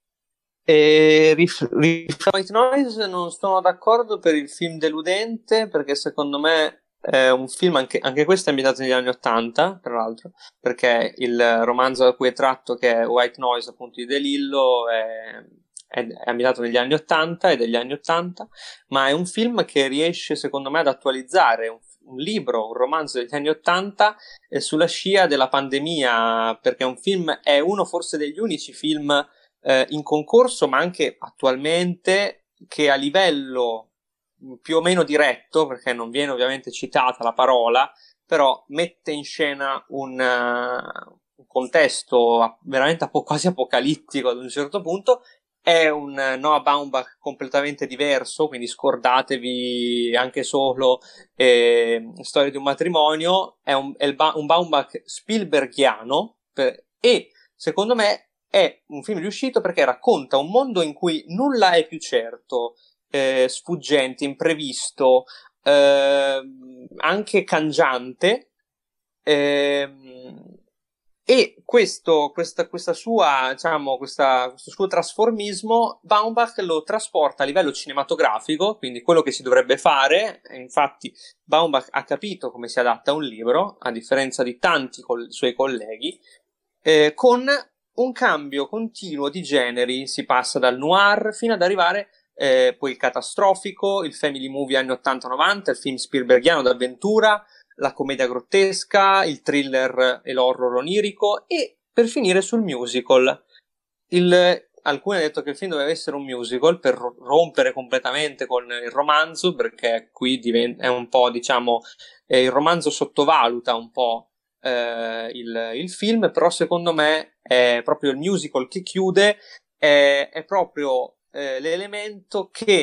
E rif- rif- White Noise non sono d'accordo per il film deludente, perché secondo me è un film, anche, anche questo è ambientato negli anni Ottanta, tra l'altro, perché il romanzo da cui è tratto, che è White Noise appunto di De Lillo, è, è, è ambientato negli anni Ottanta, è degli anni Ottanta, ma è un film che riesce secondo me ad attualizzare un, un libro, un romanzo degli anni Ottanta eh, sulla scia della pandemia, perché è un film, è uno forse degli unici film eh, in concorso, ma anche attualmente, che a livello più o meno diretto, perché non viene ovviamente citata la parola, però mette in scena un, uh, un contesto veramente apo- quasi apocalittico ad un certo punto. È un uh, Noah Baumbach completamente diverso, quindi scordatevi anche solo eh, Storia di un matrimonio. È un, è ba- un Baumbach Spielbergiano, per, e secondo me è un film riuscito perché racconta un mondo in cui nulla è più certo, Eh, sfuggente, imprevisto, eh, anche cangiante, eh, e questo, questa, questa sua, diciamo, questa, questo suo trasformismo Baumbach lo trasporta a livello cinematografico, quindi quello che si dovrebbe fare. Infatti Baumbach ha capito come si adatta a un libro, a differenza di tanti col- suoi colleghi, eh, con un cambio continuo di generi. Si passa dal noir fino ad arrivare Eh, poi il catastrofico, il family movie anni ottanta novanta, il film Spielbergiano d'avventura, la commedia grottesca, il thriller e l'horror onirico, e per finire sul musical. Il, alcuni hanno detto che il film doveva essere un musical per rompere completamente con il romanzo, perché qui diventa, è un po', diciamo, eh, il romanzo sottovaluta un po' eh, il, il film, però secondo me è proprio il musical che chiude, è, è proprio Eh, l'elemento che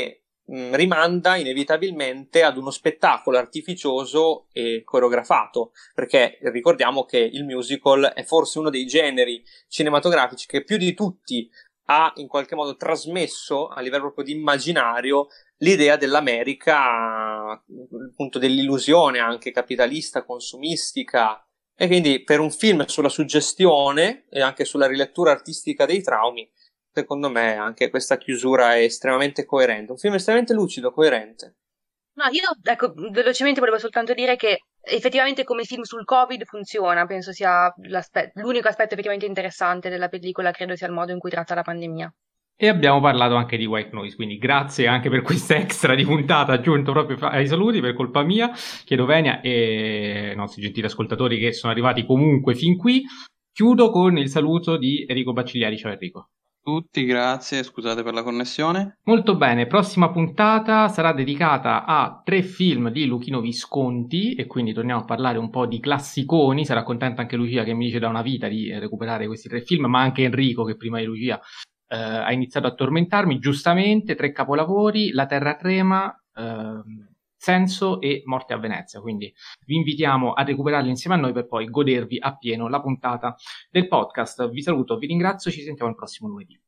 mh, rimanda inevitabilmente ad uno spettacolo artificioso e coreografato, perché ricordiamo che il musical è forse uno dei generi cinematografici che più di tutti ha in qualche modo trasmesso a livello proprio di immaginario l'idea dell'America, appunto dell'illusione anche capitalista, consumistica, e quindi per un film sulla suggestione e anche sulla rilettura artistica dei traumi, secondo me anche questa chiusura è estremamente coerente, un film estremamente lucido, coerente. No, io ecco, velocemente volevo soltanto dire che effettivamente come film sul Covid funziona, penso sia l'aspe- l'unico aspetto effettivamente interessante della pellicola, credo sia il modo in cui tratta la pandemia. E abbiamo parlato anche di White Noise, quindi grazie anche per questa extra di puntata aggiunto proprio ai saluti per colpa mia. Chiedo venia e ai nostri gentili ascoltatori che sono arrivati comunque fin qui. Chiudo con il saluto di Enrico Bacciglieri. Ciao Enrico. Tutti, grazie, scusate per la connessione. Molto bene, prossima puntata sarà dedicata a tre film di Luchino Visconti e quindi torniamo a parlare un po' di classiconi. Sarà contenta anche Lucia che mi dice da una vita di recuperare questi tre film, ma anche Enrico che prima di Lucia eh, ha iniziato a tormentarmi. Giustamente, tre capolavori, La Terra Trema, eh, Senso e Morte a Venezia, quindi vi invitiamo a recuperarli insieme a noi per poi godervi appieno la puntata del podcast. Vi saluto, vi ringrazio, ci sentiamo il prossimo lunedì.